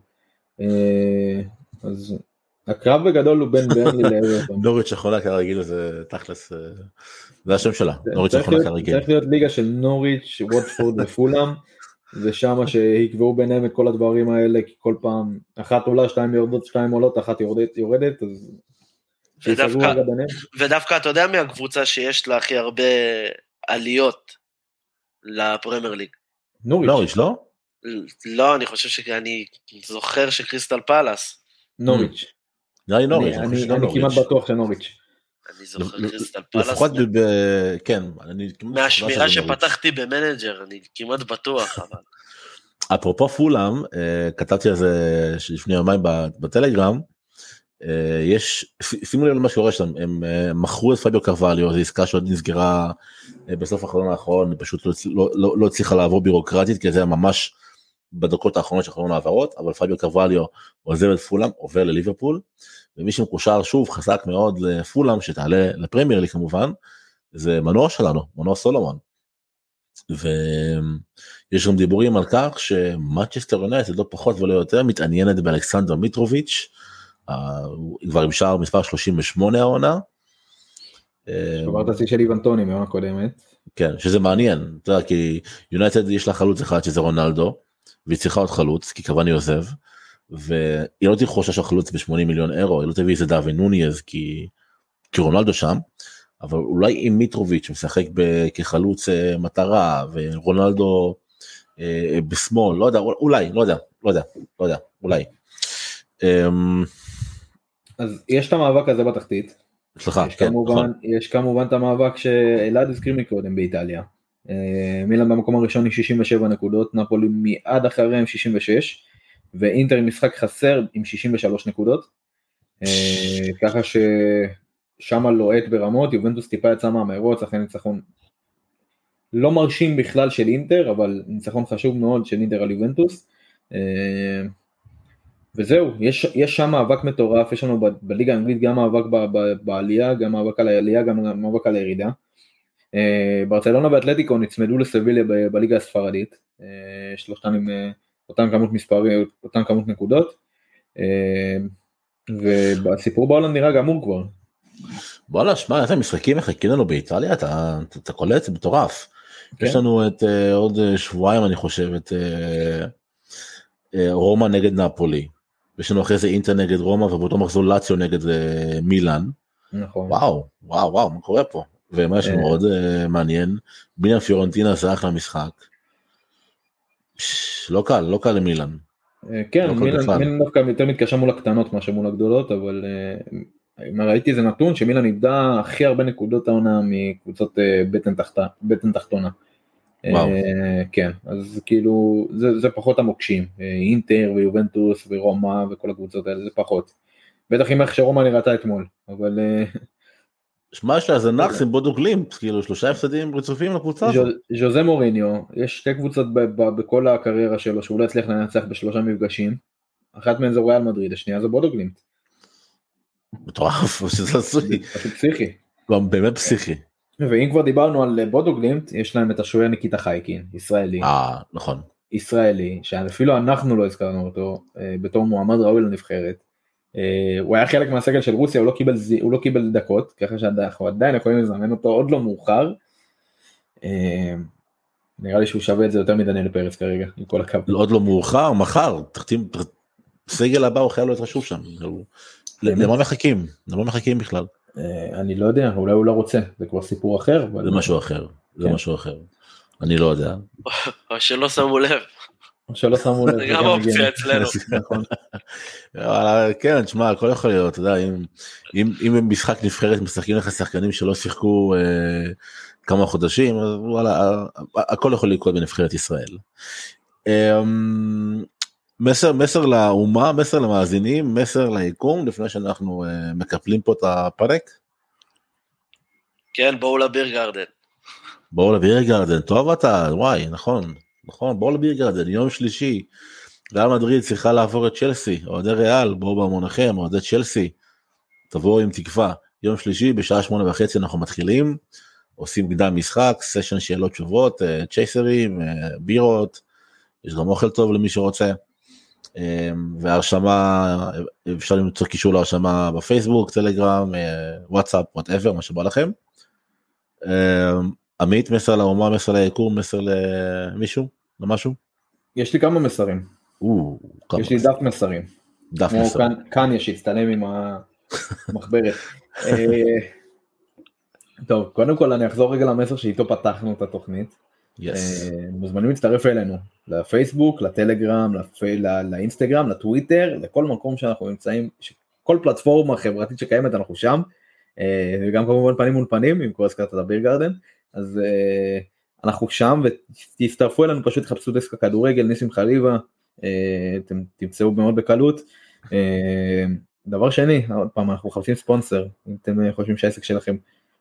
אז הקרב בגדול הוא בין ברנלי לאברטון. נוריץ' אחרונה כרגיל, זה תכלס, זה השם שלה, נוריץ' אחרונה כרגיל. צריך להיות ליגה של נוריץ', ווטפורד ופולאם, ושם שיקבעו ביניהם את כל הדברים האלה, כי כל פעם, אחת עולה, שתיים יורדות, שתיים עולות, אחת יורדת, יורדת, אז... ודווקא, ודווקא אתה יודע מהקבוצה שיש לה הכי הרבה עליות לפרמייר ליג? נוריץ', לא? לא, אני חושב שאני זוכר שקריסטל פלאס. נוריץ'. נראה נוריץ', אני כמעט בטוח שנוריץ'. אני זוכר קריסטל פלאס. לפחות ב... כן. מהשמירה שפתחתי במנג'ר, אני כמעט בטוח, אבל... אפרופו פולאם, כתבתי על זה לפני יומיים בטלגרם, יש, שימו לב למה שקורה שם, הם מכרו את פאביו קרווליו, זו עסקה שעוד נסגרה בסוף החלון האחרון, היא פשוט לא הצליחה לעבור בירוקרטית, כי זה היה ממש בדקות האחרונות של חלון העברות, אבל פאביו קרווליו עוזב את פולאם, עובר לליברפול, ומי שמקושר שוב חזק מאוד לפולאם, שתעלה לפרמייר ליג כמובן, זה מנוע שלנו, מנוע סולומון, ויש גם דיבורים על כך שמנצ'סטר יונייטד לא פחות ולא יותר מתעניינת באלכסנדר מיטרוביץ', הוא כבר עם שער מספר שלושים ושמונה העונה. שוברת השיא של איוונטוני מהעונה קודמת. כן, שזה מעניין, אתה יודע, כי יונייטד יש לה חלוץ אחד שזה רונלדו, והיא צריכה עוד חלוץ, כי קוואני עוזב, והיא לא תחושה של חלוץ ב-שמונים מיליון אירו, היא לא תביא איזה דארווין נוניז, כי, כי רונלדו שם, אבל אולי עם מיטרוביץ' משחק כחלוץ מטרה, ורונלדו בשמאל, לא יודע, אולי, לא יודע, לא יודע, לא יודע, אולי. אז יש את המאבק הזה בתחתית. סליחה, יש כן, כמובן, נכון. יש כמובן את המאבק שאלעד הזכיר מקודם באיטליה. מילאן במקום הראשון היא שישים ושבע נקודות, נפולי מיד אחריהם שישים ושש, ואינטר עם משחק חסר עם שישים ושלוש נקודות, ככה ששמה לוהט ברמות, יובנטוס טיפה יצא מהמרוץ, אחרי ניצחון לא מרשים בכלל של אינטר, אבל ניצחון חשוב מאוד של אינטר על יובנטוס, וזהו, יש, יש שם מאבק מטורף, יש לנו ב, בליגה האנגלית גם מאבק ב, ב, בעלייה, גם מאבק על העלייה, גם מאבק על הירידה. ברצלונה ואתלטיקו נצמדו לסביליה ב, בליגה הספרדית, שלושתן עם אותן כמות מספרים, אותן כמות נקודות, והסיפור בהולנד נראה גמור כבר. וואלה, שמע, איזה משחקים מחכים לנו באיטליה, אתה, אתה, אתה קולט, זה מטורף. כן? יש לנו את עוד שבועיים, אני חושב, את רומא נגד נפולי. יש לנו אחרי זה אינטר נגד רומא, ובאותו מחזור לאציו נגד מילאן. נכון. וואו, וואו, וואו, מה קורה פה? ומה יש לנו מאוד מעניין, מילאן פיורנטינה זה אחלה משחק. לא קל, לא קל למילאן. כן, מילאן דווקא יותר מתקשה מול הקטנות מאשר מול הגדולות, אבל ראיתי איזה נתון שמילאן איבדה הכי הרבה נקודות העונה מקבוצות בטן תחתונה. כן, אז כאילו זה פחות המוקשים, אינטר ויובנטוס ורומא וכל הקבוצות האלה, זה פחות. בטח עם איך שרומא נראתה אתמול, אבל שמע, יש לה זה נאקס עם בודו גלימפ, כאילו שלושה הפסדים רצופים לקבוצה הזאת. ז'וזה מוריניו, יש שתי קבוצות בכל הקריירה שלו, שהוא לא הצליח לנצח בשלושה מפגשים, אחת מהן זה ריאל מדריד, השנייה זה בודו גלימפ. מטורף, שזה עשוי. פשוט פסיכי. גם באמת פסיכי. ואם כבר דיברנו על בודו גלימפ, יש להם את השוער ניקיטה חייקין, ישראלי. אה, נכון. ישראלי, שאפילו אנחנו לא הזכרנו אותו, בתור מועמד ראוי לנבחרת. הוא היה חלק מהסגל של רוסיה, הוא לא קיבל, הוא לא קיבל דקות, ככה שאנחנו עדיין יכולים לזמן אותו, עוד לא מאוחר. נראה לי שהוא שווה את זה יותר מדניאל פרץ כרגע, עם כל הכבוד. עוד לא מאוחר, מחר, תחתים, סגל הבא הוא חייב להיות חשוב שם. למה מחכים? למה מחכים בכלל? אני לא יודע, אולי הוא לא רוצה, זה כבר סיפור אחר. זה משהו אחר, זה משהו אחר. אני לא יודע. או שלא שמו לב. או שלא שמו לב. זה גם אופציה אצלנו. כן, תשמע, הכל יכול להיות, אתה יודע, אם במשחק נבחרת משחקים לך שחקנים שלא שיחקו כמה חודשים, אז וואלה, הכל יכול לקרות בנבחרת ישראל. מסר, מסר לאומה, מסר למאזינים, מסר ליקום, לפני שאנחנו מקפלים פה את הפרק. כן, בואו לביר גרדן. בואו לביר גרדן, טוב אתה, וואי, נכון, נכון, בואו לביר גרדן, יום שלישי, ריאל מדריד צריכה לעבור את צ'לסי, אוהדי ריאל, בואו בהמוניכם, אוהדי צ'לסי, תבואו עם תקווה, יום שלישי בשעה שמונה וחצי אנחנו מתחילים, עושים קדם משחק, סשן שאלות תשובות, צ'ייסרים, בירות, יש גם אוכל טוב למי שרוצה, והרשמה, אפשר למצוא קישור להרשמה בפייסבוק, טלגרם, וואטסאפ, וואטאבר, מה שבא לכם. עמית, מסר לאומה, מסר ליקום, מסר למישהו, למשהו? יש לי כמה מסרים. יש לי דף מסרים. דף מסרים. כאן יש הצטלם עם המחברת. טוב, קודם כל אני אחזור רגע למסר שאיתו פתחנו את התוכנית. מוזמנים להצטרף אלינו, לפייסבוק, לטלגרם, לאינסטגרם, לטוויטר, לכל מקום שאנחנו נמצאים, כל פלטפורמה חברתית שקיימת אנחנו שם, וגם כמובן פנים מול פנים, עם כל הזכרת את הביר גרדן, אז אנחנו שם, ותצטרפו אלינו, פשוט תחפשו דסק הכדורגל, ניסים חליבה, אתם תמצאו מאוד בקלות. דבר שני, עוד פעם, אנחנו מחפשים ספונסר, אם אתם חושבים שהעסק שלכם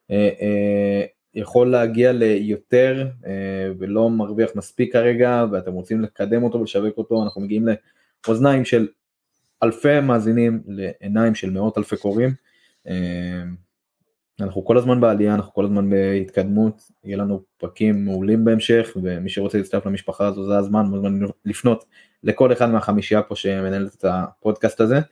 יכול להגיע ליותר, ולא מרוויח מספיק כרגע, ואתם רוצים לקדם אותו ולשווק אותו, אנחנו מגיעים לאוזניים של אלפי מאזינים, לעיניים של מאות אלפי קוראים, אנחנו כל הזמן בעלייה, אנחנו כל הזמן בהתקדמות, יהיה לנו פרקים מעולים בהמשך, ומי שרוצה להצטרף למשפחה הזו, זה הזמן, מוזמן לפנות לכל אחד מהחמישייה פה שמנהלת את הפודקאסט הזה.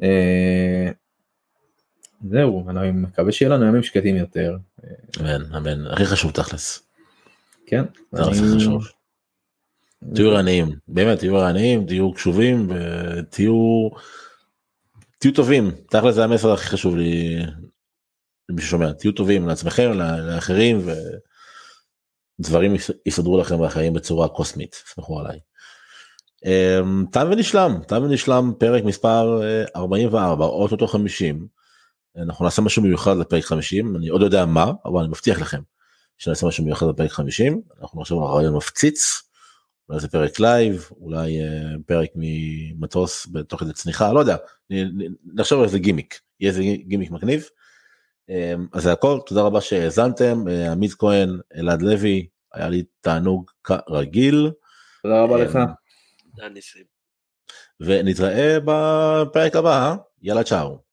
זהו, אני מקווה שיהיה לנו ימים שקטים יותר. אמן, אמן, הכי חשוב תכלס. כן. זה הכי חשוב. תהיו רעניים, באמת, תהיו רעניים, תהיו קשובים, ותהיו תהיו טובים, תכלס זה המסר הכי חשוב לי, למי ששומע, תהיו טובים לעצמכם, לאחרים, דברים יסדרו לכם בחיים בצורה קוסמית, סמכו עליי. תם ונשלם, תם ונשלם פרק מספר ארבעים וארבע, או אותו חמישים, אנחנו נעשה משהו מיוחד לפרק חמישים, אני עוד יודע מה, אבל אני מבטיח לכם שנעשה משהו מיוחד לפרק חמישים, אנחנו נחשוב על רעיון מפציץ, אולי זה פרק לייב, אולי פרק ממטוס בתוך איזה צניחה, לא יודע, נחשוב על איזה גימיק, יהיה איזה גימיק מגניב, אז זה הכל, תודה רבה שהאזנתם, עמית כהן, אלעד לוי, היה לי תענוג כרגיל. תודה רבה לך. ונתראה בפרק הבא, יאללה צ'או.